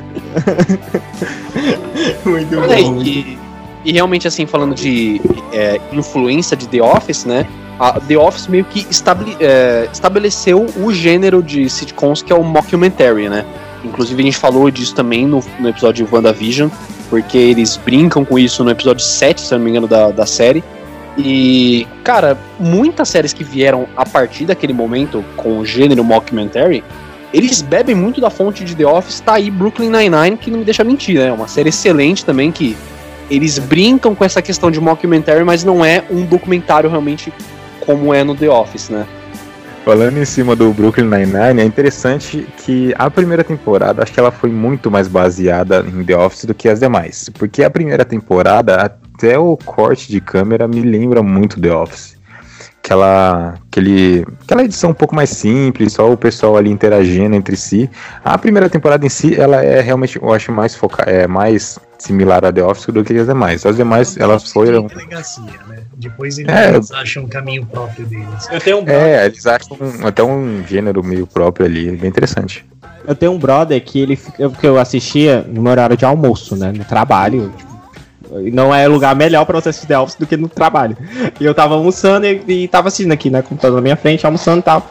Muito bom. É, e, e realmente, assim, falando de é, influência de The Office, né? A The Office meio que estabele, é, estabeleceu o gênero de sitcoms que é o mockumentary, né? Inclusive a gente falou disso também no, no episódio de WandaVision, porque eles brincam com isso no episódio sete, se eu não me engano, da, da série. E, cara, muitas séries que vieram a partir daquele momento com o gênero mockumentary, eles bebem muito da fonte de The Office. Tá aí Brooklyn Nine-Nine, que não me deixa mentir, né? É uma série excelente também, que eles brincam com essa questão de mockumentary, mas não é um documentário realmente como é no The Office, né? Falando em cima do Brooklyn Nine-Nine, é interessante que a primeira temporada, acho que ela foi muito mais baseada em The Office do que as demais. Porque a primeira temporada, até o corte de câmera me lembra muito The Office. Aquela, aquele, aquela edição um pouco mais simples, só o pessoal ali interagindo entre si. A primeira temporada em si, ela é realmente, eu acho, mais foca, é mais similar a The Office do que as demais. As demais, elas foram... Delegacia, né? Depois eles é, acham um caminho próprio deles. Eu tenho um é, eles acham um, até um gênero meio próprio ali, bem interessante. Eu tenho um brother que ele que eu assistia no meu horário de almoço, né? No trabalho. Tipo, não é lugar melhor pra você assistir The Office do que no trabalho. E eu tava almoçando e, e tava assistindo aqui, né? Computador na minha frente, almoçando e tal.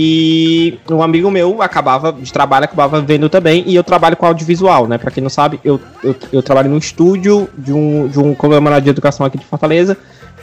E um amigo meu acabava de trabalho, acabava vendo também. E eu trabalho com audiovisual, né? Pra quem não sabe, eu, eu, eu trabalho num estúdio de um, de um conglomerado de educação aqui de Fortaleza.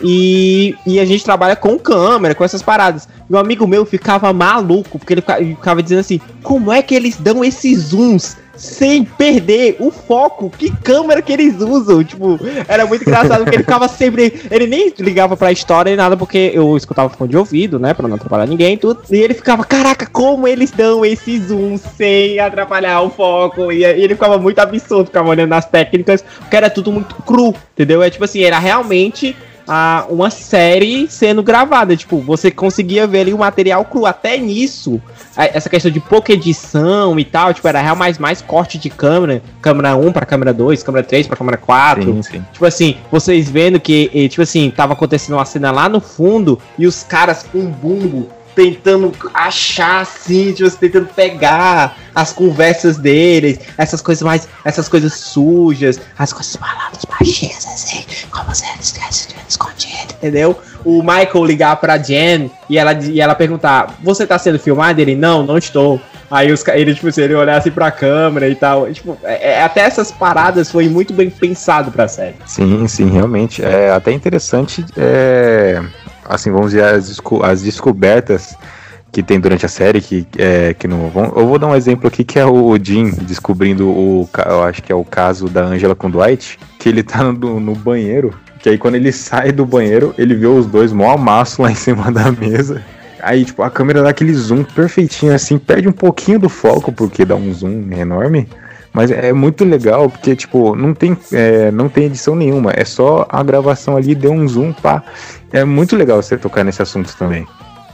E, e a gente trabalha com câmera, com essas paradas. E um amigo meu ficava maluco, porque ele ficava, ele ficava dizendo assim: como é que eles dão esses zooms sem perder o foco? Que câmera que eles usam? Tipo, era muito engraçado, porque ele ficava sempre... Ele nem ligava pra história nem nada, porque eu escutava fone de ouvido, né, pra não atrapalhar ninguém e tudo. E ele ficava, caraca, como eles dão esse zoom sem atrapalhar o foco? E, e ele ficava muito absurdo, ficava olhando nas técnicas, porque era tudo muito cru, entendeu? É tipo assim, era realmente... A, uma série sendo gravada, tipo, você conseguia ver ali o material cru, até nisso, a, essa questão de pouca edição e tal, tipo, era real mais, mais corte de câmera, câmera um pra câmera dois, câmera três pra câmera quatro, sim, sim. Tipo assim, vocês vendo que, tipo assim, tava acontecendo uma cena lá no fundo, e os caras com bumbo, tentando achar assim, tipo, tentando pegar as conversas deles, essas coisas mais, essas coisas sujas, as coisas palavras baixinhas assim, como se eles estivessem escondido, entendeu? O Michael ligar pra Jen e ela, e ela perguntar: você tá sendo filmado? Ele: não, não estou. Aí os, ele, tipo, se ele olhar assim pra câmera e tal, tipo, é, é, até essas paradas foi muito bem pensado pra série. Sim, sim, realmente, é até interessante, é... assim, vamos dizer, as, desco- as descobertas que tem durante a série, que, é, que não vão... Eu vou dar um exemplo aqui, que é o Jim descobrindo o... Eu acho que é o caso da Angela com o Dwight, que ele tá no, no banheiro, que aí quando ele sai do banheiro, ele vê os dois mó amasso lá em cima da mesa. Aí, tipo, a câmera dá aquele zoom perfeitinho, assim, perde um pouquinho do foco, porque dá um zoom enorme, mas é muito legal, porque, tipo, não tem, é, não tem edição nenhuma, é só a gravação ali, deu um zoom, pá. É muito legal você tocar nesse assunto também.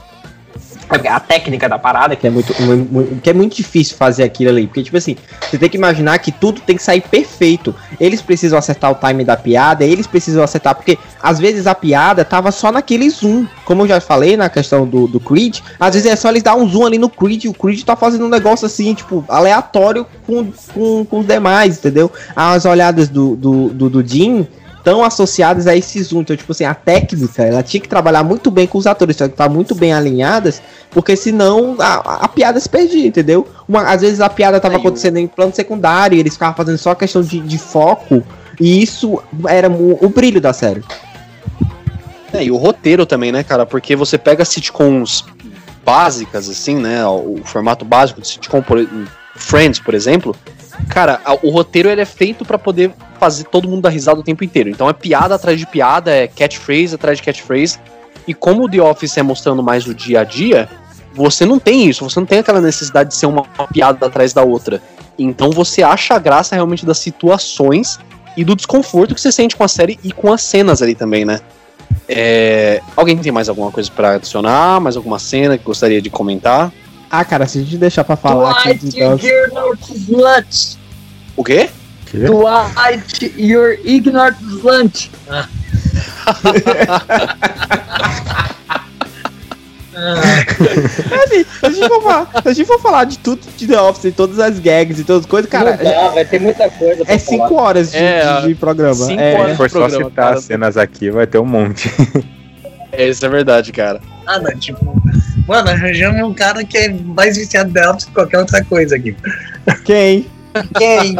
A técnica da parada, que é muito, muito, que é muito difícil fazer aquilo ali, porque, tipo assim, você tem que imaginar que tudo tem que sair perfeito. Eles precisam acertar o time da piada, eles precisam acertar, porque às vezes a piada tava só naquele zoom. Como eu já falei na questão do, do Creed, às vezes é só eles dar um zoom ali no Creed, e o Creed tá fazendo um negócio assim, tipo, aleatório com, com, com os demais, entendeu? As olhadas do, do, do, do Jim estão associadas a esse zoom. Então, tipo assim, a técnica, ela tinha que trabalhar muito bem com os atores, tinha que estar muito bem alinhadas, porque senão a, a piada se perdia, entendeu? Uma, às vezes a piada tava acontecendo em plano secundário e eles ficavam fazendo só a questão de, de foco, e isso era o, o brilho da série. É, e o roteiro também, né, cara? Porque você pega sitcoms básicas, assim, né? O formato básico de sitcom, por, Friends, por exemplo. Cara, o roteiro ele é feito pra poder fazer todo mundo dar risada o tempo inteiro. Então é piada atrás de piada, é catchphrase atrás de catchphrase. E como o The Office é mostrando mais o dia a dia, você não tem isso, você não tem aquela necessidade de ser uma, uma piada atrás da outra. Então você acha a graça realmente das situações e do desconforto que você sente com a série e com as cenas ali também, né? É... Alguém tem mais alguma coisa pra adicionar? Mais alguma cena que gostaria de comentar? Ah, cara, se a gente deixar pra falar Dwight, aqui... Então... Slut. O quê? Que? Dwight, you're ignorant slut. Ah. assim, se a gente for falar, se a gente for falar de tudo de The Office, todas as gags e todas as coisas, cara... Não dá, vai ter muita coisa pra É cinco falar. horas de, É, de, de programa. cinco é. horas. Se for só programa, citar cara. as cenas aqui, vai ter um monte. É, isso é verdade, cara. Nada, tipo... Mano, arranjamos um cara que é mais viciado de The Office que qualquer outra coisa aqui. Quem? Quem?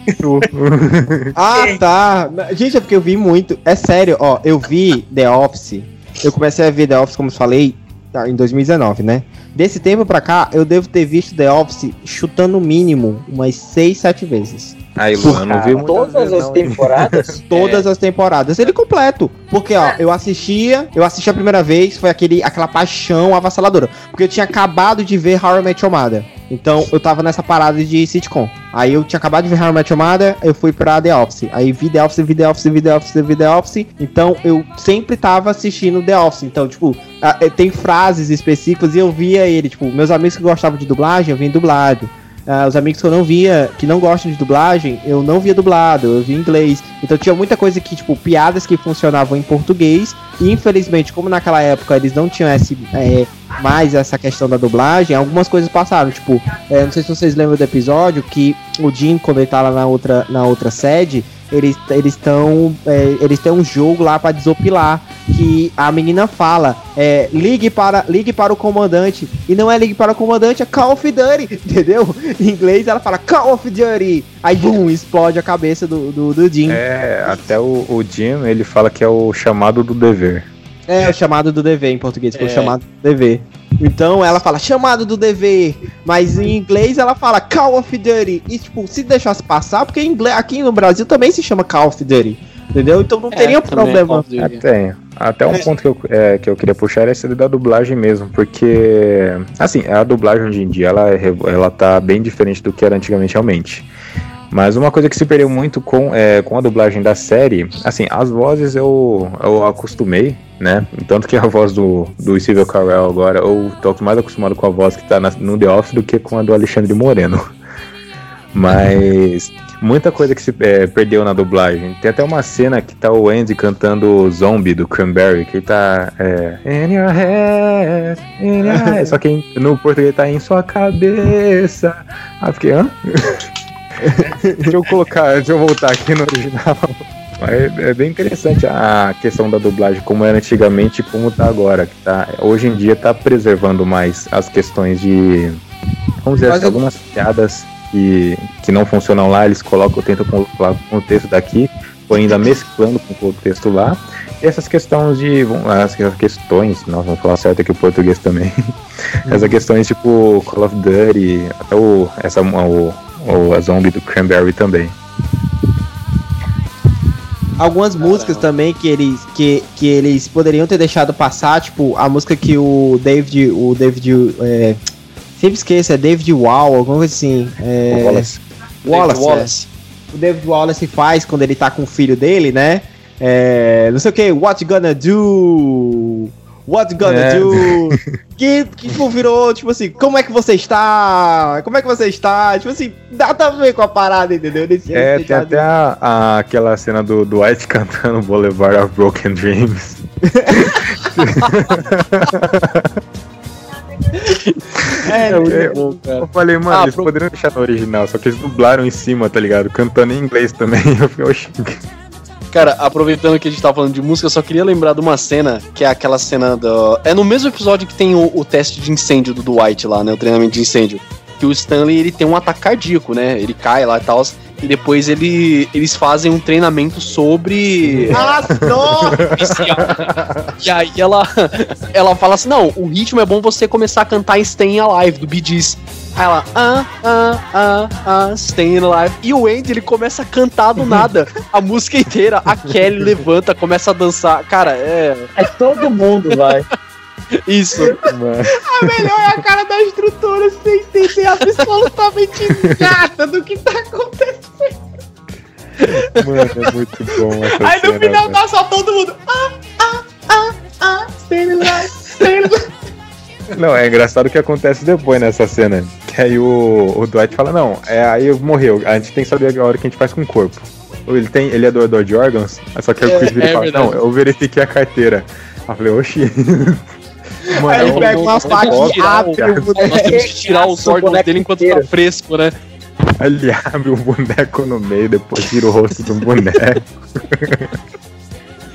Ah, tá. Gente, é porque eu vi muito. É sério, ó, eu vi The Office. Eu comecei a ver The Office, como eu falei, em dois mil e dezenove, né? Desse tempo pra cá, eu devo ter visto The Office chutando o mínimo umas seis, sete vezes. Aí, Luan, não viu muitas Todas vezes, as não, hein? temporadas? Todas as temporadas. Ele completo. Porque, ó, eu assistia, eu assisti a primeira vez, foi aquele, aquela paixão avassaladora. Porque eu tinha acabado de ver How I Met Your Mother. Então, eu tava nessa parada de sitcom. Aí eu tinha acabado de ver How I Met Your Mother, eu fui pra The Office. Aí vi The Office, vi The Office, vi The Office, vi The Office. Então, eu sempre tava assistindo The Office. Então, tipo, tem frases específicas e eu via ele. Tipo, meus amigos que gostavam de dublagem, eu via em dublado. Uh, os amigos que eu não via, que não gostam de dublagem, eu não via dublado, eu via em inglês. Então tinha muita coisa que, tipo, piadas que funcionavam em português. E infelizmente, como naquela época eles não tinham esse, é, mais essa questão da dublagem, algumas coisas passaram. Tipo, é, não sei se vocês lembram do episódio que o Jim, quando ele tá lá na outra, na outra sede, eles eles estão é, eles têm um jogo lá pra desopilar, que a menina fala é, ligue para ligue para o comandante, e não é ligue para o comandante, é Call of Duty, entendeu? Em inglês ela fala Call of Duty, aí bum, explode a cabeça do, do, do Jim. É, até o, o Jim, ele fala que é o chamado do dever. É, o chamado do dever em português, foi É. o chamado do dever. Então ela fala chamado do dever, mas em inglês ela fala Call of Duty. E tipo, se deixasse passar, porque em inglês, aqui no Brasil também se chama Call of Duty, entendeu? Então não teria É, também problema. Call of Duty. Até, até um ponto que eu, é, que eu queria puxar é esse da dublagem mesmo, porque, assim, a dublagem hoje em dia, ela, é revo- ela tá bem diferente do que era antigamente realmente. Mas uma coisa que se perdeu muito com, é, com a dublagem da série, assim, as vozes eu, eu acostumei, né? Tanto que a voz do, do Steve Carell agora, eu tô mais acostumado com a voz que tá na, no The Office do que com a do Alexandre Moreno. Mas muita coisa que se é, perdeu na dublagem. Tem até uma cena que tá o Andy cantando Zombie do Cranberry, que tá é, in your head, in your head. Só que em- no português tá em sua cabeça. Ah, eu fiquei, hã? Deixa eu colocar, deixa eu voltar aqui no original. É, é bem interessante a questão da dublagem, como era antigamente e como tá agora. Que tá, hoje em dia tá preservando mais as questões de, vamos dizer Mas assim, eu- algumas piadas que, que não funcionam lá, eles colocam, tentam colocar o contexto daqui, ou ainda mesclando com o contexto lá. E essas questões de, as questões, nossa, vou falar certo aqui o português também. Essas questões tipo Call of Duty, até o, essa, o, o, a Zombie do Cranberry também. Algumas músicas também que eles, que, que eles poderiam ter deixado passar, tipo, a música que o David, o David, é, sempre esqueço, é David Wall, alguma coisa assim. É, O Wallace. Wallace, David Wallace. é. O David Wallace faz quando ele tá com o filho dele, né? É, não sei o que, what you gonna do? What you gonna É. do? Que, que tipo, virou, tipo assim, como é que você está? Como é que você está? Tipo assim, nada a ver com a parada, entendeu? Desse, É, desse tem até a, a- aquela cena do Dwight cantando Boulevard of Broken Dreams. É, Eu, muito eu- bom, cara. eu falei, mano, Ah, eles pro- poderiam deixar no original, só que eles dublaram em cima, tá ligado? Cantando em inglês também. Eu fiquei, oxi. Cara, aproveitando que a gente tava falando de música, eu só queria lembrar de uma cena, que é aquela cena do... É no mesmo episódio que tem o, o teste de incêndio do Dwight lá, né? O treinamento de incêndio. Que o Stanley, ele tem um ataque cardíaco, né? Ele cai lá e tal. E depois ele, eles fazem um treinamento sobre... Ah, nossa! E aí ela, ela fala assim, não, o ritmo é bom você começar a cantar Staying Alive, do Bee Gees. Aí ela, ah, ah, ah, ah, Staying Alive. E o Andy, ele começa a cantar do nada a música inteira. A Kelly levanta, começa a dançar. Cara, é É todo mundo, vai. isso. Mano, A melhor é a cara da instrutora sem entender absolutamente nada do que tá acontecendo. mano, é muito bom essa Aí no cena, final velho. tá só todo mundo. Ah, ah, ah, ah, stay alive, stay alive. Não, é engraçado o que acontece depois nessa cena. Que aí o, o Dwight fala, não, é, aí morreu. A gente tem que saber a hora que a gente faz com o corpo. Ele, tem, ele é doador de órgãos, só que aí o Chris vira e é fala, verdade. não, eu verifiquei a carteira. Aí eu falei, oxi. Mano, Aí é ele um- pega uma faca óbvio, e abre cara. o Nós temos que tirar os Nossa, o órgãos boneco dele enquanto inteiro. tá fresco, né? Ele abre o boneco no meio, depois tira o rosto do boneco.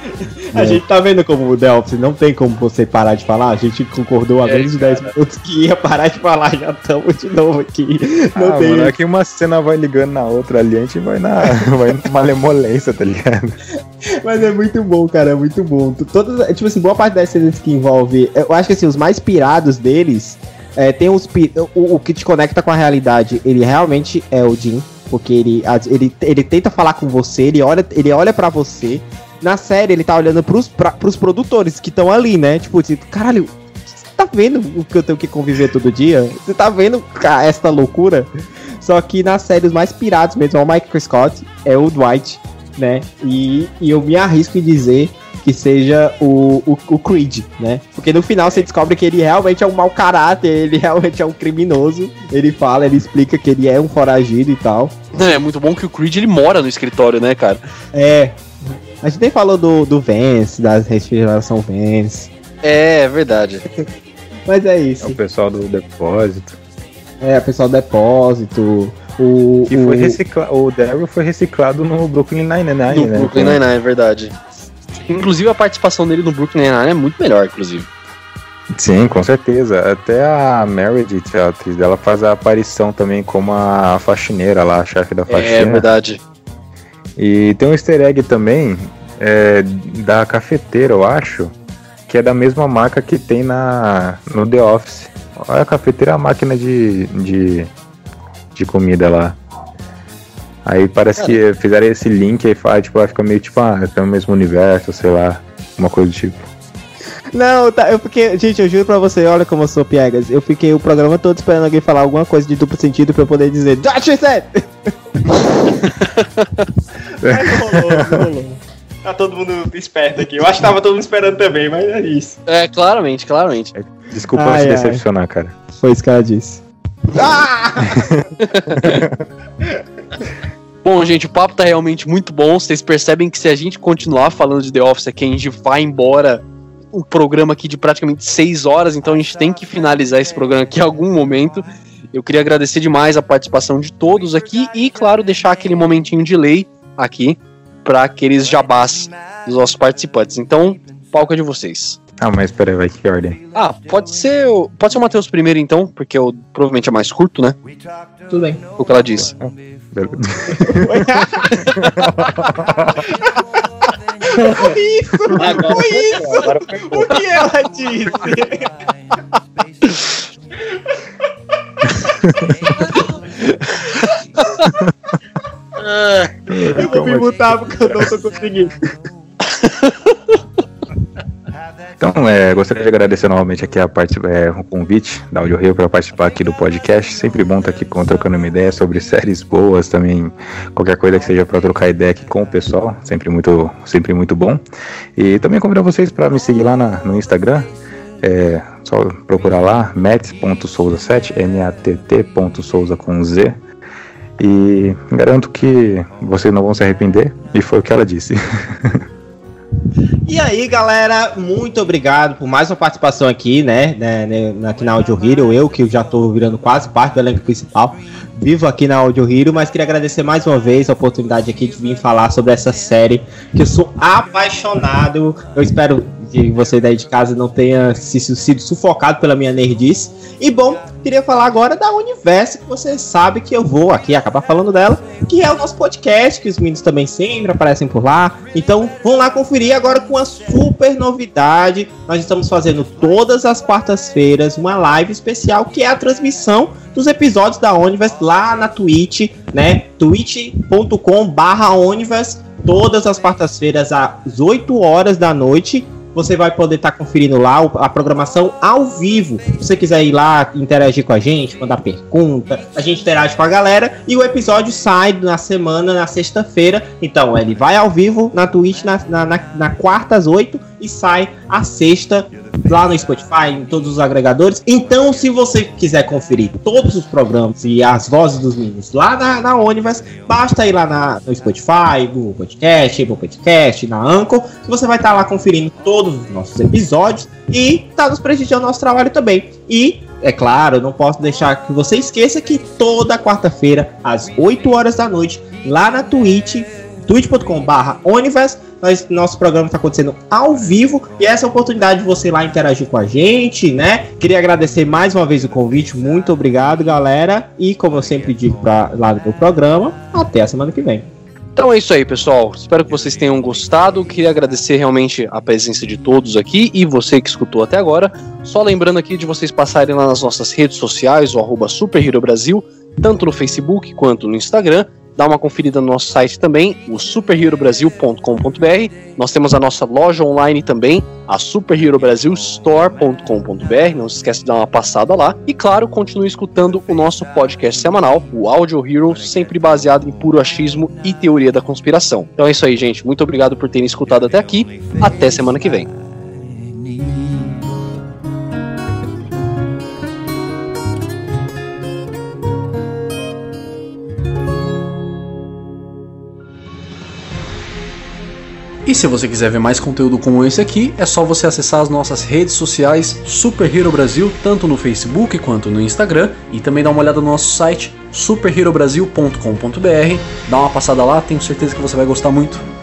A gente tá vendo como o The Office não tem como você parar de falar. A gente concordou há É, menos de dez minutos que ia parar de falar. Já estamos de novo aqui. Não Ah, tem. mano, é que uma cena vai ligando na outra ali, a gente vai na vai numa malemolência, tá ligado? Mas é muito bom, cara. É muito bom. Todas, tipo assim, boa parte das cenas que envolve. Eu acho que assim, os mais pirados deles. É, tem os. pi- O, o que te conecta com a realidade, ele realmente é o Jim. Porque ele, ele, ele tenta falar com você, ele olha, ele olha pra você. Na série, ele tá olhando pros, pra, pros produtores que estão ali, né? Tipo, tipo, caralho, você tá vendo o que eu tenho que conviver todo dia? Você tá vendo ca- essa loucura? Só que na série, os mais pirados mesmo é o Michael Scott, é o Dwight, né? E, e eu me arrisco em dizer que seja o, o, o Creed, né? Porque no final você descobre que ele realmente é um mau caráter, ele realmente é um criminoso. Ele fala, ele explica que ele é um foragido e tal. Não, é muito bom que o Creed ele mora no escritório, né, cara? É. A gente nem falou do, do Vance, da refrigeração Vance. É, é verdade. Mas é É isso. o pessoal do depósito. É, o pessoal do depósito. O, Que o, foi reciclado. O Daryl foi reciclado no Brooklyn Nine-Nine, No né? Brooklyn Nine-Nine, é verdade. Inclusive a participação dele no Brooklyn Nine-Nine é muito melhor, inclusive. Sim, com certeza. Até a Meredith, a atriz dela, faz a aparição também como a faxineira lá, a chefe da faxina. É verdade. E tem um easter egg também é, da cafeteira, eu acho, que é da mesma marca que tem na, no The Office. Olha, a cafeteira é a máquina de, de, de comida lá. Aí parece que fizeram esse link e faz, tipo, fica meio tipo, ah, tem o mesmo universo, sei lá, uma coisa do tipo. Não, tá, eu fiquei. Gente, eu juro pra você, olha como eu sou piegas. Eu fiquei o programa todo esperando alguém falar alguma coisa de duplo sentido pra eu poder dizer That's what she said! Mas não rolou, não rolou. Tá todo mundo esperto aqui. Eu acho que tava todo mundo esperando também, mas é isso. É, claramente, claramente. Desculpa Ai, te ai. decepcionar, cara. Foi isso que ela disse. Bom, gente, o papo tá realmente muito bom. Vocês percebem que se a gente continuar falando de The Office aqui, a gente vai embora um programa aqui de praticamente seis horas, então a gente tem que finalizar esse programa aqui em algum momento. Eu queria agradecer demais a participação de todos aqui e, claro, deixar aquele momentinho de lei aqui para aqueles jabás dos nossos participantes. Então, o palco é de vocês. Ah, mas peraí, vai, que ordem? Ah, pode ser o, pode ser o Matheus primeiro, então, porque eu, provavelmente é mais curto, né? Tudo bem. O que ela disse. Beleza. Foi isso! Agora Foi isso! Agora pegou. O que ela disse? Eu vou me mutar porque eu não tô conseguindo. Então, é, gostaria de agradecer novamente aqui a parte, é, o convite da Audio Rio para participar aqui do podcast. Sempre bom estar aqui com, trocando uma ideia sobre séries boas, também qualquer coisa que seja para trocar ideia aqui com o pessoal, sempre muito, sempre muito bom. E também convido vocês para me seguir lá na, no Instagram, é só procurar lá, matt ponto souza sete, M A T T ponto souza com Z. E garanto que vocês não vão se arrepender, e foi o que ela disse. E aí, galera, muito obrigado por mais uma participação aqui, né, né, né aqui na Audio Hero. Eu, que já tô virando quase parte do elenco principal, vivo aqui na Audio Hero, mas queria agradecer mais uma vez a oportunidade aqui de vir falar sobre essa série, que eu sou apaixonado. Eu espero que você daí de casa não tenha se- sido sufocado pela minha nerdice. E bom, queria falar agora da Universo, que você sabe que eu vou aqui acabar falando dela, que é o nosso podcast, que os meninos também sempre aparecem por lá. Então, vamos lá conferir agora com a super novidade. Nós estamos fazendo todas as quartas-feiras uma live especial, que é a transmissão dos episódios da Universo lá na Twitch, né? twitch ponto com barra Universo, todas as quartas-feiras às oito horas da noite. Você vai poder estar conferindo lá a programação ao vivo. Se você quiser ir lá interagir com a gente, mandar pergunta, a gente interage com a galera. E o episódio sai na semana, na sexta-feira. Então, ele vai ao vivo na Twitch na, na, na, na quarta às oito e sai à sexta lá no Spotify, em todos os agregadores. Então, se você quiser conferir todos os programas e as vozes dos meninos lá na, na Universe, basta ir lá na, no Spotify, Google Podcast, Apple Podcast, na Anchor, que você vai estar lá conferindo todos os nossos episódios e tá nos prestigiando o nosso trabalho também. E, é claro, eu não posso deixar que você esqueça que toda quarta-feira, às oito horas da noite, lá na Twitch, twitch ponto com barra Oniverse. Nós, nosso programa está acontecendo ao vivo e essa é a oportunidade de você ir lá interagir com a gente, né? Queria agradecer mais uma vez o convite, muito obrigado, galera. E como eu sempre digo pra, lá no meu programa, até a semana que vem. Então é isso aí, pessoal. Espero que vocês tenham gostado. Queria agradecer realmente a presença de todos aqui e você que escutou até agora. Só lembrando aqui de vocês passarem lá nas nossas redes sociais, o arroba Super Hero Brasil, tanto no Facebook quanto no Instagram. Dá uma conferida no nosso site também, o super hero brasil ponto com ponto b r. Nós temos a nossa loja online também, a super hero brasil store ponto com ponto b r. Não se esqueça de dar uma passada lá. E claro, continue escutando o nosso podcast semanal, o Audio Hero, sempre baseado em puro achismo e teoria da conspiração. Então é isso aí, gente. Muito obrigado por terem escutado até aqui. Até semana que vem. E se você quiser ver mais conteúdo como esse aqui, é só você acessar as nossas redes sociais Super Hero Brasil, tanto no Facebook quanto no Instagram, e também dar uma olhada no nosso site super hero brasil ponto com ponto b r. Dá uma passada lá, tenho certeza que você vai gostar muito.